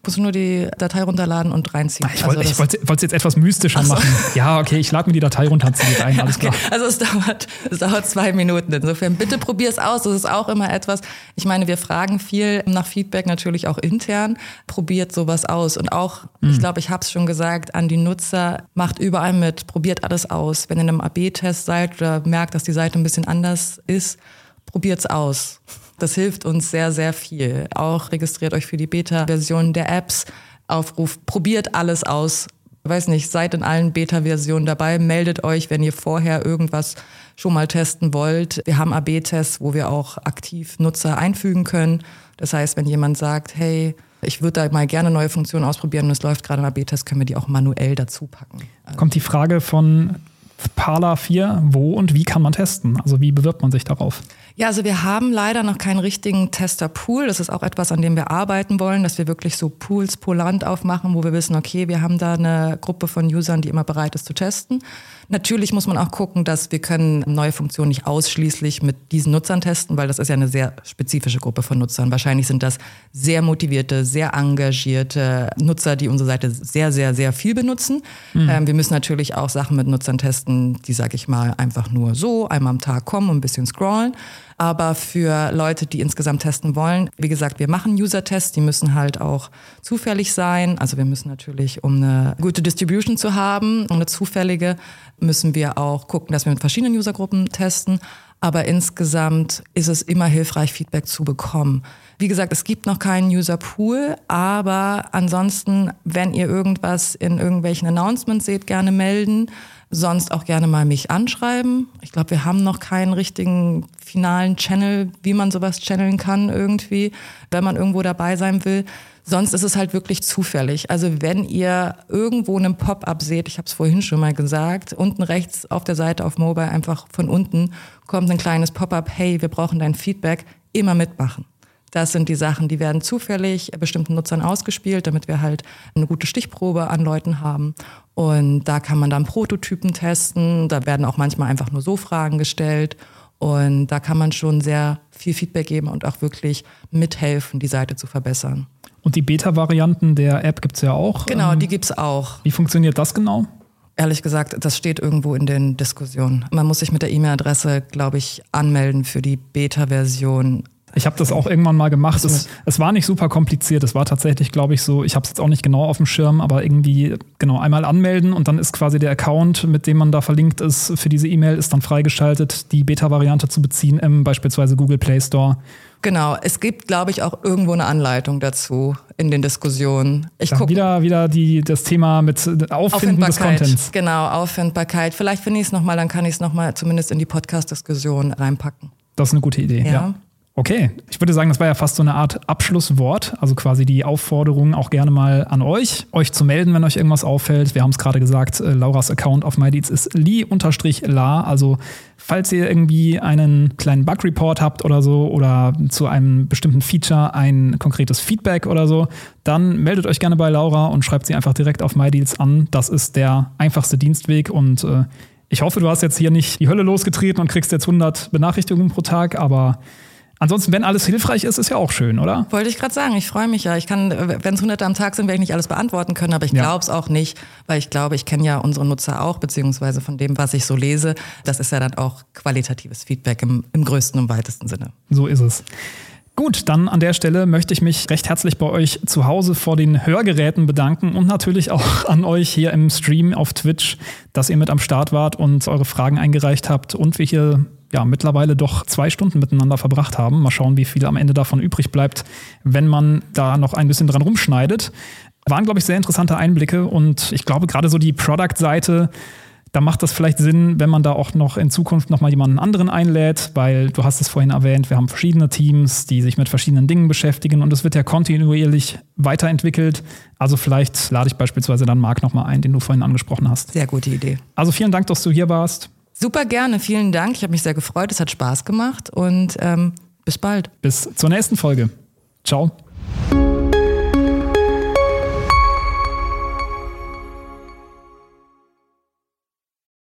S2: Musst du nur die Datei runterladen und reinziehen.
S1: Ich wollte es jetzt etwas mystischer machen. Ja, okay, ich lade mir die Datei runter, ziehe rein, alles klar.
S2: Okay. Also es dauert 2 Minuten. Insofern bitte probier es aus. Das ist auch immer etwas. Ich meine, wir fragen viel nach Feedback, natürlich auch intern. Probiert sowas aus. Und auch, ich glaube, ich habe es schon gesagt, an die Nutzer, macht überall mit, probiert alles aus. Wenn ihr in einem AB-Test seid oder merkt, dass die Seite ein bisschen anders ist, probiert es aus. Das hilft uns sehr, sehr viel. Auch registriert euch für die Beta-Version der Apps. Aufruf, probiert alles aus. Weiß nicht, seid in allen Beta-Versionen dabei. Meldet euch, wenn ihr vorher irgendwas schon mal testen wollt. Wir haben AB-Tests, wo wir auch aktiv Nutzer einfügen können. Das heißt, wenn jemand sagt, hey, ich würde da mal gerne neue Funktionen ausprobieren und es läuft gerade ein AB-Test, können wir die auch manuell dazu packen.
S1: Kommt die Frage von Parler 4, wo und wie kann man testen? Also wie bewirbt man sich darauf?
S2: Ja, also wir haben leider noch keinen richtigen Tester-Pool. Das ist auch etwas, an dem wir arbeiten wollen, dass wir wirklich so Pools pro Land aufmachen, wo wir wissen, okay, wir haben da eine Gruppe von Usern, die immer bereit ist zu testen. Natürlich muss man auch gucken, dass wir können neue Funktionen nicht ausschließlich mit diesen Nutzern testen, weil das ist ja eine sehr spezifische Gruppe von Nutzern. Wahrscheinlich sind das sehr motivierte, sehr engagierte Nutzer, die unsere Seite sehr, sehr, sehr viel benutzen. Wir müssen natürlich auch Sachen mit Nutzern testen, die, sag ich mal, einfach nur so einmal am Tag kommen und ein bisschen scrollen. Aber für Leute, die insgesamt testen wollen, wie gesagt, wir machen User-Tests, die müssen halt auch zufällig sein. Also wir müssen natürlich, um eine gute Distribution zu haben, um eine zufällige, müssen wir auch gucken, dass wir mit verschiedenen Usergruppen testen. Aber insgesamt ist es immer hilfreich, Feedback zu bekommen. Wie gesagt, es gibt noch keinen User-Pool, aber ansonsten, wenn ihr irgendwas in irgendwelchen Announcements seht, gerne melden. Sonst auch gerne mal mich anschreiben. Ich glaube, wir haben noch keinen richtigen finalen Channel, wie man sowas channeln kann irgendwie, wenn man irgendwo dabei sein will. Sonst ist es halt wirklich zufällig. Also wenn ihr irgendwo einen Pop-up seht, ich habe es vorhin schon mal gesagt, unten rechts auf der Seite auf Mobile einfach von unten kommt ein kleines Pop-up, hey, wir brauchen dein Feedback, immer mitmachen. Das sind die Sachen, die werden zufällig bestimmten Nutzern ausgespielt, damit wir halt eine gute Stichprobe an Leuten haben. Und da kann man dann Prototypen testen. Da werden auch manchmal einfach nur so Fragen gestellt. Und da kann man schon sehr viel Feedback geben und auch wirklich mithelfen, die Seite zu verbessern.
S1: Und die Beta-Varianten der App gibt es ja auch.
S2: Genau, die gibt's auch.
S1: Wie funktioniert das genau?
S2: Ehrlich gesagt, das steht irgendwo in den Diskussionen. Man muss sich mit der E-Mail-Adresse, glaube ich, anmelden für die Beta-Version.
S1: Ich habe das auch irgendwann mal gemacht. Es war nicht super kompliziert. Es war tatsächlich, glaube ich, so, ich habe es jetzt auch nicht genau auf dem Schirm, aber irgendwie genau einmal anmelden und dann ist quasi der Account, mit dem man da verlinkt ist, für diese E-Mail ist dann freigeschaltet, die Beta-Variante zu beziehen im beispielsweise Google Play Store. Genau,
S2: es gibt, glaube ich, auch irgendwo eine Anleitung dazu in den Diskussionen.
S1: Wieder das Thema mit Auffinden des Contents.
S2: Genau, Auffindbarkeit. Vielleicht finde ich es nochmal, dann kann ich es nochmal zumindest in die Podcast-Diskussion reinpacken.
S1: Das ist eine gute Idee, ja. Okay, ich würde sagen, das war ja fast so eine Art Abschlusswort, also quasi die Aufforderung auch gerne mal an euch zu melden, wenn euch irgendwas auffällt. Wir haben es gerade gesagt, Lauras Account auf MyDeals ist li_la, also falls ihr irgendwie einen kleinen Bug-Report habt oder so oder zu einem bestimmten Feature ein konkretes Feedback oder so, dann meldet euch gerne bei Laura und schreibt sie einfach direkt auf MyDeals an. Das ist der einfachste Dienstweg und ich hoffe, du hast jetzt hier nicht die Hölle losgetreten und kriegst jetzt 100 Benachrichtigungen pro Tag, aber ansonsten, wenn alles hilfreich ist, ist ja auch schön, oder?
S2: Wollte ich gerade sagen, ich freue mich ja. Ich kann, wenn es 100 am Tag sind, werde ich nicht alles beantworten können, aber ich glaube es auch nicht, weil ich glaube, ich kenne ja unsere Nutzer auch, beziehungsweise von dem, was ich so lese, das ist ja dann auch qualitatives Feedback im größten und weitesten Sinne.
S1: So ist es. Gut, dann an der Stelle möchte ich mich recht herzlich bei euch zu Hause vor den Hörgeräten bedanken und natürlich auch an euch hier im Stream auf Twitch, dass ihr mit am Start wart und eure Fragen eingereicht habt und wir hier mittlerweile doch 2 Stunden miteinander verbracht haben. Mal schauen, wie viel am Ende davon übrig bleibt, wenn man da noch ein bisschen dran rumschneidet. Waren, glaube ich, sehr interessante Einblicke und ich glaube, gerade so die Product-Seite, da macht das vielleicht Sinn, wenn man da auch noch in Zukunft noch mal jemanden anderen einlädt, weil du hast es vorhin erwähnt, wir haben verschiedene Teams, die sich mit verschiedenen Dingen beschäftigen und es wird ja kontinuierlich weiterentwickelt. Also vielleicht lade ich beispielsweise dann Marc noch mal ein, den du vorhin angesprochen hast.
S2: Sehr gute Idee.
S1: Also vielen Dank, dass du hier warst.
S2: Super gerne, vielen Dank. Ich habe mich sehr gefreut, es hat Spaß gemacht und bis bald.
S1: Bis zur nächsten Folge. Ciao.